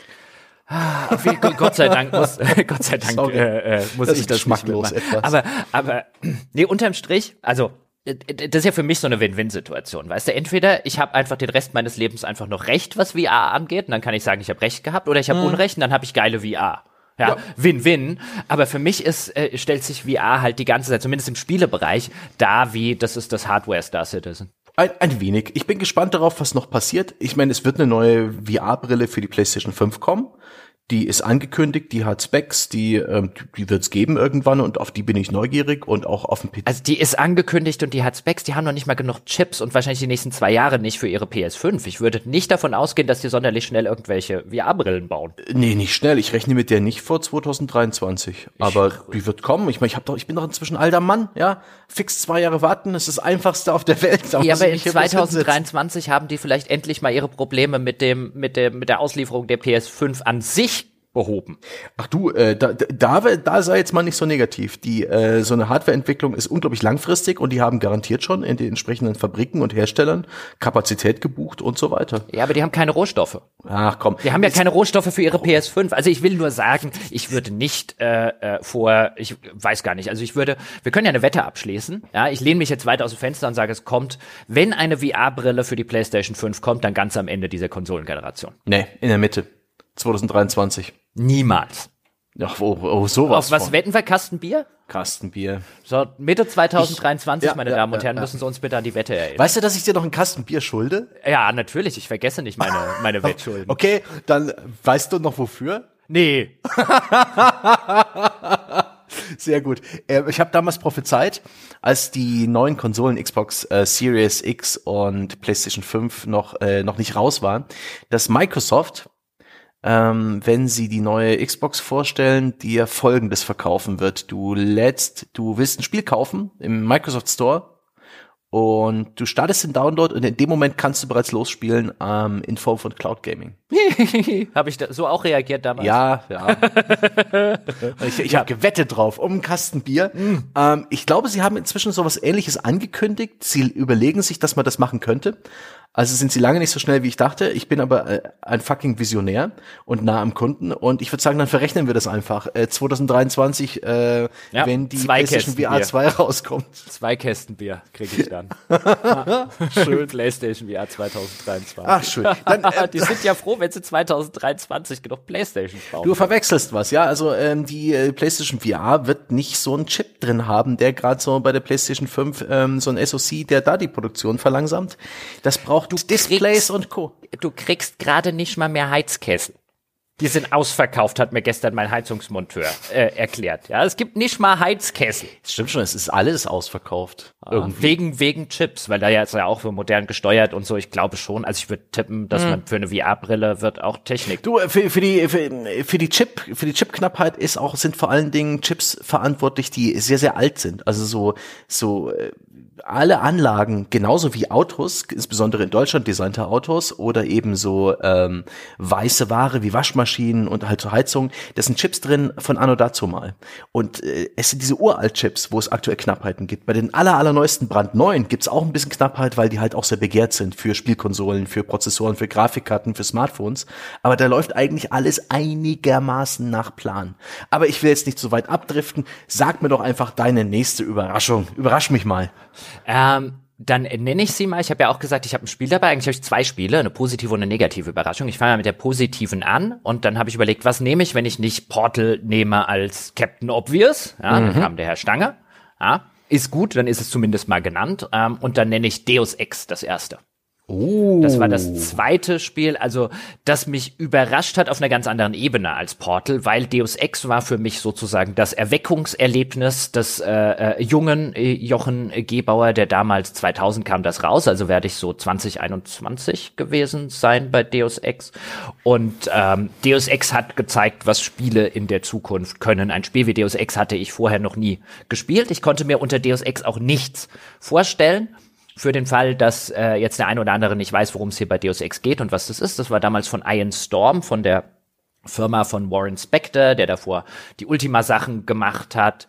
[SPEAKER 1] Gott sei Dank muss ich das nicht mitmachen. Aber nee, unterm Strich, also das ist ja für mich so eine Win-Win-Situation, weißt du? Entweder ich habe einfach den Rest meines Lebens einfach noch Recht, was VR angeht, und dann kann ich sagen, ich habe Recht gehabt, oder ich habe Unrecht, und dann habe ich geile VR. Ja, Win-Win. Aber für mich stellt sich VR halt die ganze Zeit, zumindest im Spielebereich, das ist das Hardware-Star Citizen.
[SPEAKER 2] Ein wenig. Ich bin gespannt darauf, was noch passiert. Ich meine, es wird eine neue VR-Brille für die PlayStation 5 kommen. Die ist angekündigt, die hat Specs, die wird's geben irgendwann, und auf die bin ich neugierig, und auch auf dem PC.
[SPEAKER 1] Also die ist angekündigt und die hat Specs, die haben noch nicht mal genug Chips und wahrscheinlich die nächsten 2 Jahre nicht für ihre PS5. Ich würde nicht davon ausgehen, dass die sonderlich schnell irgendwelche VR-Brillen bauen.
[SPEAKER 2] Nee, nicht schnell. Ich rechne mit der nicht vor 2023. Aber die wird kommen. Ich meine, ich bin doch inzwischen alter Mann, ja. Fix 2 Jahre warten, das ist das Einfachste auf der Welt.
[SPEAKER 1] Ja, aber in 2023 haben die vielleicht endlich mal ihre Probleme mit der Auslieferung der PS5 an sich behoben.
[SPEAKER 2] Ach du, da sei jetzt mal nicht so negativ. So eine Hardwareentwicklung ist unglaublich langfristig und die haben garantiert schon in den entsprechenden Fabriken und Herstellern Kapazität gebucht und so weiter.
[SPEAKER 1] Ja, aber die haben keine Rohstoffe.
[SPEAKER 2] Ach komm.
[SPEAKER 1] Die haben ja keine Rohstoffe für ihre PS5. Also ich will nur sagen, ich würde nicht ich weiß gar nicht, also wir können ja eine Wette abschließen. Ja, ich lehne mich jetzt weit aus dem Fenster und sage, es kommt, wenn eine VR-Brille für die PlayStation 5 kommt, dann ganz am Ende dieser Konsolengeneration.
[SPEAKER 2] Nee, in der Mitte. 2023.
[SPEAKER 1] Niemals.
[SPEAKER 2] Ach, sowas.
[SPEAKER 1] Auf was wetten wir? Kastenbier?
[SPEAKER 2] Kastenbier.
[SPEAKER 1] So, Mitte 2023, meine Damen und Herren, müssen Sie uns bitte an die Wette erinnern.
[SPEAKER 2] Weißt du, dass ich dir noch ein Kastenbier schulde?
[SPEAKER 1] Ja, natürlich, ich vergesse nicht meine Wettschulden.
[SPEAKER 2] Okay, dann weißt du noch wofür?
[SPEAKER 1] Nee.
[SPEAKER 2] Sehr gut. Ich habe damals prophezeit, als die neuen Konsolen Xbox Series X und PlayStation 5 noch nicht raus waren, dass Microsoft, wenn sie die neue Xbox vorstellen, dir Folgendes verkaufen wird. Du willst ein Spiel kaufen im Microsoft Store und du startest den Download und in dem Moment kannst du bereits losspielen in Form von Cloud Gaming.
[SPEAKER 1] Habe ich da so auch reagiert damals?
[SPEAKER 2] Ja. Ich habe gewettet drauf, um einen Kasten Bier. Ich glaube, sie haben inzwischen sowas Ähnliches angekündigt. Sie überlegen sich, dass man das machen könnte. Also sind sie lange nicht so schnell, wie ich dachte. Ich bin aber ein fucking Visionär und nah am Kunden. Und ich würde sagen, dann verrechnen wir das einfach. 2023, wenn die PlayStation VR 2 rauskommt.
[SPEAKER 1] 2 Kästen Bier kriege ich dann. Schön. PlayStation VR 2023.
[SPEAKER 2] Ach, schön. Dann,
[SPEAKER 1] die sind ja froh, wenn sie 2023 genug PlayStation brauchen.
[SPEAKER 2] Du verwechselst was, ja. Also die PlayStation VR wird nicht so einen Chip drin haben, der gerade so bei der PlayStation 5 so ein SoC, der da die Produktion verlangsamt. Das braucht Displays und Co.
[SPEAKER 1] Du kriegst gerade nicht mal mehr Heizkessel. Die sind ausverkauft, hat mir gestern mein Heizungsmonteur erklärt. Ja, es gibt nicht mal Heizkessel.
[SPEAKER 2] Stimmt schon, es ist alles ausverkauft.
[SPEAKER 1] Wegen Chips, weil da ist ja auch für modern gesteuert und so. Ich glaube schon, also ich würde tippen, dass man für eine VR-Brille wird auch Technik.
[SPEAKER 2] Du, für die Chip-Knappheit sind vor allen Dingen Chips verantwortlich, die sehr, sehr alt sind. Also so alle Anlagen, genauso wie Autos, insbesondere in Deutschland designte Autos oder eben so weiße Ware wie Waschmaschinen und halt zur Heizung, da sind Chips drin von anno dazu mal. Und es sind diese Uralt-Chips, wo es aktuell Knappheiten gibt. Bei den allerneuesten brandneuen gibt's auch ein bisschen Knappheit, weil die halt auch sehr begehrt sind für Spielkonsolen, für Prozessoren, für Grafikkarten, für Smartphones. Aber da läuft eigentlich alles einigermaßen nach Plan. Aber ich will jetzt nicht so weit abdriften. Sag mir doch einfach deine nächste Überraschung. Überrasch mich mal.
[SPEAKER 1] Dann nenne ich sie mal. Ich habe ja auch gesagt, ich habe ein Spiel dabei. Eigentlich habe ich 2 Spiele, eine positive und eine negative Überraschung. Ich fange mal mit der positiven an und dann habe ich überlegt, was nehme ich, wenn ich nicht Portal nehme als Captain Obvious. Ja, dann kam der Herr Stange. Ja, ist gut, dann ist es zumindest mal genannt. Und dann nenne ich Deus Ex das erste. Das war das zweite Spiel, also das mich überrascht hat auf einer ganz anderen Ebene als Portal, weil Deus Ex war für mich sozusagen das Erweckungserlebnis des jungen Jochen Gebauer, der damals 2000 kam das raus, also werde ich so 2021 gewesen sein bei Deus Ex. Und Deus Ex hat gezeigt, was Spiele in der Zukunft können. Ein Spiel wie Deus Ex hatte ich vorher noch nie gespielt. Ich konnte mir unter Deus Ex auch nichts vorstellen. Für den Fall, dass jetzt der eine oder andere nicht weiß, worum es hier bei Deus Ex geht und was das ist. Das war damals von Iron Storm, von der Firma von Warren Spector, der davor die Ultima-Sachen gemacht hat.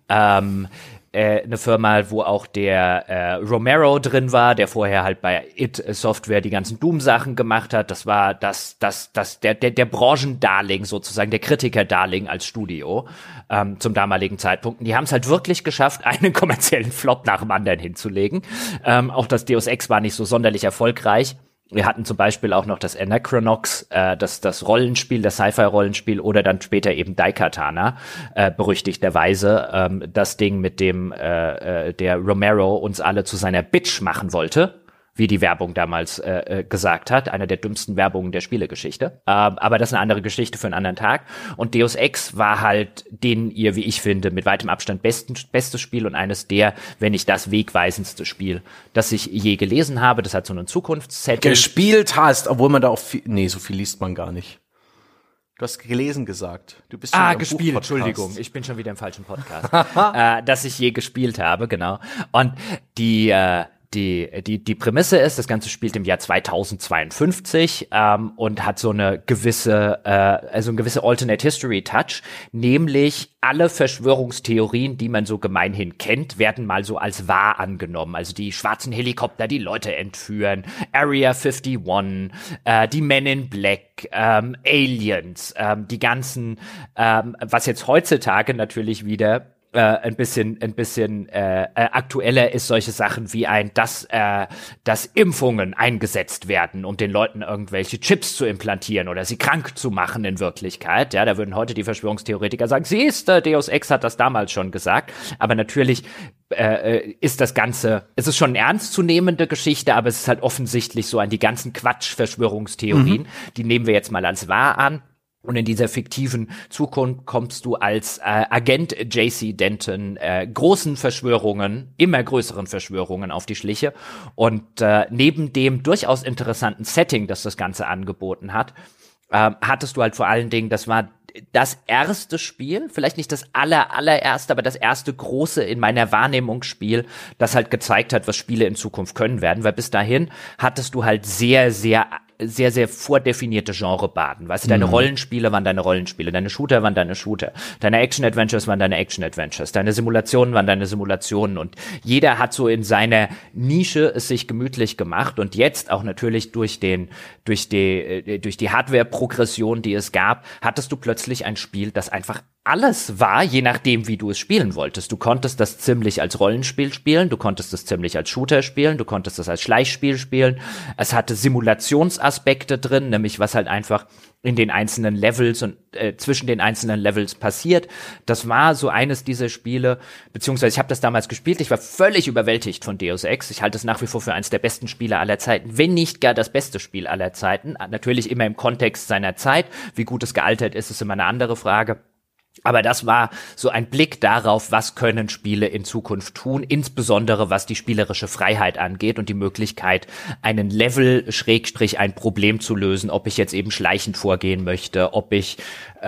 [SPEAKER 1] Eine Firma, wo auch der Romero drin war, der vorher halt bei id Software die ganzen Doom-Sachen gemacht hat. Das war der Branchendarling sozusagen, der Kritiker-Darling als Studio zum damaligen Zeitpunkt. Und die haben es halt wirklich geschafft, einen kommerziellen Flop nach dem anderen hinzulegen. Auch das Deus Ex war nicht so sonderlich erfolgreich. Wir hatten zum Beispiel auch noch das Anachronox, das Rollenspiel, das Sci-Fi-Rollenspiel oder dann später eben Daikatana, berüchtigterweise das Ding, mit dem der Romero uns alle zu seiner Bitch machen wollte, wie die Werbung damals gesagt hat, eine der dümmsten Werbungen der Spielegeschichte. Aber das ist eine andere Geschichte für einen anderen Tag. Und Deus Ex war halt wie ich finde, mit weitem Abstand bestes Spiel und eines der, wenn nicht das wegweisendste Spiel, das ich je gelesen habe. Das hat so einen Zukunftssetting.
[SPEAKER 2] Gespielt hast, obwohl man da auch so viel liest man gar nicht. Du hast gelesen gesagt. Du bist schon
[SPEAKER 1] gespielt, Entschuldigung, ich bin schon wieder im falschen Podcast. Das ich je gespielt habe, genau. Und die Prämisse ist, das Ganze spielt im Jahr 2052 und hat so eine gewisse Alternate History Touch, nämlich alle Verschwörungstheorien, die man so gemeinhin kennt, werden mal so als wahr angenommen. Also die schwarzen Helikopter, die Leute entführen, Area 51, die Men in Black, Aliens, die ganzen, was jetzt heutzutage natürlich wieder ein bisschen aktueller ist, solche Sachen wie dass Impfungen eingesetzt werden, um den Leuten irgendwelche Chips zu implantieren oder sie krank zu machen in Wirklichkeit. Ja, da würden heute die Verschwörungstheoretiker sagen, siehst du, Deus Ex hat das damals schon gesagt. Aber natürlich ist das Ganze, es ist schon eine ernstzunehmende Geschichte, aber es ist halt offensichtlich so die ganzen Quatsch-Verschwörungstheorien, die nehmen wir jetzt mal als wahr an. Und in dieser fiktiven Zukunft kommst du als Agent J.C. Denton großen Verschwörungen, immer größeren Verschwörungen auf die Schliche. Und neben dem durchaus interessanten Setting, das das Ganze angeboten hat, hattest du halt vor allen Dingen, das war das erste Spiel, vielleicht nicht das allererste, aber das erste große in meiner Wahrnehmung Spiel, das halt gezeigt hat, was Spiele in Zukunft können werden, weil bis dahin hattest du halt sehr vordefinierte Genrebaden. Weißt du, deine Rollenspiele waren deine Rollenspiele, deine Shooter waren deine Shooter, deine Action-Adventures waren deine Action-Adventures, deine Simulationen waren deine Simulationen und jeder hat so in seiner Nische es sich gemütlich gemacht und jetzt auch natürlich durch die Hardware-Progression, die es gab, hattest du plötzlich ein Spiel, das einfach alles war, je nachdem, wie du es spielen wolltest. Du konntest das ziemlich als Rollenspiel spielen, du konntest es ziemlich als Shooter spielen, du konntest es als Schleichspiel spielen. Es hatte Simulationsaspekte drin, nämlich was halt einfach in den einzelnen Levels und zwischen den einzelnen Levels passiert. Das war so eines dieser Spiele, beziehungsweise ich habe das damals gespielt, ich war völlig überwältigt von Deus Ex. Ich halte es nach wie vor für eines der besten Spiele aller Zeiten, wenn nicht gar das beste Spiel aller Zeiten. Natürlich immer im Kontext seiner Zeit. Wie gut es gealtert ist immer eine andere Frage. Aber das war so ein Blick darauf, was können Spiele in Zukunft tun, insbesondere was die spielerische Freiheit angeht und die Möglichkeit, einen Level / ein Problem zu lösen, ob ich jetzt eben schleichend vorgehen möchte, ob ich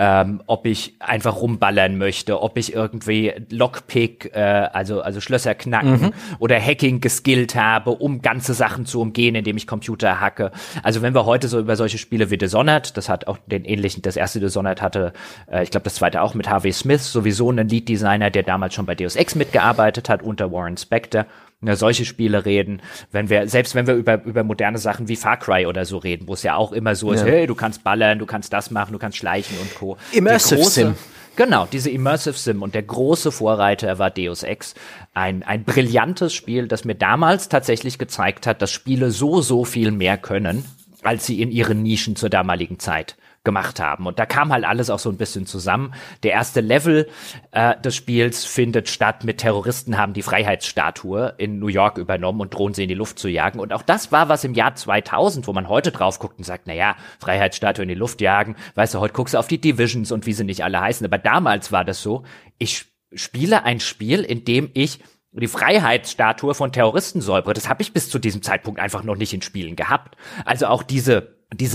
[SPEAKER 1] einfach rumballern möchte, ob ich irgendwie Lockpick, also Schlösser knacken oder Hacking geskillt habe, um ganze Sachen zu umgehen, indem ich Computer hacke. Also wenn wir heute so über solche Spiele wie Dishonored, das hat auch den ähnlichen, das erste Dishonored hatte, ich glaube das zweite auch mit Harvey Smith, sowieso ein Lead-Designer, der damals schon bei Deus Ex mitgearbeitet hat, unter Warren Spector. Solche Spiele reden, wenn wir über moderne Sachen wie Far Cry oder so reden, wo es ja auch immer so ist, hey, du kannst ballern, du kannst das machen, du kannst schleichen und Co.
[SPEAKER 2] Immersive Sim.
[SPEAKER 1] Genau, diese Immersive Sim und der große Vorreiter war Deus Ex. Ein brillantes Spiel, das mir damals tatsächlich gezeigt hat, dass Spiele so viel mehr können, als sie in ihren Nischen zur damaligen Zeit gemacht haben. Und da kam halt alles auch so ein bisschen zusammen. Der erste Level des Spiels findet statt mit Terroristen haben die Freiheitsstatue in New York übernommen und drohen sie in die Luft zu jagen. Und auch das war was im Jahr 2000, wo man heute drauf guckt und sagt, naja, Freiheitsstatue in die Luft jagen. Weißt du, heute guckst du auf die Divisions und wie sie nicht alle heißen. Aber damals war das so, ich spiele ein Spiel, in dem ich die Freiheitsstatue von Terroristen säubere. Das habe ich bis zu diesem Zeitpunkt einfach noch nicht in Spielen gehabt. Also auch diese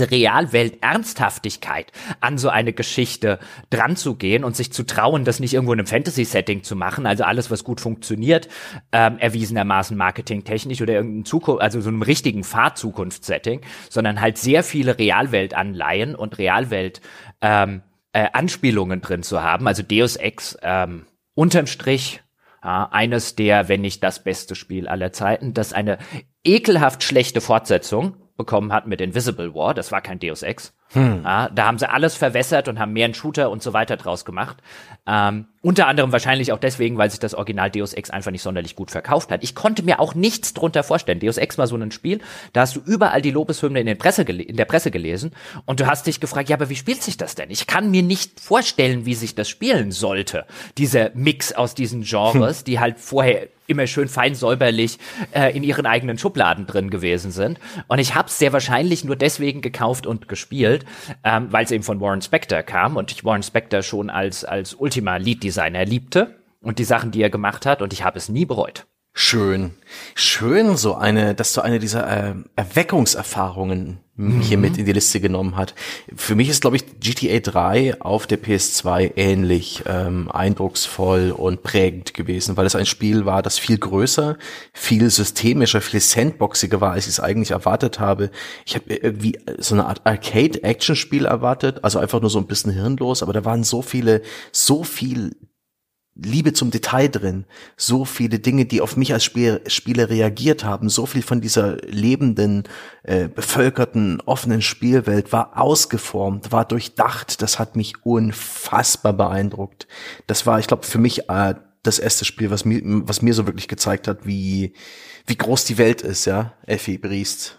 [SPEAKER 1] Realwelt-Ernsthaftigkeit an so eine Geschichte dran zu gehen und sich zu trauen, das nicht irgendwo in einem Fantasy-Setting zu machen, also alles, was gut funktioniert, erwiesenermaßen marketingtechnisch oder irgendein also so einem richtigen Fahrzukunftssetting, sondern halt sehr viele Realwelt-Anleihen und Realwelt-Anspielungen drin zu haben. Also Deus Ex unterm Strich eines der, wenn nicht das beste Spiel aller Zeiten, das eine ekelhaft schlechte Fortsetzung bekommen hat mit Invisible War, das war kein Deus Ex. Ja, da haben sie alles verwässert und haben mehr einen Shooter und so weiter draus gemacht. Unter anderem wahrscheinlich auch deswegen, weil sich das Original Deus Ex einfach nicht sonderlich gut verkauft hat. Ich konnte mir auch nichts drunter vorstellen. Deus Ex war so ein Spiel, da hast du überall die Lobeshymne in der Presse gelesen und du hast dich gefragt, ja, aber wie spielt sich das denn? Ich kann mir nicht vorstellen, wie sich das spielen sollte. Dieser Mix aus diesen Genres, die halt vorher immer schön fein säuberlich in ihren eigenen Schubladen drin gewesen sind. Und ich habe es sehr wahrscheinlich nur deswegen gekauft und gespielt, weil es eben von Warren Spector kam und ich Warren Spector schon als Ultima Lead Designer liebte und die Sachen, die er gemacht hat, und ich habe es nie bereut.
[SPEAKER 2] Schön, dass du eine dieser Erweckungserfahrungen hier mit in die Liste genommen hat. Für mich ist, glaube ich, GTA 3 auf der PS2 ähnlich eindrucksvoll und prägend gewesen, weil es ein Spiel war, das viel größer, viel systemischer, viel sandboxiger war, als ich es eigentlich erwartet habe. Ich habe irgendwie so eine Art Arcade-Action-Spiel erwartet, also einfach nur so ein bisschen hirnlos, aber da waren so viel Liebe zum Detail drin, so viele Dinge, die auf mich als Spieler reagiert haben, so viel von dieser lebenden, bevölkerten, offenen Spielwelt war ausgeformt, war durchdacht, das hat mich unfassbar beeindruckt. Das war, ich glaube, für mich das erste Spiel, was mir so wirklich gezeigt hat, wie groß die Welt ist, ja, Effi Briest.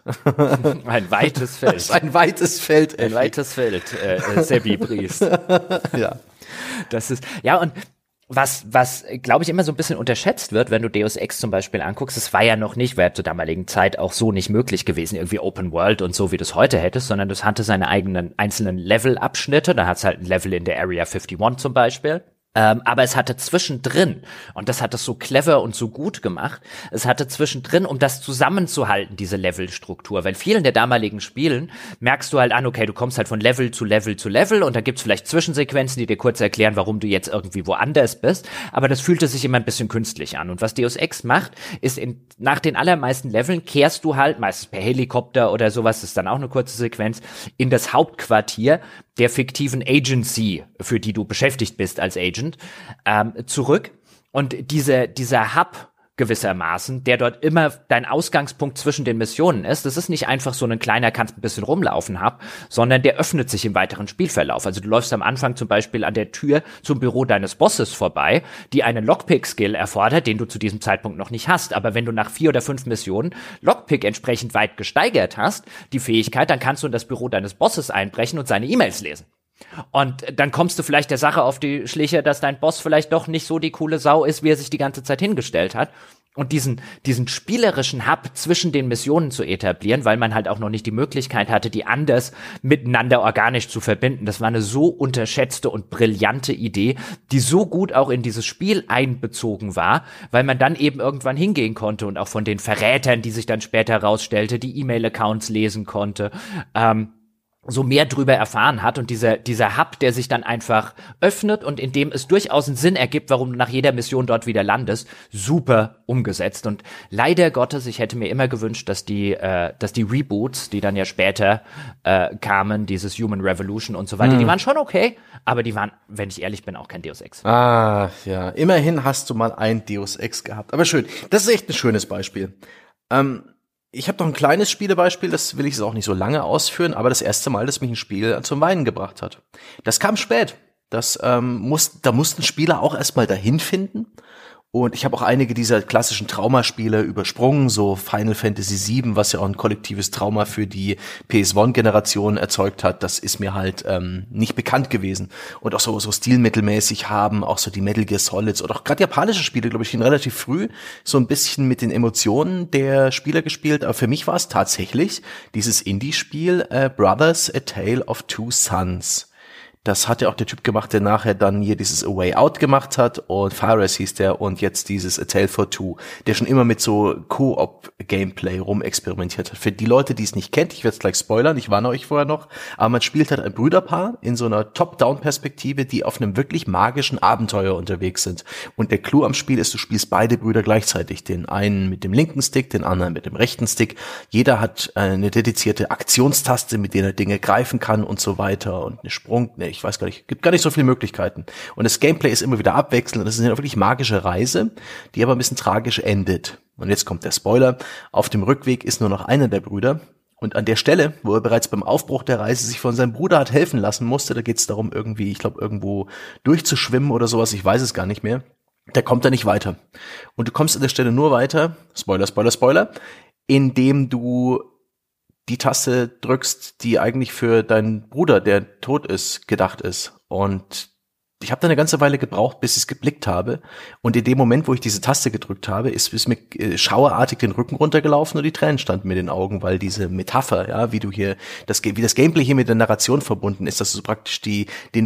[SPEAKER 1] Ein weites Feld.
[SPEAKER 2] Ein weites Feld, Effi.
[SPEAKER 1] Ein weites Feld, Seppi Briest.
[SPEAKER 2] Ja.
[SPEAKER 1] Das ist, ja, und was glaube ich immer so ein bisschen unterschätzt wird, wenn du Deus Ex zum Beispiel anguckst, es war ja noch nicht, wäre zur damaligen Zeit auch so nicht möglich gewesen, irgendwie Open World und so, wie du es heute hättest, sondern das hatte seine eigenen einzelnen Levelabschnitte, da hat es halt ein Level in der Area 51 zum Beispiel. Aber es hatte zwischendrin, und das hat es so clever und so gut gemacht, es hatte zwischendrin, um das zusammenzuhalten, diese Levelstruktur. Weil vielen der damaligen Spielen merkst du halt an, okay, du kommst halt von Level zu Level zu Level und da gibt's vielleicht Zwischensequenzen, die dir kurz erklären, warum du jetzt irgendwie woanders bist. Aber das fühlte sich immer ein bisschen künstlich an. Und was Deus Ex macht, ist nach den allermeisten Leveln kehrst du halt, meistens per Helikopter oder sowas, das ist dann auch eine kurze Sequenz, in das Hauptquartier der fiktiven Agency, für die du beschäftigt bist als Agent, zurück. Und dieser Hub gewissermaßen, der dort immer dein Ausgangspunkt zwischen den Missionen ist, das ist nicht einfach so ein kleiner, kannst ein bisschen rumlaufen Hub, sondern der öffnet sich im weiteren Spielverlauf. Also du läufst am Anfang zum Beispiel an der Tür zum Büro deines Bosses vorbei, die einen Lockpick-Skill erfordert, den du zu diesem Zeitpunkt noch nicht hast. Aber wenn du nach 4 oder 5 Missionen Lockpick entsprechend weit gesteigert hast, die Fähigkeit, dann kannst du in das Büro deines Bosses einbrechen und seine E-Mails lesen. Und dann kommst du vielleicht der Sache auf die Schliche, dass dein Boss vielleicht doch nicht so die coole Sau ist, wie er sich die ganze Zeit hingestellt hat. Und diesen spielerischen Hub zwischen den Missionen zu etablieren, weil man halt auch noch nicht die Möglichkeit hatte, die anders miteinander organisch zu verbinden. Das war eine so unterschätzte und brillante Idee, die so gut auch in dieses Spiel einbezogen war, weil man dann eben irgendwann hingehen konnte und auch von den Verrätern, die sich dann später rausstellte, die E-Mail-Accounts lesen konnte, so mehr drüber erfahren hat und dieser Hub, der sich dann einfach öffnet und in dem es durchaus einen Sinn ergibt, warum du nach jeder Mission dort wieder landest, super umgesetzt. Und leider Gottes, ich hätte mir immer gewünscht, dass die Reboots, die dann ja später kamen, dieses Human Revolution und so weiter, die waren schon okay, aber die waren, wenn ich ehrlich bin, auch kein Deus Ex.
[SPEAKER 2] Ah, ja, immerhin hast du mal ein Deus Ex gehabt. Aber schön, das ist echt ein schönes Beispiel. Ich habe noch ein kleines Spielebeispiel, das will ich jetzt auch nicht so lange ausführen, aber das erste Mal, dass mich ein Spiel zum Weinen gebracht hat. Das kam spät. Da mussten Spieler auch erstmal dahin finden. Und ich habe auch einige dieser klassischen Traumaspiele übersprungen, so Final Fantasy VII, was ja auch ein kollektives Trauma für die PS1-Generation erzeugt hat. Das ist mir halt nicht bekannt gewesen. Und auch so stilmittelmäßig haben auch so die Metal Gear Solids oder auch gerade japanische Spiele, glaube ich, relativ früh so ein bisschen mit den Emotionen der Spieler gespielt. Aber für mich war es tatsächlich dieses Indie-Spiel Brothers: A Tale of Two Sons. Das hat ja auch der Typ gemacht, der nachher dann hier dieses A Way Out gemacht hat und Fares hieß der und jetzt dieses A Tale for Two, der schon immer mit so Co-op-Gameplay rumexperimentiert hat. Für die Leute, die es nicht kennt, ich werde es gleich spoilern, ich warne euch vorher noch, aber man spielt halt ein Brüderpaar in so einer Top-Down-Perspektive, die auf einem wirklich magischen Abenteuer unterwegs sind. Und der Clou am Spiel ist, du spielst beide Brüder gleichzeitig, den einen mit dem linken Stick, den anderen mit dem rechten Stick. Jeder hat eine dedizierte Aktionstaste, mit der er Dinge greifen kann und so weiter und ich weiß gar nicht, gibt gar nicht so viele Möglichkeiten. Und das Gameplay ist immer wieder abwechselnd und das ist eine wirklich magische Reise, die aber ein bisschen tragisch endet. Und jetzt kommt der Spoiler. Auf dem Rückweg ist nur noch einer der Brüder. Und an der Stelle, wo er bereits beim Aufbruch der Reise sich von seinem Bruder hat helfen lassen musste, da geht es darum, irgendwie, ich glaube, irgendwo durchzuschwimmen oder sowas, ich weiß es gar nicht mehr, da kommt er nicht weiter. Und du kommst an der Stelle nur weiter, Spoiler, Spoiler, Spoiler, indem du die Taste drückst, die eigentlich für deinen Bruder, der tot ist, gedacht ist. Und ich habe da eine ganze Weile gebraucht, bis ich es geblickt habe. Und in dem Moment, wo ich diese Taste gedrückt habe, ist mir schauerartig den Rücken runtergelaufen und die Tränen standen mir in den Augen, weil diese Metapher, ja, wie das Gameplay hier mit der Narration verbunden ist, dass du so praktisch den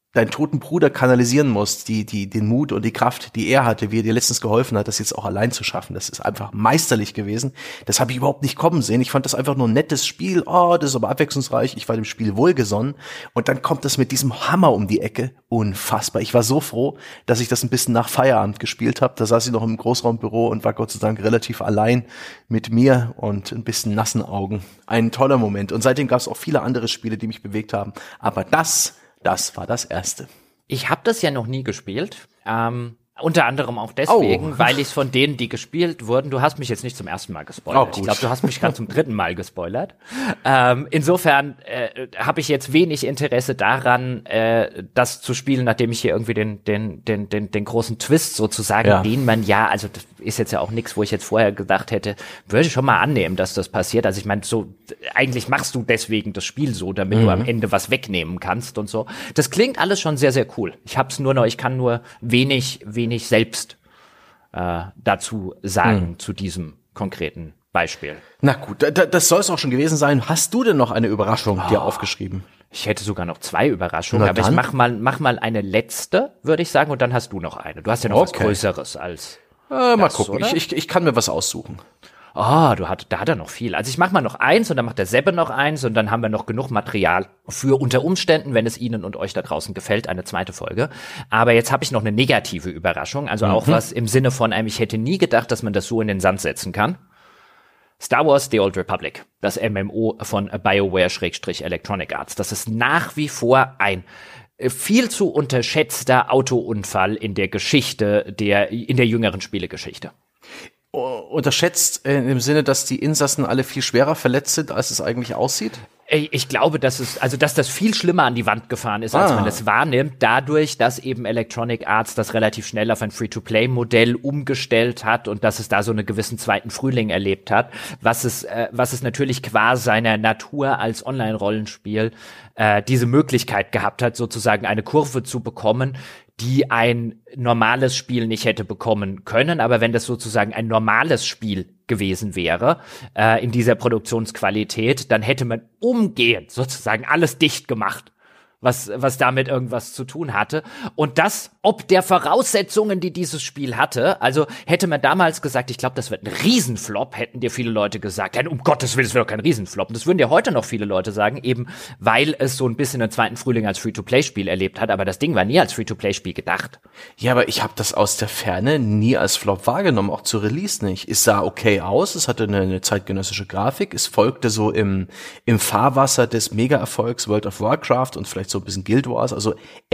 [SPEAKER 2] deinen toten Bruder kanalisieren musst, den Mut und die Kraft, die er hatte, wie er dir letztens geholfen hat, das jetzt auch allein zu schaffen. Das ist einfach meisterlich gewesen. Das habe ich überhaupt nicht kommen sehen. Ich fand das einfach nur ein nettes Spiel. Oh, das ist aber abwechslungsreich. Ich war dem Spiel wohlgesonnen. Und dann kommt das mit diesem Hammer um die Ecke. Unfassbar. Ich war so froh, dass ich das ein bisschen nach Feierabend gespielt habe. Da saß ich noch im Großraumbüro und war Gott sei Dank relativ allein mit mir und ein bisschen nassen Augen. Ein toller Moment. Und seitdem gab es auch viele andere Spiele, die mich bewegt haben. Aber das war das erste.
[SPEAKER 1] Ich habe das ja noch nie gespielt. Unter anderem auch deswegen, weil ich es von denen, die gespielt wurden, du hast mich jetzt nicht zum ersten Mal gespoilert. Ich glaube, du hast mich gerade zum dritten Mal gespoilert. Insofern habe ich jetzt wenig Interesse daran, das zu spielen, nachdem ich hier irgendwie den großen Twist sozusagen, den man also das ist jetzt ja auch nichts, wo ich jetzt vorher gedacht hätte, würde ich schon mal annehmen, dass das passiert. Also ich meine, so eigentlich machst du deswegen das Spiel so, damit du am Ende was wegnehmen kannst und so. Das klingt alles schon sehr, sehr cool. Ich kann nur wenig selbst dazu sagen zu diesem konkreten Beispiel.
[SPEAKER 2] Na gut, das soll es auch schon gewesen sein. Hast du denn noch eine Überraschung dir aufgeschrieben?
[SPEAKER 1] Ich hätte sogar noch 2 Überraschungen, aber ich mach mal eine letzte, würde ich sagen, und dann hast du noch eine. Du hast ja noch was Größeres als
[SPEAKER 2] mal gucken, ich kann mir was aussuchen.
[SPEAKER 1] Da hat er noch viel. Also ich mach mal noch eins und dann macht der Sebbe noch eins und dann haben wir noch genug Material für unter Umständen, wenn es Ihnen und euch da draußen gefällt, eine zweite Folge. Aber jetzt habe ich noch eine negative Überraschung, also auch was im Sinne von einem, ich hätte nie gedacht, dass man das so in den Sand setzen kann. Star Wars The Old Republic, das MMO von BioWare-Electronic Arts. Das ist nach wie vor ein viel zu unterschätzter Autounfall in der Geschichte, in der jüngeren Spielegeschichte.
[SPEAKER 2] Unterschätzt im Sinne, dass die Insassen alle viel schwerer verletzt sind, als es eigentlich aussieht?
[SPEAKER 1] Ich glaube, dass das viel schlimmer an die Wand gefahren ist, als man es wahrnimmt, dadurch, dass eben Electronic Arts das relativ schnell auf ein Free-to-Play-Modell umgestellt hat und dass es da so einen gewissen zweiten Frühling erlebt hat, was es natürlich qua seiner Natur als Online-Rollenspiel diese Möglichkeit gehabt hat, sozusagen eine Kurve zu bekommen, die ein normales Spiel nicht hätte bekommen können. Aber wenn das sozusagen ein normales Spiel gewesen wäre, in dieser Produktionsqualität, dann hätte man umgehend sozusagen alles dicht gemacht, was damit irgendwas zu tun hatte. Und das, ob der Voraussetzungen, die dieses Spiel hatte, also hätte man damals gesagt, ich glaube, das wird ein Riesenflop, hätten dir viele Leute gesagt, ja, um Gottes Willen, es wird doch kein Riesenflop. Und das würden dir heute noch viele Leute sagen, eben weil es so ein bisschen den zweiten Frühling als Free-to-Play-Spiel erlebt hat, aber das Ding war nie als Free-to-Play-Spiel gedacht.
[SPEAKER 2] Ja, aber ich habe das aus der Ferne nie als Flop wahrgenommen, auch zu Release nicht. Es sah okay aus, es hatte eine zeitgenössische Grafik, es folgte so im Fahrwasser des Mega-Erfolgs World of Warcraft und vielleicht so ein bisschen Guild Wars, also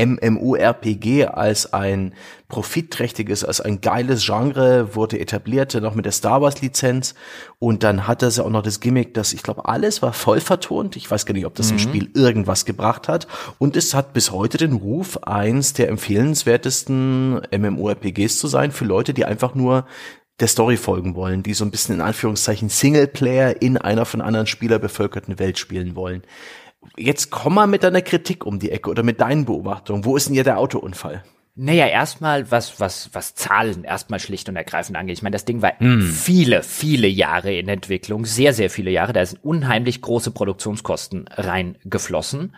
[SPEAKER 2] MMORPG als ein profitträchtiges, als ein geiles Genre wurde etabliert, noch mit der Star Wars Lizenz und dann hatte es ja auch noch das Gimmick, dass ich glaube, alles war voll vertont. Ich weiß gar nicht, ob das im Spiel irgendwas gebracht hat und es hat bis heute den Ruf, eins der empfehlenswertesten MMORPGs zu sein für Leute, die einfach nur der Story folgen wollen, die so ein bisschen in Anführungszeichen Singleplayer in einer von anderen Spieler bevölkerten Welt spielen wollen. Jetzt komm mal mit deiner Kritik um die Ecke oder mit deinen Beobachtungen. Wo ist denn hier der Autounfall?
[SPEAKER 1] Naja, erstmal, was Zahlen erstmal schlicht und ergreifend angeht. Ich meine, das Ding war viele Jahre in Entwicklung, sehr, sehr viele Jahre. Da sind unheimlich große Produktionskosten reingeflossen.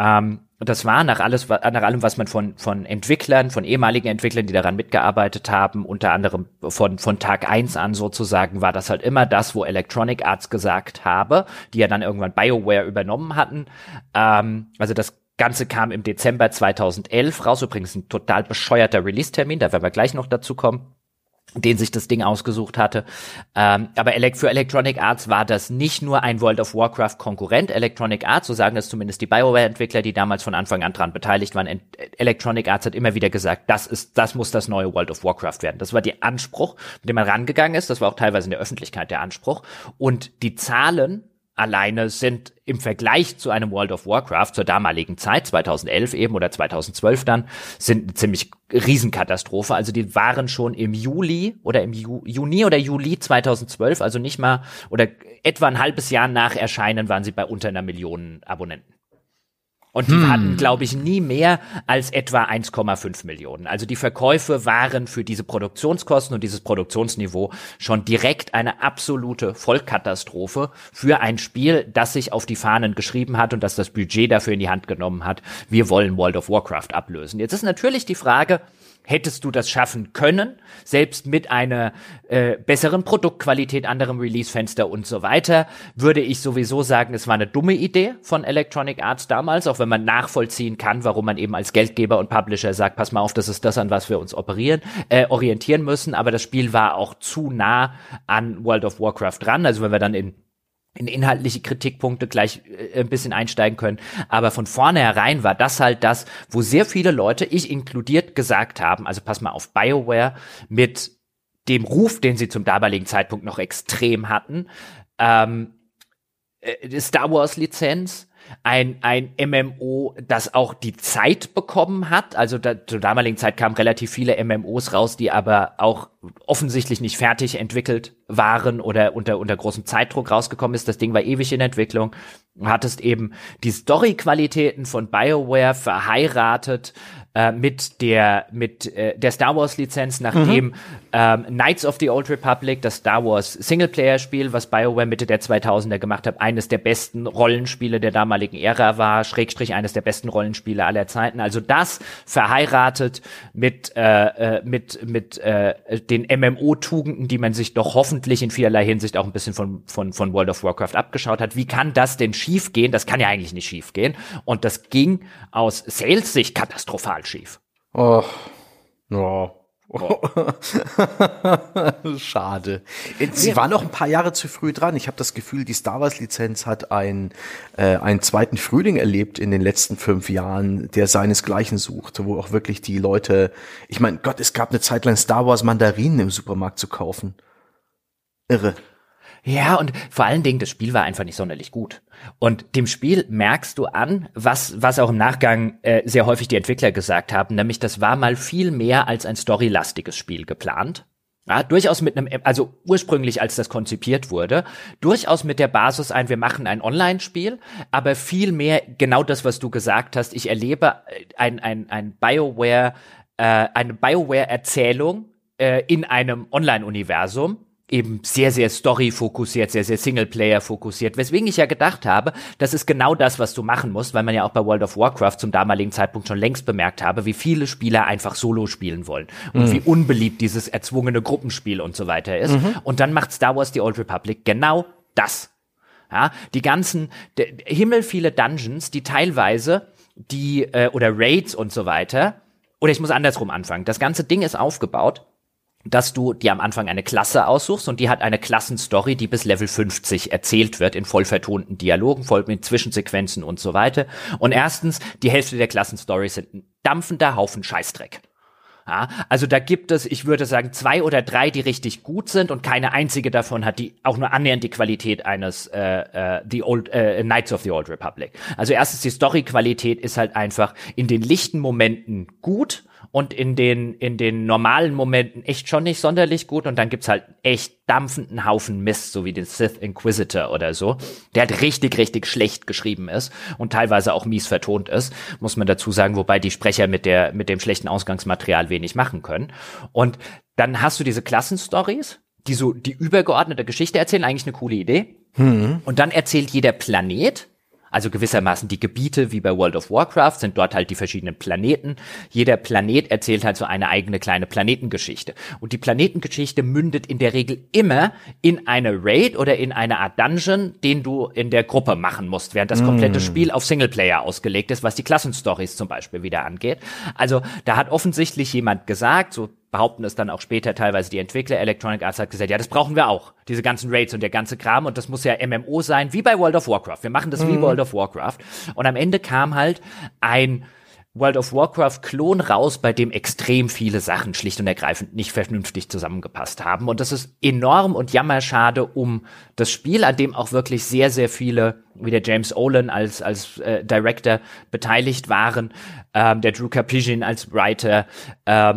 [SPEAKER 1] Das war nach allem, was man von Entwicklern, von ehemaligen Entwicklern, die daran mitgearbeitet haben, unter anderem von Tag 1 an sozusagen, war das halt immer das, wo Electronic Arts gesagt habe, die ja dann irgendwann BioWare übernommen hatten. Also das Ganze kam im Dezember 2011 raus, übrigens ein total bescheuerter Release-Termin, da werden wir gleich noch dazu kommen, den sich das Ding ausgesucht hatte. Aber für Electronic Arts war das nicht nur ein World of Warcraft Konkurrent. Electronic Arts, so sagen das zumindest die BioWare-Entwickler, die damals von Anfang an dran beteiligt waren. Electronic Arts hat immer wieder gesagt, das muss das neue World of Warcraft werden. Das war der Anspruch, mit dem man rangegangen ist. Das war auch teilweise in der Öffentlichkeit der Anspruch. Und die Zahlen alleine sind im Vergleich zu einem World of Warcraft zur damaligen Zeit, 2011 eben oder 2012 dann, sind eine ziemlich Riesenkatastrophe. Also die waren schon im Juli oder im Juni oder Juli 2012, also nicht mal oder etwa ein halbes Jahr nach Erscheinen waren sie bei unter 1 Million Abonnenten. Und die hatten, glaube ich, nie mehr als etwa 1,5 Millionen. Also die Verkäufe waren für diese Produktionskosten und dieses Produktionsniveau schon direkt eine absolute Vollkatastrophe für ein Spiel, das sich auf die Fahnen geschrieben hat und das das Budget dafür in die Hand genommen hat. Wir wollen World of Warcraft ablösen. Jetzt ist natürlich die Frage, hättest du das schaffen können, selbst mit einer besseren Produktqualität, anderem Release-Fenster und so weiter, würde ich sowieso sagen, es war eine dumme Idee von Electronic Arts damals, auch wenn man nachvollziehen kann, warum man eben als Geldgeber und Publisher sagt, pass mal auf, das ist das, an was wir uns orientieren müssen, aber das Spiel war auch zu nah an World of Warcraft dran, also wenn wir dann in inhaltliche Kritikpunkte gleich ein bisschen einsteigen können. Aber von vornherein war das halt das, wo sehr viele Leute, ich inkludiert, gesagt haben, also pass mal auf, BioWare mit dem Ruf, den sie zum damaligen Zeitpunkt noch extrem hatten, Star Wars Lizenz, ein MMO, das auch die Zeit bekommen hat. Also zur damaligen Zeit kamen relativ viele MMOs raus, die aber auch offensichtlich nicht fertig entwickelt waren oder unter großem Zeitdruck rausgekommen ist. Das Ding war ewig in Entwicklung. Du hattest eben die Story-Qualitäten von BioWare verheiratet mit der Star Wars Lizenz, nachdem Knights of the Old Republic, das Star Wars Singleplayer-Spiel, was BioWare Mitte der 2000er gemacht hat, eines der besten Rollenspiele der damaligen Ära war, Schrägstrich eines der besten Rollenspiele aller Zeiten. Also das verheiratet mit den MMO-Tugenden, die man sich doch hoffentlich in vielerlei Hinsicht auch ein bisschen von World of Warcraft abgeschaut hat. Wie kann das denn schief gehen? Das kann ja eigentlich nicht schief gehen. Und das ging aus Sales-Sicht katastrophal schief.
[SPEAKER 2] Oh. Oh. Schade. Sie waren noch ein paar Jahre zu früh dran. Ich habe das Gefühl, die Star Wars Lizenz hat einen zweiten Frühling erlebt in den letzten 5 Jahren, der seinesgleichen sucht, wo auch wirklich die Leute, ich meine, Gott, es gab eine Zeit lang Star Wars Mandarinen im Supermarkt zu kaufen. Irre.
[SPEAKER 1] Ja, und vor allen Dingen, das Spiel war einfach nicht sonderlich gut. Und dem Spiel merkst du an, was auch im Nachgang sehr häufig die Entwickler gesagt haben, nämlich das war mal viel mehr als ein storylastiges Spiel geplant. Ja, durchaus mit also ursprünglich, als das konzipiert wurde, durchaus mit der Basis wir machen ein Online-Spiel, aber viel mehr genau das, was du gesagt hast. Ich erlebe eine BioWare-Erzählung in einem Online-Universum, eben sehr, sehr Story-fokussiert, sehr, sehr Singleplayer-fokussiert, weswegen ich ja gedacht habe, das ist genau das, was du machen musst, weil man ja auch bei World of Warcraft zum damaligen Zeitpunkt schon längst bemerkt habe, wie viele Spieler einfach Solo spielen wollen und wie unbeliebt dieses erzwungene Gruppenspiel und so weiter ist. Und dann macht Star Wars The Old Republic genau das. Ja, die ganzen, himmelviele Dungeons, die teilweise oder Raids und so weiter, oder ich muss andersrum anfangen, das ganze Ding ist aufgebaut, dass du dir am Anfang eine Klasse aussuchst und die hat eine Klassenstory, die bis Level 50 erzählt wird in voll vertonten Dialogen, voll mit Zwischensequenzen und so weiter. Und erstens, die Hälfte der Klassenstories sind ein dampfender Haufen Scheißdreck. Ja, also da gibt es, ich würde sagen, 2 oder 3, die richtig gut sind und keine einzige davon hat die auch nur annähernd die Qualität eines Knights of the Old Republic. Also erstens, die Story-Qualität ist halt einfach in den lichten Momenten gut und in den normalen Momenten echt schon nicht sonderlich gut und dann gibt's halt echt dampfenden Haufen Mist, so wie den Sith Inquisitor oder so, der halt richtig, richtig schlecht geschrieben ist und teilweise auch mies vertont ist, muss man dazu sagen, wobei die Sprecher mit dem schlechten Ausgangsmaterial wenig machen können. Und dann hast du diese Klassenstories, die so die übergeordnete Geschichte erzählen, eigentlich eine coole Idee. Und dann erzählt jeder Planet, also gewissermaßen die Gebiete wie bei World of Warcraft sind dort halt die verschiedenen Planeten. Jeder Planet erzählt halt so eine eigene kleine Planetengeschichte. Und die Planetengeschichte mündet in der Regel immer in eine Raid oder in eine Art Dungeon, den du in der Gruppe machen musst, während das komplette Spiel auf Singleplayer ausgelegt ist, was die Klassenstories zum Beispiel wieder angeht. Also da hat offensichtlich jemand gesagt, so behaupten es dann auch später teilweise die Entwickler, Electronic Arts hat gesagt, ja, das brauchen wir auch, diese ganzen Raids und der ganze Kram und das muss ja MMO sein, wie bei World of Warcraft. Wir machen das wie World of Warcraft. Und am Ende kam halt ein World of Warcraft-Klon raus, bei dem extrem viele Sachen schlicht und ergreifend nicht vernünftig zusammengepasst haben. Und das ist enorm und jammerschade um das Spiel, an dem auch wirklich sehr, sehr viele, wie der James Olin als Director beteiligt waren, der Drew Karpyshyn als Writer,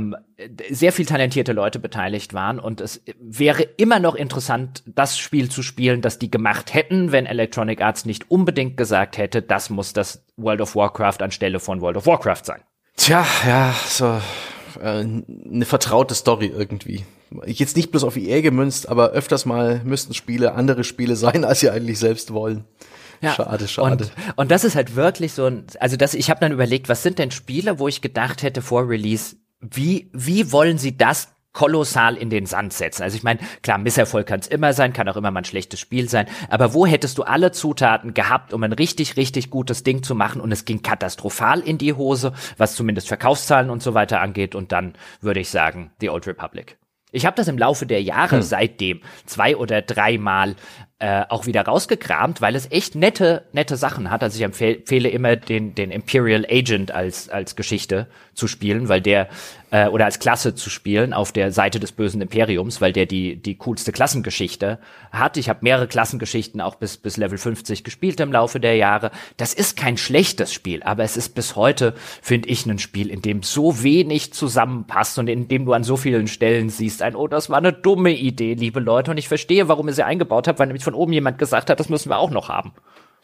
[SPEAKER 1] sehr viel talentierte Leute beteiligt waren und es wäre immer noch interessant, das Spiel zu spielen, das die gemacht hätten, wenn Electronic Arts nicht unbedingt gesagt hätte, das muss das World of Warcraft anstelle von World of Warcraft sein.
[SPEAKER 2] Tja, ja, so eine vertraute Story irgendwie. Jetzt nicht bloß auf EA gemünzt, aber öfters mal müssten Spiele andere Spiele sein, als sie eigentlich selbst wollen. Ja, schade.
[SPEAKER 1] Und das ist halt wirklich so ich habe dann überlegt, was sind denn Spiele, wo ich gedacht hätte vor Release, wie wollen sie das kolossal in den Sand setzen? Also ich meine, klar, Misserfolg kann es immer sein, kann auch immer mal ein schlechtes Spiel sein, aber wo hättest du alle Zutaten gehabt, um ein richtig, richtig gutes Ding zu machen und es ging katastrophal in die Hose, was zumindest Verkaufszahlen und so weiter angeht und dann würde ich sagen, The Old Republic. Ich habe das im Laufe der Jahre seitdem 2 oder 3 Mal auch wieder rausgekramt, weil es echt nette Sachen hat. Also ich empfehle immer den Imperial Agent als Geschichte zu spielen, weil der oder als Klasse zu spielen auf der Seite des bösen Imperiums, weil der die coolste Klassengeschichte hat. Ich habe mehrere Klassengeschichten auch bis Level 50 gespielt im Laufe der Jahre. Das ist kein schlechtes Spiel, aber es ist bis heute, finde ich, ein Spiel, in dem so wenig zusammenpasst und in dem du an so vielen Stellen siehst, das war eine dumme Idee, liebe Leute, und ich verstehe, warum ihr sie eingebaut habt, weil nämlich von oben jemand gesagt hat, das müssen wir auch noch haben.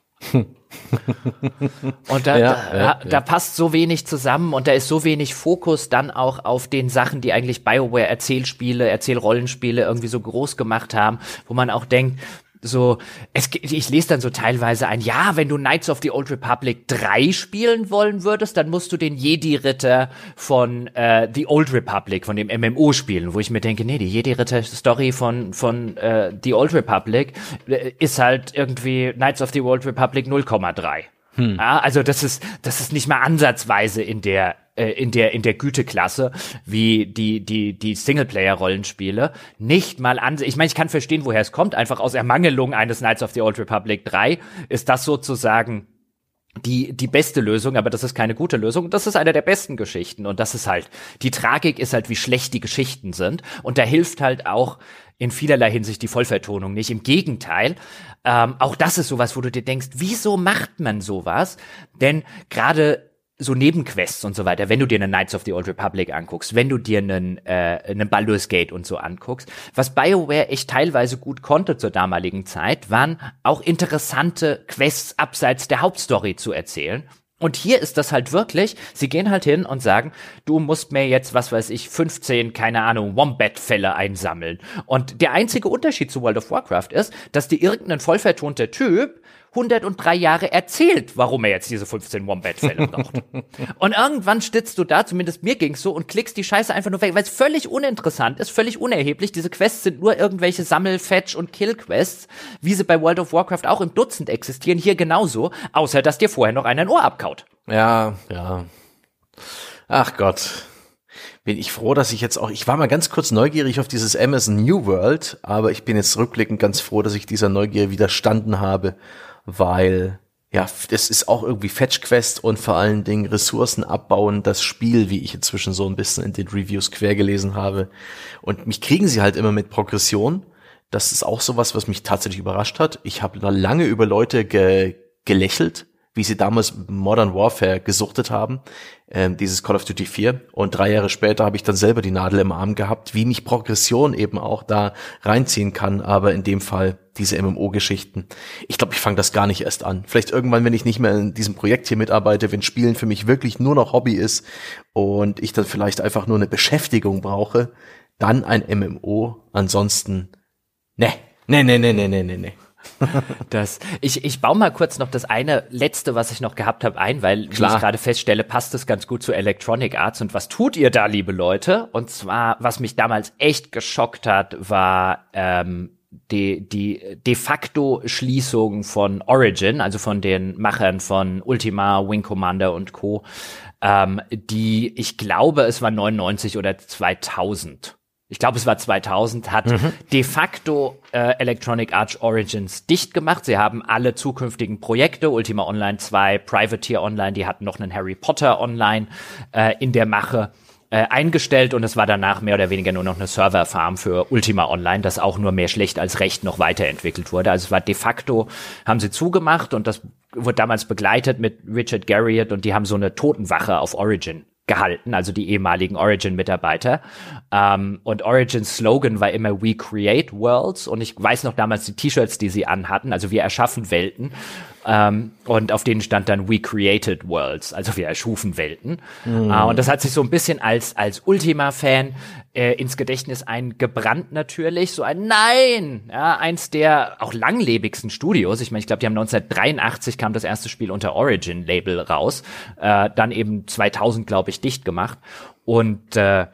[SPEAKER 1] Und da passt so wenig zusammen und da ist so wenig Fokus dann auch auf den Sachen, die eigentlich BioWare Erzählrollenspiele irgendwie so groß gemacht haben, wo man auch denkt, ich lese dann so teilweise wenn du Knights of the Old Republic 3 spielen wollen würdest, dann musst du den Jedi-Ritter von The Old Republic, von dem MMO spielen, wo ich mir denke, nee, die Jedi-Ritter-Story von The Old Republic ist halt irgendwie Knights of the Old Republic 0,3. Ja, also das ist nicht mal ansatzweise in der Güteklasse wie die Singleplayer-Rollenspiele. Nicht mal ich meine, ich kann verstehen, woher es kommt. Einfach aus Ermangelung eines Knights of the Old Republic 3 ist das sozusagen die beste Lösung, aber das ist keine gute Lösung. Das ist eine der besten Geschichten und das ist halt, die Tragik ist halt, wie schlecht die Geschichten sind und da hilft halt auch in vielerlei Hinsicht die Vollvertonung nicht. Im Gegenteil, auch das ist sowas, wo du dir denkst, wieso macht man sowas? Denn gerade so Nebenquests und so weiter, wenn du dir einen Knights of the Old Republic anguckst, wenn du dir einen Baldur's Gate und so anguckst, was BioWare echt teilweise gut konnte zur damaligen Zeit, waren auch interessante Quests abseits der Hauptstory zu erzählen. Und hier ist das halt wirklich, sie gehen halt hin und sagen, du musst mir jetzt, 15, keine Ahnung, Wombat-Fälle einsammeln. Und der einzige Unterschied zu World of Warcraft ist, dass dir irgendein vollvertonter Typ 103 Jahre erzählt, warum er jetzt diese 15 Wombat-Fälle braucht. Und irgendwann stützt du da, zumindest mir ging's so, und klickst die Scheiße einfach nur weg, weil es völlig uninteressant ist, völlig unerheblich. Diese Quests sind nur irgendwelche Sammel-, Fetch- und Kill-Quests, wie sie bei World of Warcraft auch im Dutzend existieren, hier genauso, außer dass dir vorher noch einer ein Ohr abkaut.
[SPEAKER 2] Ja. Ach Gott. Bin ich froh, dass ich war mal ganz kurz neugierig auf dieses Amazon New World, aber ich bin jetzt rückblickend ganz froh, dass ich dieser Neugier widerstanden habe, weil, das ist auch irgendwie Fetch-Quest und vor allen Dingen Ressourcen abbauen, das Spiel, wie ich inzwischen so ein bisschen in den Reviews quer gelesen habe. Und mich kriegen sie halt immer mit Progression. Das ist auch sowas, was mich tatsächlich überrascht hat. Ich habe da lange über Leute gelächelt, wie sie damals Modern Warfare gesuchtet haben, dieses Call of Duty 4. Und 3 Jahre später habe ich dann selber die Nadel im Arm gehabt, wie mich Progression eben auch da reinziehen kann. Aber in dem Fall diese MMO-Geschichten. Ich glaube, ich fange das gar nicht erst an. Vielleicht irgendwann, wenn ich nicht mehr in diesem Projekt hier mitarbeite, wenn Spielen für mich wirklich nur noch Hobby ist und ich dann vielleicht einfach nur eine Beschäftigung brauche, dann ein MMO. Ansonsten, nee.
[SPEAKER 1] Ich baue mal kurz noch das eine letzte, was ich noch gehabt habe, ein, weil wie ich gerade feststelle, passt es ganz gut zu Electronic Arts. Und was tut ihr da, liebe Leute? Und zwar, was mich damals echt geschockt hat, war die de facto Schließung von Origin, also von den Machern von Ultima, Wing Commander und Co., die, ich glaube, es war 99 oder 2000. Ich glaube, es war 2000, hat de facto Electronic Arts Origins dicht gemacht. Sie haben alle zukünftigen Projekte, Ultima Online 2, Privateer Online, die hatten noch einen Harry Potter Online in der Mache, eingestellt und es war danach mehr oder weniger nur noch eine Serverfarm für Ultima Online, das auch nur mehr schlecht als recht noch weiterentwickelt wurde. Also es war de facto, haben sie zugemacht und das wurde damals begleitet mit Richard Garriott und die haben so eine Totenwache auf Origin gehalten, also die ehemaligen Origin-Mitarbeiter. Und Origins Slogan war immer "We create worlds", und ich weiß noch damals die T-Shirts, die sie anhatten, also wir erschaffen Welten, und auf denen stand dann "We created worlds", also wir erschufen Welten. Und das hat sich so ein bisschen als Ultima-Fan ins Gedächtnis eingebrannt natürlich, so eins der auch langlebigsten Studios. Ich meine, ich glaube, die haben 1983 kam das erste Spiel unter Origin-Label raus, dann eben 2000, glaube ich, dicht gemacht. Und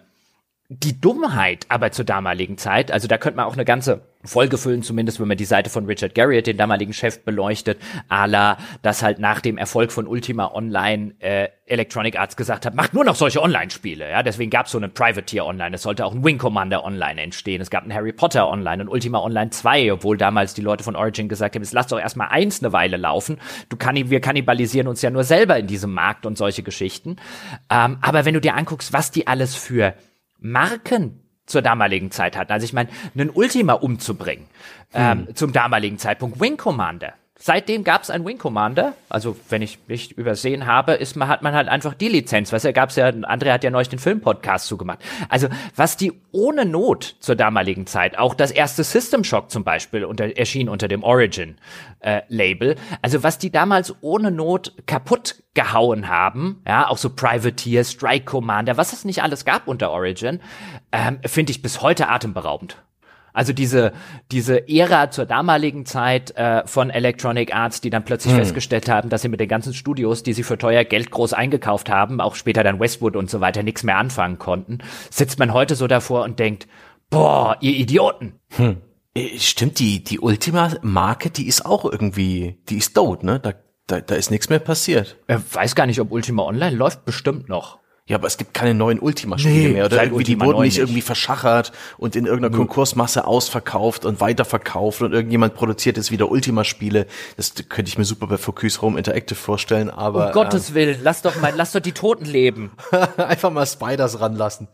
[SPEAKER 1] die Dummheit aber zur damaligen Zeit, also da könnte man auch eine ganze Folge füllen, zumindest wenn man die Seite von Richard Garriott, den damaligen Chef, beleuchtet, à la, dass halt nach dem Erfolg von Ultima Online Electronic Arts gesagt hat, macht nur noch solche Online-Spiele, ja, deswegen gab es so einen Privateer Online, es sollte auch ein Wing Commander Online entstehen, es gab ein Harry Potter Online und Ultima Online 2, obwohl damals die Leute von Origin gesagt haben, jetzt lass doch erstmal 1 eine Weile laufen, wir kannibalisieren uns ja nur selber in diesem Markt und solche Geschichten, aber wenn du dir anguckst, was die alles für Marken zur damaligen Zeit hatten. Also ich meine, einen Ultima umzubringen, zum damaligen Zeitpunkt, Wing Commander. Seitdem gab es einen Wing Commander, also wenn ich nicht übersehen habe, hat man halt einfach die Lizenz, André hat ja neulich den Filmpodcast zugemacht. Also was die ohne Not zur damaligen Zeit, auch das erste System Shock zum Beispiel erschien unter dem Origin Label, also was die damals ohne Not kaputt gehauen haben, ja, auch so Privateer, Strike Commander, was es nicht alles gab unter Origin, finde ich bis heute atemberaubend. Also diese Ära zur damaligen Zeit von Electronic Arts, die dann plötzlich festgestellt haben, dass sie mit den ganzen Studios, die sie für teuer Geld groß eingekauft haben, auch später dann Westwood und so weiter, nichts mehr anfangen konnten, sitzt man heute so davor und denkt, boah, ihr Idioten.
[SPEAKER 2] Stimmt, die Ultima-Marke, die ist auch irgendwie, die ist tot, ne? Da ist nichts mehr passiert.
[SPEAKER 1] Weiß gar nicht, ob Ultima Online läuft, bestimmt noch.
[SPEAKER 2] Ja, aber es gibt keine neuen Ultima-Spiele mehr. Oder irgendwie, die wurden nicht irgendwie verschachert und in irgendeiner Konkursmasse ausverkauft und weiterverkauft und irgendjemand produziert jetzt wieder Ultima-Spiele. Das könnte ich mir super bei Focus Home Interactive vorstellen, aber.
[SPEAKER 1] Um Gottes Willen, lass doch die Toten leben.
[SPEAKER 2] Einfach mal Spiders ranlassen.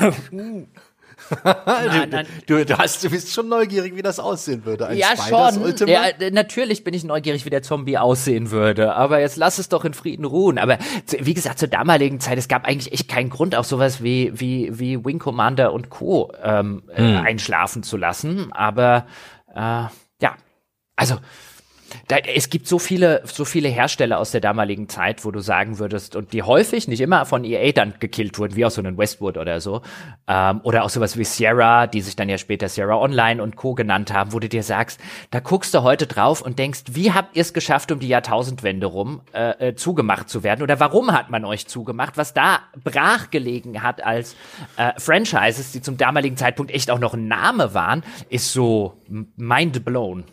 [SPEAKER 2] Nein. Du bist schon neugierig, wie das aussehen würde.
[SPEAKER 1] Ja, Spiders schon. Ultima? Ja, natürlich bin ich neugierig, wie der Zombie aussehen würde. Aber jetzt lass es doch in Frieden ruhen. Aber wie gesagt, zur damaligen Zeit, es gab eigentlich echt keinen Grund, auch sowas wie Wing Commander und Co. Einschlafen zu lassen. Aber ja, also es gibt so viele Hersteller aus der damaligen Zeit, wo du sagen würdest, und die häufig, nicht immer von EA dann gekillt wurden, wie auch so einen Westwood oder so, oder auch sowas wie Sierra, die sich dann ja später Sierra Online und Co. genannt haben, wo du dir sagst, da guckst du heute drauf und denkst, wie habt ihr es geschafft, um die Jahrtausendwende rum zugemacht zu werden, oder warum hat man euch zugemacht, was da brach gelegen hat als Franchises, die zum damaligen Zeitpunkt echt auch noch ein Name waren, ist so mind blown.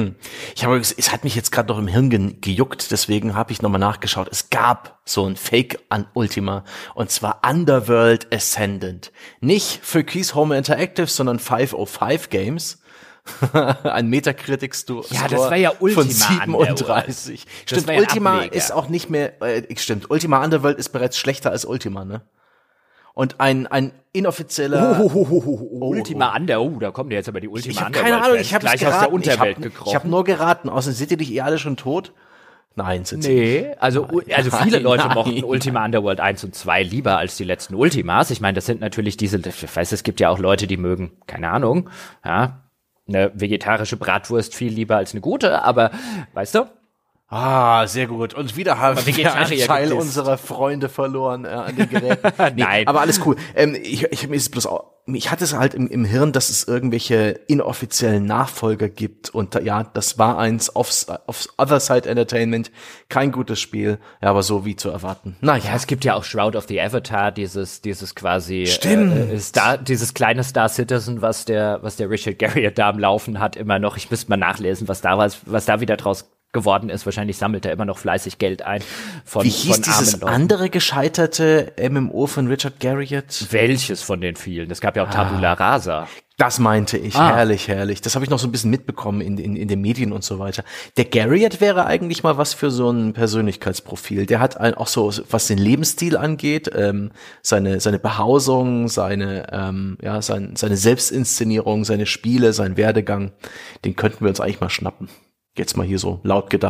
[SPEAKER 2] Es hat mich jetzt gerade noch im Hirn gejuckt, deswegen habe ich nochmal nachgeschaut. Es gab so ein Fake an Ultima, und zwar Underworld Ascendant. Nicht für Keys Home Interactive, sondern 505 Games. Ein Metacritic-Score
[SPEAKER 1] das war ja Ultima
[SPEAKER 2] von 37. Stimmt, ja Ultima ist auch nicht mehr, stimmt, Ultima Underworld ist bereits schlechter als Ultima, ne? Und ein inoffizieller
[SPEAKER 1] Ultima Under, da kommen jetzt aber die Ultima Underworld.
[SPEAKER 2] Keine Ahnung, ich habe
[SPEAKER 1] gleich aus der Unterwelt gekrochen.
[SPEAKER 2] Ich habe nur geraten. Außerdem sind die nicht alle schon tot? Nein, sind sie nicht.
[SPEAKER 1] Also viele Leute mochten Ultima Underworld 1 und 2 lieber als die letzten Ultimas. Ich meine, das sind natürlich ich weiß, es gibt ja auch Leute, die mögen, keine Ahnung, ja, eine vegetarische Bratwurst viel lieber als eine gute, aber weißt du?
[SPEAKER 2] Sehr gut. Und wieder haben wir einen Teil unserer Freunde verloren an den Geräten.
[SPEAKER 1] Nein.
[SPEAKER 2] Aber alles cool. Ich hatte es halt im Hirn, dass es irgendwelche inoffiziellen Nachfolger gibt. Und das war eins aufs Other Side Entertainment. Kein gutes Spiel. Ja, aber so wie zu erwarten.
[SPEAKER 1] Ja, es gibt ja auch Shroud of the Avatar, dieses quasi dieses kleine Star Citizen, was der Richard Garriott da am Laufen hat, immer noch. Ich müsste mal nachlesen, was da wieder draus geworden ist. Wahrscheinlich sammelt er immer noch fleißig Geld ein
[SPEAKER 2] Wie hieß dieses andere gescheiterte MMO von Richard Garriott?
[SPEAKER 1] Welches von den vielen? Es gab ja auch Tabula Rasa.
[SPEAKER 2] Das meinte ich. Herrlich. Das habe ich noch so ein bisschen mitbekommen in den Medien und so weiter. Der Garriott wäre eigentlich mal was für so ein Persönlichkeitsprofil. Der hat auch so, was den Lebensstil angeht, seine Behausung, seine Selbstinszenierung, seine Spiele, seinen Werdegang, den könnten wir uns eigentlich mal schnappen. Jetzt mal hier so laut gedacht.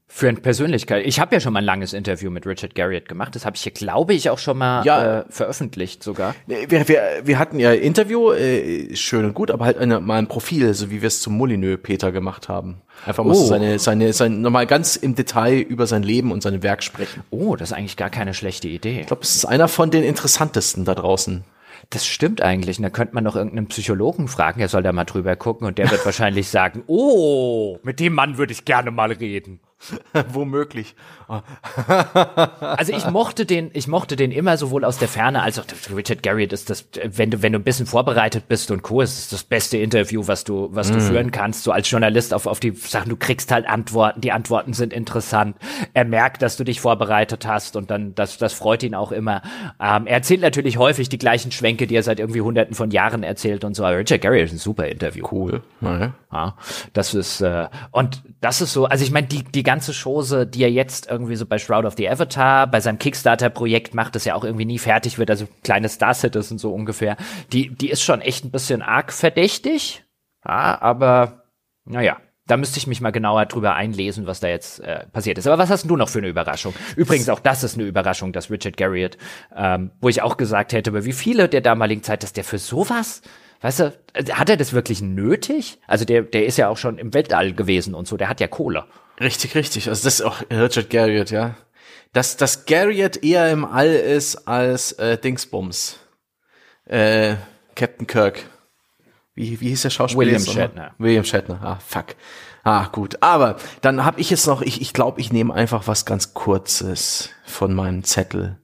[SPEAKER 1] Für eine Persönlichkeit. Ich habe ja schon mal ein langes Interview mit Richard Garriott gemacht. Das habe ich hier, glaube ich, auch schon mal veröffentlicht sogar.
[SPEAKER 2] Wir hatten ja Interview, schön und gut, aber halt mal ein Profil, so wie wir es zum Molyneux Peter gemacht haben. Einfach mal so nochmal ganz im Detail über sein Leben und sein Werk sprechen.
[SPEAKER 1] Oh, das ist eigentlich gar keine schlechte Idee.
[SPEAKER 2] Ich glaube, es ist einer von den interessantesten da draußen.
[SPEAKER 1] Das stimmt eigentlich. Und da könnte man noch irgendeinen Psychologen fragen, der soll da mal drüber gucken und der wird wahrscheinlich sagen, oh, mit dem Mann würde ich gerne mal reden.
[SPEAKER 2] Womöglich.
[SPEAKER 1] Also ich mochte den immer sowohl aus der Ferne als auch Richard Garriott ist das, wenn du ein bisschen vorbereitet bist und Co., ist das beste Interview, was du führen kannst, so als Journalist auf die Sachen. Du kriegst halt Antworten, die Antworten sind interessant. Er merkt, dass du dich vorbereitet hast und dann, das freut ihn auch immer. Er erzählt natürlich häufig die gleichen Schwänke, die er seit irgendwie Hunderten von Jahren erzählt und so. Aber Richard Garriott ist ein super Interview.
[SPEAKER 2] Cool.
[SPEAKER 1] Ja, das ist, und das ist so, also ich meine, die ganze Chose, die er jetzt irgendwie so bei Shroud of the Avatar, bei seinem Kickstarter-Projekt macht, das ja auch irgendwie nie fertig wird, also kleine Star Citizen so ungefähr, die ist schon echt ein bisschen arg verdächtig, ja, aber naja, da müsste ich mich mal genauer drüber einlesen, was da jetzt passiert ist. Aber was hast du noch für eine Überraschung? Übrigens, auch das ist eine Überraschung, dass Richard Garriott, wo ich auch gesagt hätte, aber wie viele der damaligen Zeit, dass der für sowas, weißt du, hat er das wirklich nötig? Also der ist ja auch schon im Weltall gewesen und so, der hat ja Kohle.
[SPEAKER 2] Richtig. Also das ist auch Richard Garriott, ja. Dass Garriott eher im All ist als Dingsbums. Captain Kirk. Wie hieß der Schauspieler? William Shatner. Ah, fuck. Ah, gut. Aber dann habe ich jetzt noch, ich glaube, ich nehme einfach was ganz Kurzes von meinem Zettel.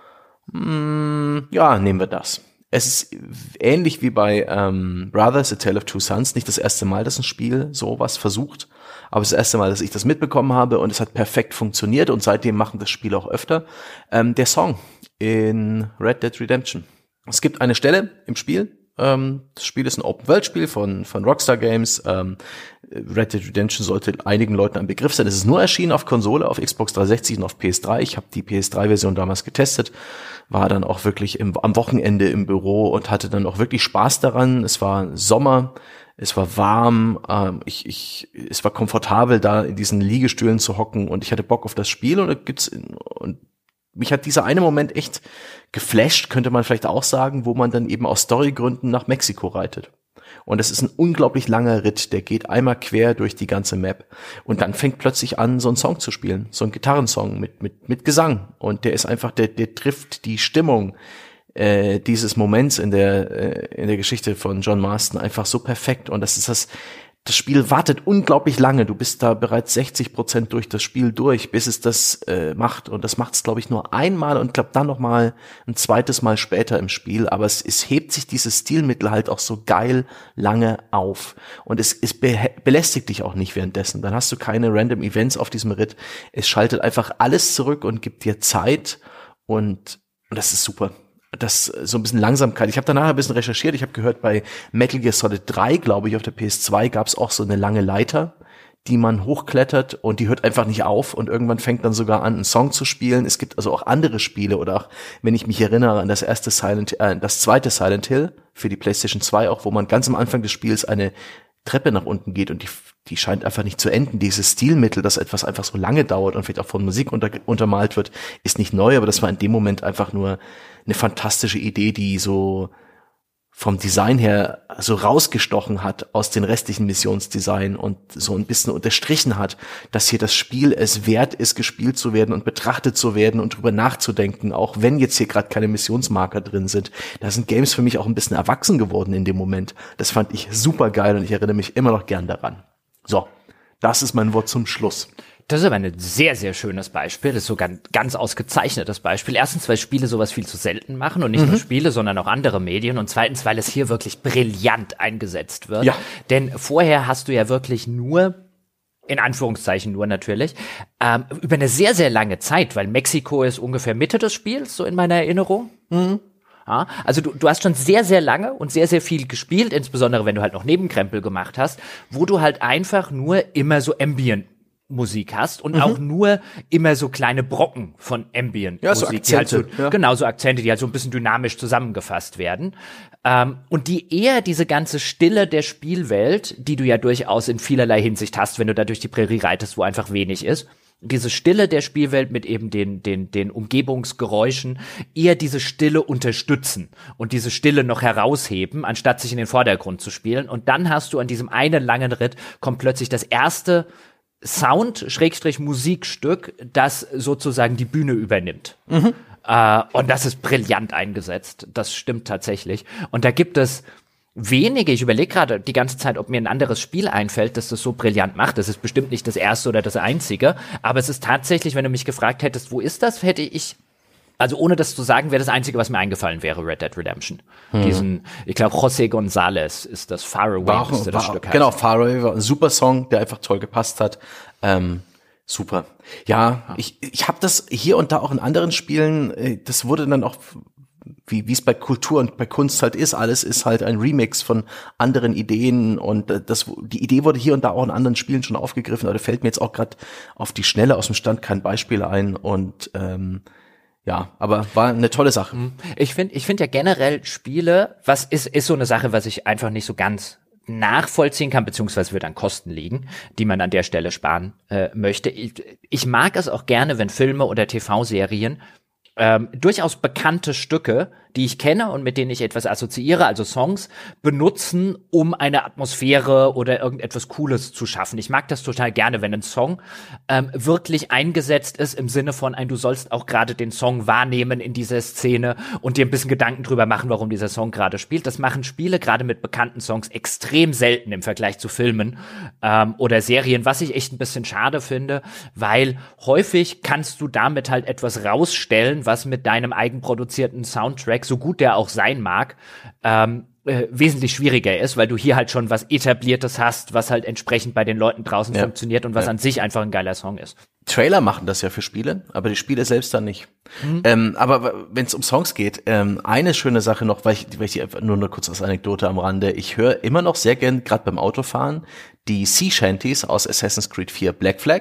[SPEAKER 2] Ja, nehmen wir das. Es ist ähnlich wie bei Brothers, A Tale of Two Sons, nicht das erste Mal, dass ein Spiel sowas versucht, aber das erste Mal, dass ich das mitbekommen habe und es hat perfekt funktioniert und seitdem machen das Spiel auch öfter. Der Song in Red Dead Redemption. Es gibt eine Stelle im Spiel, das Spiel ist ein Open-World-Spiel von Rockstar Games. Red Dead Redemption sollte einigen Leuten ein Begriff sein. Es ist nur erschienen auf Konsole, auf Xbox 360 und auf PS3. Ich habe die PS3-Version damals getestet, war dann auch wirklich am Wochenende im Büro und hatte dann auch wirklich Spaß daran. Es war Sommer, es war warm, es war komfortabel, da in diesen Liegestühlen zu hocken und ich hatte Bock auf das Spiel und mich hat dieser eine Moment echt geflasht, könnte man vielleicht auch sagen, wo man dann eben aus Storygründen nach Mexiko reitet. Und es ist ein unglaublich langer Ritt, der geht einmal quer durch die ganze Map. Und dann fängt plötzlich an, so einen Song zu spielen, so einen Gitarrensong mit Gesang. Und der ist einfach, der trifft die Stimmung dieses Moments in der Geschichte von John Marston einfach so perfekt. Und das Spiel wartet unglaublich lange. Du bist da bereits 60% durch das Spiel durch, bis es das macht. Und das macht es, glaube ich, nur einmal und glaube dann noch mal ein zweites Mal später im Spiel. Aber es hebt sich dieses Stilmittel halt auch so geil lange auf. Und es belästigt dich auch nicht währenddessen. Dann hast du keine random Events auf diesem Ritt. Es schaltet einfach alles zurück und gibt dir Zeit. Und das ist super. Das so ein bisschen Langsamkeit. Ich habe danach ein bisschen recherchiert. Ich habe gehört, bei Metal Gear Solid 3, glaube ich, auf der PS2 gab es auch so eine lange Leiter, die man hochklettert und die hört einfach nicht auf und irgendwann fängt dann sogar an, einen Song zu spielen. Es gibt also auch andere Spiele oder auch, wenn ich mich erinnere an das zweite Silent Hill für die PlayStation 2 auch, wo man ganz am Anfang des Spiels eine Treppe nach unten geht und die scheint einfach nicht zu enden. Dieses Stilmittel, dass etwas einfach so lange dauert und vielleicht auch von Musik untermalt wird, ist nicht neu, aber das war in dem Moment einfach nur eine fantastische Idee, die so vom Design her so rausgestochen hat aus den restlichen Missionsdesign und so ein bisschen unterstrichen hat, dass hier das Spiel es wert ist, gespielt zu werden und betrachtet zu werden und drüber nachzudenken, auch wenn jetzt hier gerade keine Missionsmarker drin sind. Da sind Games für mich auch ein bisschen erwachsen geworden in dem Moment. Das fand ich super geil und ich erinnere mich immer noch gern daran. So, das ist mein Wort zum Schluss.
[SPEAKER 1] Das ist aber ein sehr, sehr schönes Beispiel. Das ist sogar ein ganz ausgezeichnetes Beispiel. Erstens, weil Spiele sowas viel zu selten machen und nicht nur Spiele, sondern auch andere Medien. Und zweitens, weil es hier wirklich brillant eingesetzt wird.
[SPEAKER 2] Ja.
[SPEAKER 1] Denn vorher hast du ja wirklich nur, in Anführungszeichen nur natürlich, über eine sehr, sehr lange Zeit, weil Mexiko ist ungefähr Mitte des Spiels, so in meiner Erinnerung. Ja, also du hast schon sehr, sehr lange und sehr, sehr viel gespielt, insbesondere wenn du halt noch Nebenkrempel gemacht hast, wo du halt einfach nur immer so Ambient-Musik hast und auch nur immer so kleine Brocken von Ambient-Musik,
[SPEAKER 2] ja, so Akzente,
[SPEAKER 1] die halt genau so Akzente, die halt so ein bisschen dynamisch zusammengefasst werden. Und die eher diese ganze Stille der Spielwelt, die du ja durchaus in vielerlei Hinsicht hast, wenn du da durch die Prärie reitest, wo einfach wenig ist, diese Stille der Spielwelt mit eben den Umgebungsgeräuschen eher diese Stille unterstützen und diese Stille noch herausheben, anstatt sich in den Vordergrund zu spielen. Und dann hast du an diesem einen langen Ritt kommt plötzlich das erste Sound-Musikstück, das sozusagen die Bühne übernimmt. Und das ist brillant eingesetzt. Das stimmt tatsächlich. Und da gibt es wenige, ich überlege gerade die ganze Zeit, ob mir ein anderes Spiel einfällt, das das so brillant macht. Das ist bestimmt nicht das erste oder das einzige, aber es ist tatsächlich, wenn du mich gefragt hättest, wo ist das, hätte ich, also ohne das zu sagen, wäre das Einzige, was mir eingefallen wäre, Red Dead Redemption. Ich glaube, José González ist das, Far Away müsste das Stück heißen.
[SPEAKER 2] Genau, Far Away war ein super Song, der einfach toll gepasst hat. Super. Ja, ich habe das hier und da auch in anderen Spielen, das wurde dann auch wie es bei Kultur und bei Kunst halt ist, alles ist halt ein Remix von anderen Ideen und die Idee wurde hier und da auch in anderen Spielen schon aufgegriffen, aber da fällt mir jetzt auch gerade auf die Schnelle aus dem Stand kein Beispiel ein und ja, aber war eine tolle Sache.
[SPEAKER 1] Ich finde ja generell Spiele, was ist so eine Sache, was ich einfach nicht so ganz nachvollziehen kann, beziehungsweise wird an Kosten liegen, die man an der Stelle sparen möchte. Ich mag es auch gerne, wenn Filme oder TV-Serien durchaus bekannte Stücke, die ich kenne und mit denen ich etwas assoziiere, also Songs, benutzen, um eine Atmosphäre oder irgendetwas Cooles zu schaffen. Ich mag das total gerne, wenn ein Song wirklich eingesetzt ist im Sinne von, du sollst auch gerade den Song wahrnehmen in dieser Szene und dir ein bisschen Gedanken drüber machen, warum dieser Song gerade spielt. Das machen Spiele gerade mit bekannten Songs extrem selten im Vergleich zu Filmen oder Serien, was ich echt ein bisschen schade finde, weil häufig kannst du damit halt etwas rausstellen, was mit deinem eigenproduzierten Soundtrack, so gut der auch sein mag, wesentlich schwieriger ist, weil du hier halt schon was Etabliertes hast, was halt entsprechend bei den Leuten draußen funktioniert und was an sich einfach ein geiler Song ist.
[SPEAKER 2] Trailer machen das ja für Spiele, aber die Spiele selbst dann nicht. Aber wenn es um Songs geht, eine schöne Sache noch, weil ich einfach nur eine kurze Anekdote am Rande, ich höre immer noch sehr gern, gerade beim Autofahren, die Sea Shanties aus Assassin's Creed 4 Black Flag.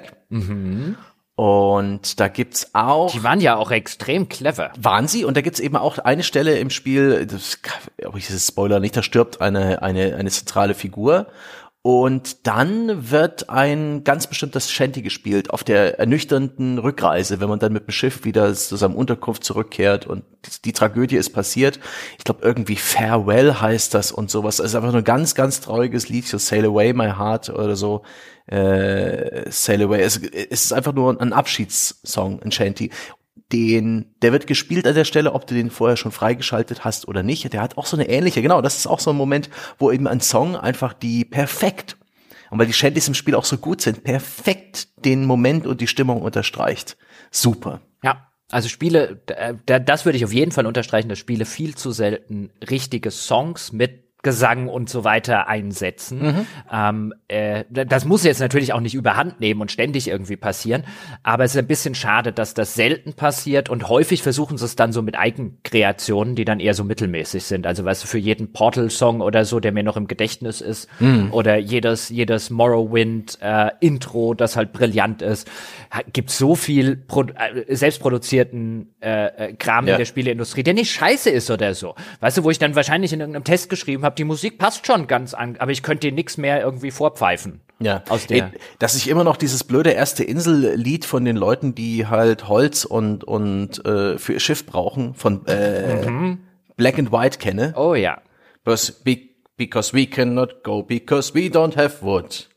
[SPEAKER 2] Und da gibt's auch...
[SPEAKER 1] Die waren ja auch extrem clever.
[SPEAKER 2] Waren sie? Und da gibt's eben auch eine Stelle im Spiel, aber ich das Spoiler nicht, da stirbt eine zentrale Figur. Und dann wird ein ganz bestimmtes Shanty gespielt auf der ernüchternden Rückreise, wenn man dann mit dem Schiff wieder zu seinem Unterkunft zurückkehrt und die Tragödie ist passiert. Ich glaube irgendwie Farewell heißt das und sowas. Es ist einfach nur ein ganz, ganz trauriges Lied, so Sail Away My Heart oder so. Sail Away. Es ist einfach nur ein Abschiedssong, ein Shanty. Der wird gespielt an der Stelle, ob du den vorher schon freigeschaltet hast oder nicht. Der hat auch so eine ähnliche, genau, das ist auch so ein Moment, wo eben ein Song einfach und weil die Shantys im Spiel auch so gut sind, perfekt den Moment und die Stimmung unterstreicht. Super.
[SPEAKER 1] Ja, also Spiele, das würde ich auf jeden Fall unterstreichen, dass Spiele viel zu selten richtige Songs mit Gesang und so weiter einsetzen. Das muss jetzt natürlich auch nicht überhand nehmen und ständig irgendwie passieren, aber es ist ein bisschen schade, dass das selten passiert und häufig versuchen sie es dann so mit Eigenkreationen, die dann eher so mittelmäßig sind. Also weißt du, für jeden Portal-Song oder so, der mir noch im Gedächtnis ist, oder jedes Morrowind Intro, das halt brillant ist, gibt so viel selbstproduzierten Kram in der Spieleindustrie, der nicht scheiße ist oder so. Weißt du, wo ich dann wahrscheinlich in irgendeinem Test geschrieben habe, die Musik passt schon ganz an, aber ich könnte dir nichts mehr irgendwie vorpfeifen.
[SPEAKER 2] Ja, dass ich immer noch dieses blöde erste Insel-Lied von den Leuten, die halt Holz und für ihr Schiff brauchen, von Black and White kenne.
[SPEAKER 1] Oh ja.
[SPEAKER 2] Because we cannot go, because we don't have wood.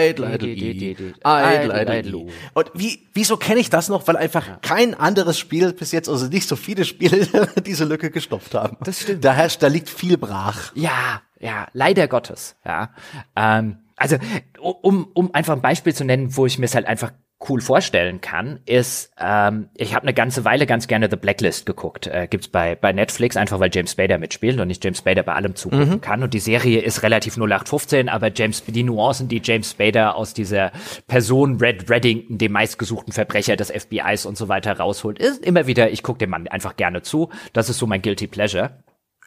[SPEAKER 2] Idle. Und wieso kenne ich das noch? Weil einfach kein anderes Spiel bis jetzt, also nicht so viele Spiele, diese Lücke gestopft haben.
[SPEAKER 1] Das stimmt.
[SPEAKER 2] Da liegt viel brach.
[SPEAKER 1] Ja, leider Gottes, ja. Also, um einfach ein Beispiel zu nennen, wo ich mir es halt einfach cool vorstellen kann, ist, ich habe eine ganze Weile ganz gerne The Blacklist geguckt. Gibt's bei Netflix, einfach weil James Spader mitspielt und ich James Spader bei allem zugucken kann. Und die Serie ist relativ 0815, aber die Nuancen, die James Spader aus dieser Person Red Reddington, dem meistgesuchten Verbrecher des FBIs und so weiter rausholt, ist immer wieder, ich gucke dem Mann einfach gerne zu. Das ist so mein Guilty Pleasure.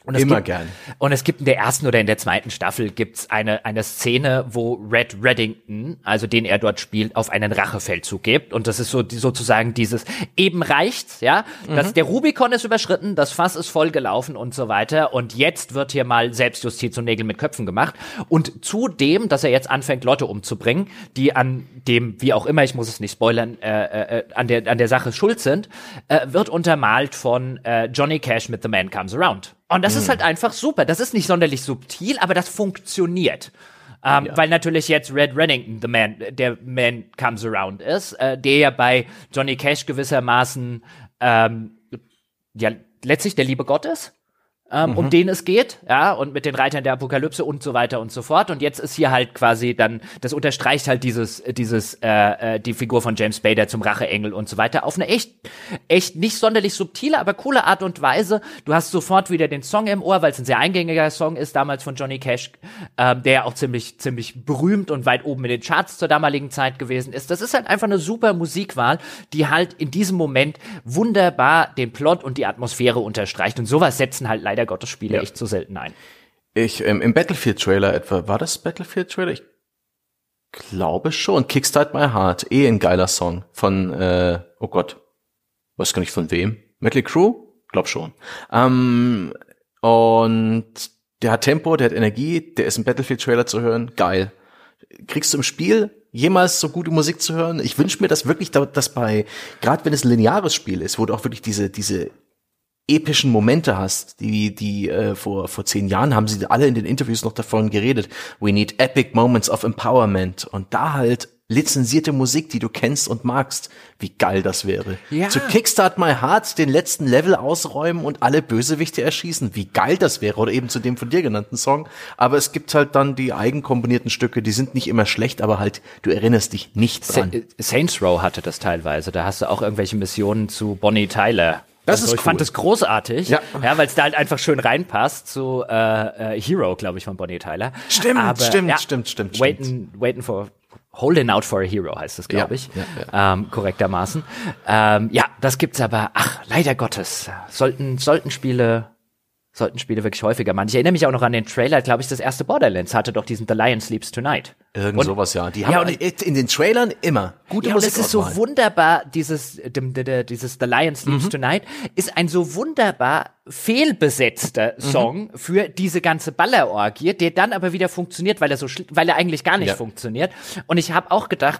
[SPEAKER 1] Und
[SPEAKER 2] gern.
[SPEAKER 1] Und es gibt in der ersten oder in der zweiten Staffel gibt's eine Szene, wo Red Reddington, also den er dort spielt, auf einen Rachefeldzug gibt. Und das ist so sozusagen dieses, eben reicht's, ja, dass der Rubikon ist überschritten, das Fass ist voll gelaufen und so weiter. Und jetzt wird hier mal Selbstjustiz und Nägel mit Köpfen gemacht. Und zudem, dass er jetzt anfängt, Leute umzubringen, die an dem, wie auch immer, ich muss es nicht spoilern, an der Sache schuld sind, wird untermalt von Johnny Cash mit The Man Comes Around. Und das ist halt einfach super. Das ist nicht sonderlich subtil, aber das funktioniert. Weil natürlich jetzt Red Reddington der Man Comes Around ist, der ja bei Johnny Cash gewissermaßen letztlich der liebe Gott ist. Um den es geht, ja, und mit den Reitern der Apokalypse und so weiter und so fort. Und jetzt ist hier halt quasi dann, das unterstreicht halt die Figur von James Spader zum Racheengel und so weiter auf eine echt nicht sonderlich subtile, aber coole Art und Weise. Du hast sofort wieder den Song im Ohr, weil es ein sehr eingängiger Song ist, damals von Johnny Cash, der auch ziemlich berühmt und weit oben in den Charts zur damaligen Zeit gewesen ist. Das ist halt einfach eine super Musikwahl, die halt in diesem Moment wunderbar den Plot und die Atmosphäre unterstreicht. Und sowas setzen halt leider Gottes Spiele echt so selten ein.
[SPEAKER 2] Im Battlefield-Trailer etwa, war das Battlefield-Trailer? Ich glaube schon. Kickstart My Heart, ein geiler Song von, oh Gott, weiß gar nicht von wem. Mötley Crüe? Glaub schon. Und der hat Tempo, der hat Energie, der ist im Battlefield-Trailer zu hören, geil. Kriegst du im Spiel jemals so gute Musik zu hören? Ich wünsche mir das wirklich, dass gerade wenn es ein lineares Spiel ist, wo du auch wirklich diese epischen Momente hast, die vor 10 Jahren haben sie alle in den Interviews noch davon geredet. We need epic moments of empowerment. Und da halt lizenzierte Musik, die du kennst und magst. Wie geil das wäre. Ja. Zu Kickstart My Heart den letzten Level ausräumen und alle Bösewichte erschießen. Wie geil das wäre. Oder eben zu dem von dir genannten Song. Aber es gibt halt dann die eigenkomponierten Stücke, die sind nicht immer schlecht, aber halt, du erinnerst dich nicht dran.
[SPEAKER 1] Saints Row hatte das teilweise. Da hast du auch irgendwelche Missionen zu Bonnie Tyler.
[SPEAKER 2] Das ist cool.
[SPEAKER 1] Ich fand das großartig, ja, weil es da halt einfach schön reinpasst zu Hero, glaube ich, von Bonnie Tyler.
[SPEAKER 2] Stimmt.
[SPEAKER 1] Waiting for Holding Out for a Hero heißt es, glaube ich, korrektermaßen. Das gibt's aber, leider Gottes, sollten Spiele wirklich häufiger machen. Ich erinnere mich auch noch an den Trailer, glaube ich, das erste Borderlands hatte doch diesen The Lion Sleeps Tonight.
[SPEAKER 2] Sowas, ja. Die haben in den Trailern immer gute Musik.
[SPEAKER 1] Und es ist so wunderbar, dieses The Lion Sleeps Tonight ist ein so wunderbar fehlbesetzter Song für diese ganze Ballerorgie, der dann aber wieder funktioniert, weil er eigentlich gar nicht funktioniert. Und ich habe auch gedacht,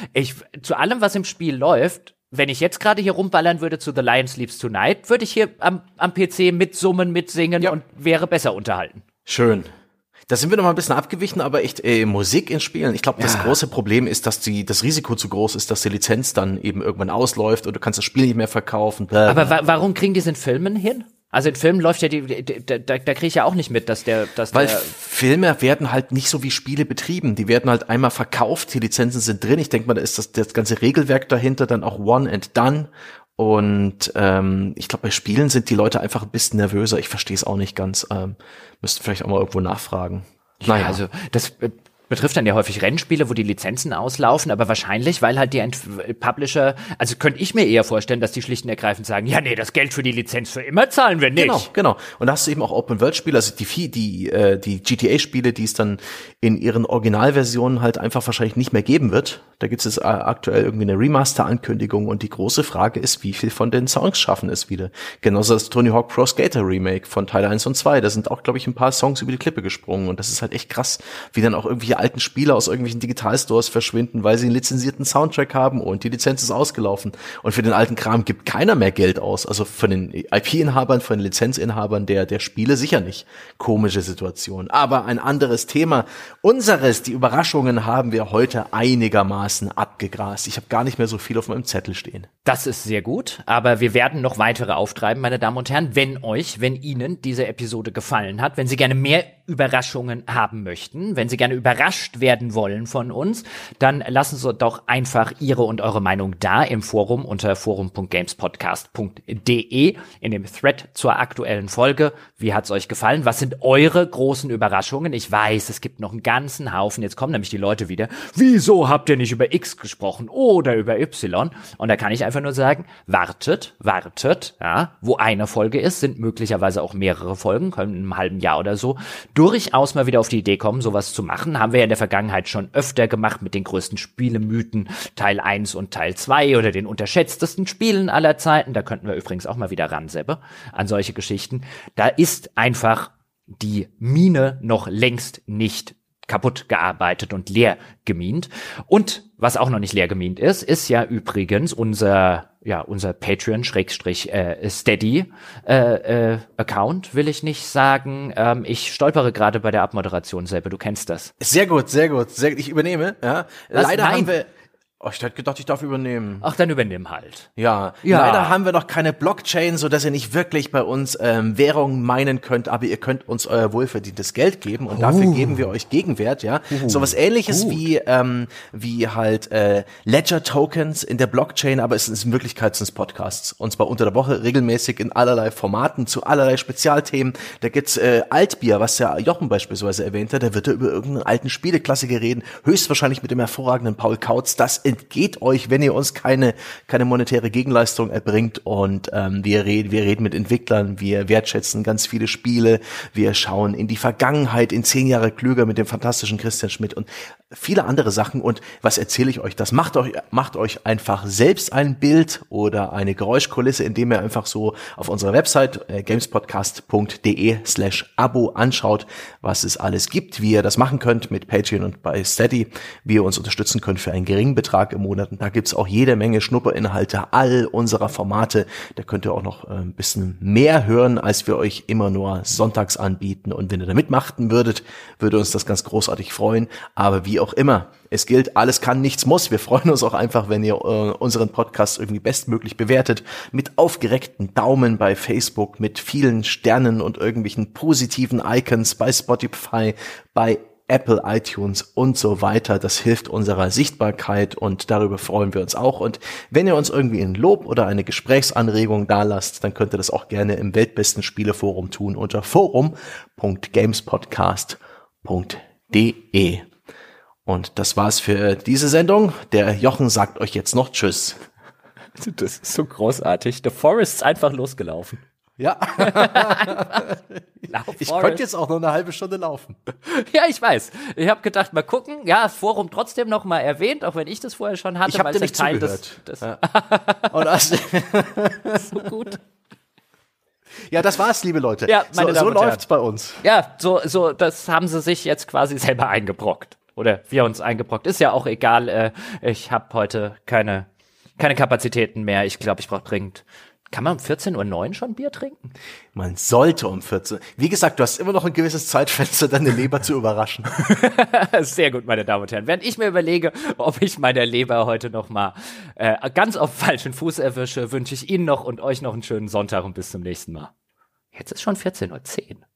[SPEAKER 1] zu allem, was im Spiel läuft, wenn ich jetzt gerade hier rumballern würde zu The Lion Sleeps Tonight, würde ich hier am PC mitsummen, mitsingen und wäre besser unterhalten.
[SPEAKER 2] Schön. Da sind wir noch mal ein bisschen abgewichen, aber echt Musik in Spielen. Ich glaube, das große Problem ist, dass das Risiko zu groß ist, dass die Lizenz dann eben irgendwann ausläuft und du kannst das Spiel nicht mehr verkaufen.
[SPEAKER 1] Aber warum kriegen die es in Filmen hin? Also in Filmen läuft ja da kriege ich ja auch nicht mit,
[SPEAKER 2] weil Filme werden halt nicht so wie Spiele betrieben. Die werden halt einmal verkauft, die Lizenzen sind drin. Ich denke mal, da ist das ganze Regelwerk dahinter dann auch one and done. Und ich glaube, bei Spielen sind die Leute einfach ein bisschen nervöser. Ich verstehe es auch nicht ganz. Müsste vielleicht auch mal irgendwo nachfragen.
[SPEAKER 1] Naja, also das betrifft dann ja häufig Rennspiele, wo die Lizenzen auslaufen, aber wahrscheinlich, weil halt die Publisher, also könnte ich mir eher vorstellen, dass die schlicht und ergreifend sagen, ja, nee, das Geld für die Lizenz für immer zahlen wir nicht.
[SPEAKER 2] Genau. Und da hast du eben auch Open-World-Spiele, also die GTA-Spiele, die es dann in ihren Originalversionen halt einfach wahrscheinlich nicht mehr geben wird. Da gibt es aktuell irgendwie eine Remaster-Ankündigung und die große Frage ist, wie viel von den Songs schaffen es wieder. Genauso das Tony Hawk Pro Skater Remake von Teil 1 und 2. Da sind auch, glaube ich, ein paar Songs über die Klippe gesprungen und das ist halt echt krass, wie dann auch irgendwelche alten Spiele aus irgendwelchen Digitalstores verschwinden, weil sie einen lizenzierten Soundtrack haben und die Lizenz ist ausgelaufen. Und für den alten Kram gibt keiner mehr Geld aus. Also von den IP-Inhabern, von den Lizenzinhabern der Spiele sicher nicht. Komische Situation. Aber ein anderes Thema unseres, die Überraschungen haben wir heute einigermaßen abgegrast. Ich habe gar nicht mehr so viel auf meinem Zettel stehen.
[SPEAKER 1] Das ist sehr gut, aber wir werden noch weitere auftreiben, meine Damen und Herren. Wenn Ihnen diese Episode gefallen hat, wenn Sie gerne mehr Überraschungen haben möchten, wenn Sie gerne überrascht werden wollen von uns, dann lassen Sie doch einfach Ihre und eure Meinung da im Forum unter forum.gamespodcast.de in dem Thread zur aktuellen Folge. Wie hat's euch gefallen? Was sind eure großen Überraschungen? Ich weiß, es gibt noch einen ganzen Haufen. Jetzt kommen nämlich die Leute wieder. Wieso habt ihr nicht über X gesprochen oder über Y? Und da kann ich einfach nur sagen, wartet, ja, wo eine Folge ist, sind möglicherweise auch mehrere Folgen, können in einem halben Jahr oder so durchaus mal wieder auf die Idee kommen, sowas zu machen. Haben wir ja in der Vergangenheit schon öfter gemacht mit den größten Spielemythen Teil 1 und Teil 2 oder den unterschätztesten Spielen aller Zeiten. Da könnten wir übrigens auch mal wieder ran, Sebbe, an solche Geschichten. Da ist einfach die Mine noch längst nicht kaputt gearbeitet und leer gemint. Und was auch noch nicht leer gemint ist ja übrigens unser Patreon-Steady Account, will ich nicht sagen. Ich stolpere gerade bei der Abmoderation selber, du kennst das.
[SPEAKER 2] Sehr gut. Ich übernehme, ja. Leider haben wir... Oh, ich hätte gedacht, ich darf übernehmen.
[SPEAKER 1] Ach, dann übernimm halt.
[SPEAKER 2] Ja, leider haben wir noch keine Blockchain, so dass ihr nicht wirklich bei uns Währungen meinen könnt, aber ihr könnt uns euer wohlverdientes Geld geben und dafür geben wir euch Gegenwert, ja. So was Ähnliches wie halt Ledger-Tokens in der Blockchain, aber es ist in Wirklichkeit sind es Podcasts. Und zwar unter der Woche regelmäßig in allerlei Formaten zu allerlei Spezialthemen. Da gibt's Altbier, was der Jochen beispielsweise erwähnt hat, da wird er über irgendeinen alten Spieleklassiker reden, höchstwahrscheinlich mit dem hervorragenden Paul Kautz. Das entgeht euch, wenn ihr uns keine monetäre Gegenleistung erbringt, und wir reden mit Entwicklern, wir wertschätzen ganz viele Spiele, wir schauen in die Vergangenheit, in 10 Jahre klüger mit dem fantastischen Christian Schmidt und viele andere Sachen. Und was erzähle ich euch? Das macht euch einfach selbst ein Bild oder eine Geräuschkulisse, indem ihr einfach so auf unserer Website gamespodcast.de/Abo anschaut, was es alles gibt, wie ihr das machen könnt mit Patreon und bei Steady, wie ihr uns unterstützen könnt für einen geringen Betrag im Monat. Und da gibt's auch jede Menge Schnupperinhalte all unserer Formate. Da könnt ihr auch noch ein bisschen mehr hören, als wir euch immer nur sonntags anbieten. Und wenn ihr da mitmachen würdet, würde uns das ganz großartig freuen. Aber wie auch immer, es gilt, alles kann, nichts muss. Wir freuen uns auch einfach, wenn ihr unseren Podcast irgendwie bestmöglich bewertet, mit aufgereckten Daumen bei Facebook, mit vielen Sternen und irgendwelchen positiven Icons bei Spotify, bei Apple, iTunes und so weiter. Das hilft unserer Sichtbarkeit und darüber freuen wir uns auch. Und wenn ihr uns irgendwie ein Lob oder eine Gesprächsanregung dalasst, dann könnt ihr das auch gerne im weltbesten Spieleforum tun unter forum.gamespodcast.de. Und das war's für diese Sendung. Der Jochen sagt euch jetzt noch Tschüss.
[SPEAKER 1] Das ist so großartig. The Forest ist einfach losgelaufen.
[SPEAKER 2] Ja. Ich könnte jetzt auch noch eine halbe Stunde laufen.
[SPEAKER 1] Ja, ich weiß. Ich habe gedacht, mal gucken. Ja, das Forum trotzdem noch mal erwähnt, auch wenn ich das vorher schon hatte.
[SPEAKER 2] Ich habe dir nicht
[SPEAKER 1] Teil
[SPEAKER 2] zugehört.
[SPEAKER 1] Ja.
[SPEAKER 2] Und das
[SPEAKER 1] so gut.
[SPEAKER 2] Ja, das war's, liebe Leute.
[SPEAKER 1] Ja, meine
[SPEAKER 2] so
[SPEAKER 1] Damen und Herren.
[SPEAKER 2] läuft's bei uns.
[SPEAKER 1] Ja, so, das haben sie sich jetzt quasi selber eingebrockt. Oder wir uns eingebrockt. Ist ja auch egal. Ich habe heute keine Kapazitäten mehr. Ich glaube, ich brauche dringend. Kann man um 14:09 Uhr schon Bier trinken?
[SPEAKER 2] Man sollte um 14. Wie gesagt, du hast immer noch ein gewisses Zeitfenster, deine Leber zu überraschen.
[SPEAKER 1] Sehr gut, meine Damen und Herren. Während ich mir überlege, ob ich meine Leber heute noch mal ganz auf falschen Fuß erwische, wünsche ich Ihnen noch und euch noch einen schönen Sonntag und bis zum nächsten Mal. Jetzt ist schon 14:10 Uhr.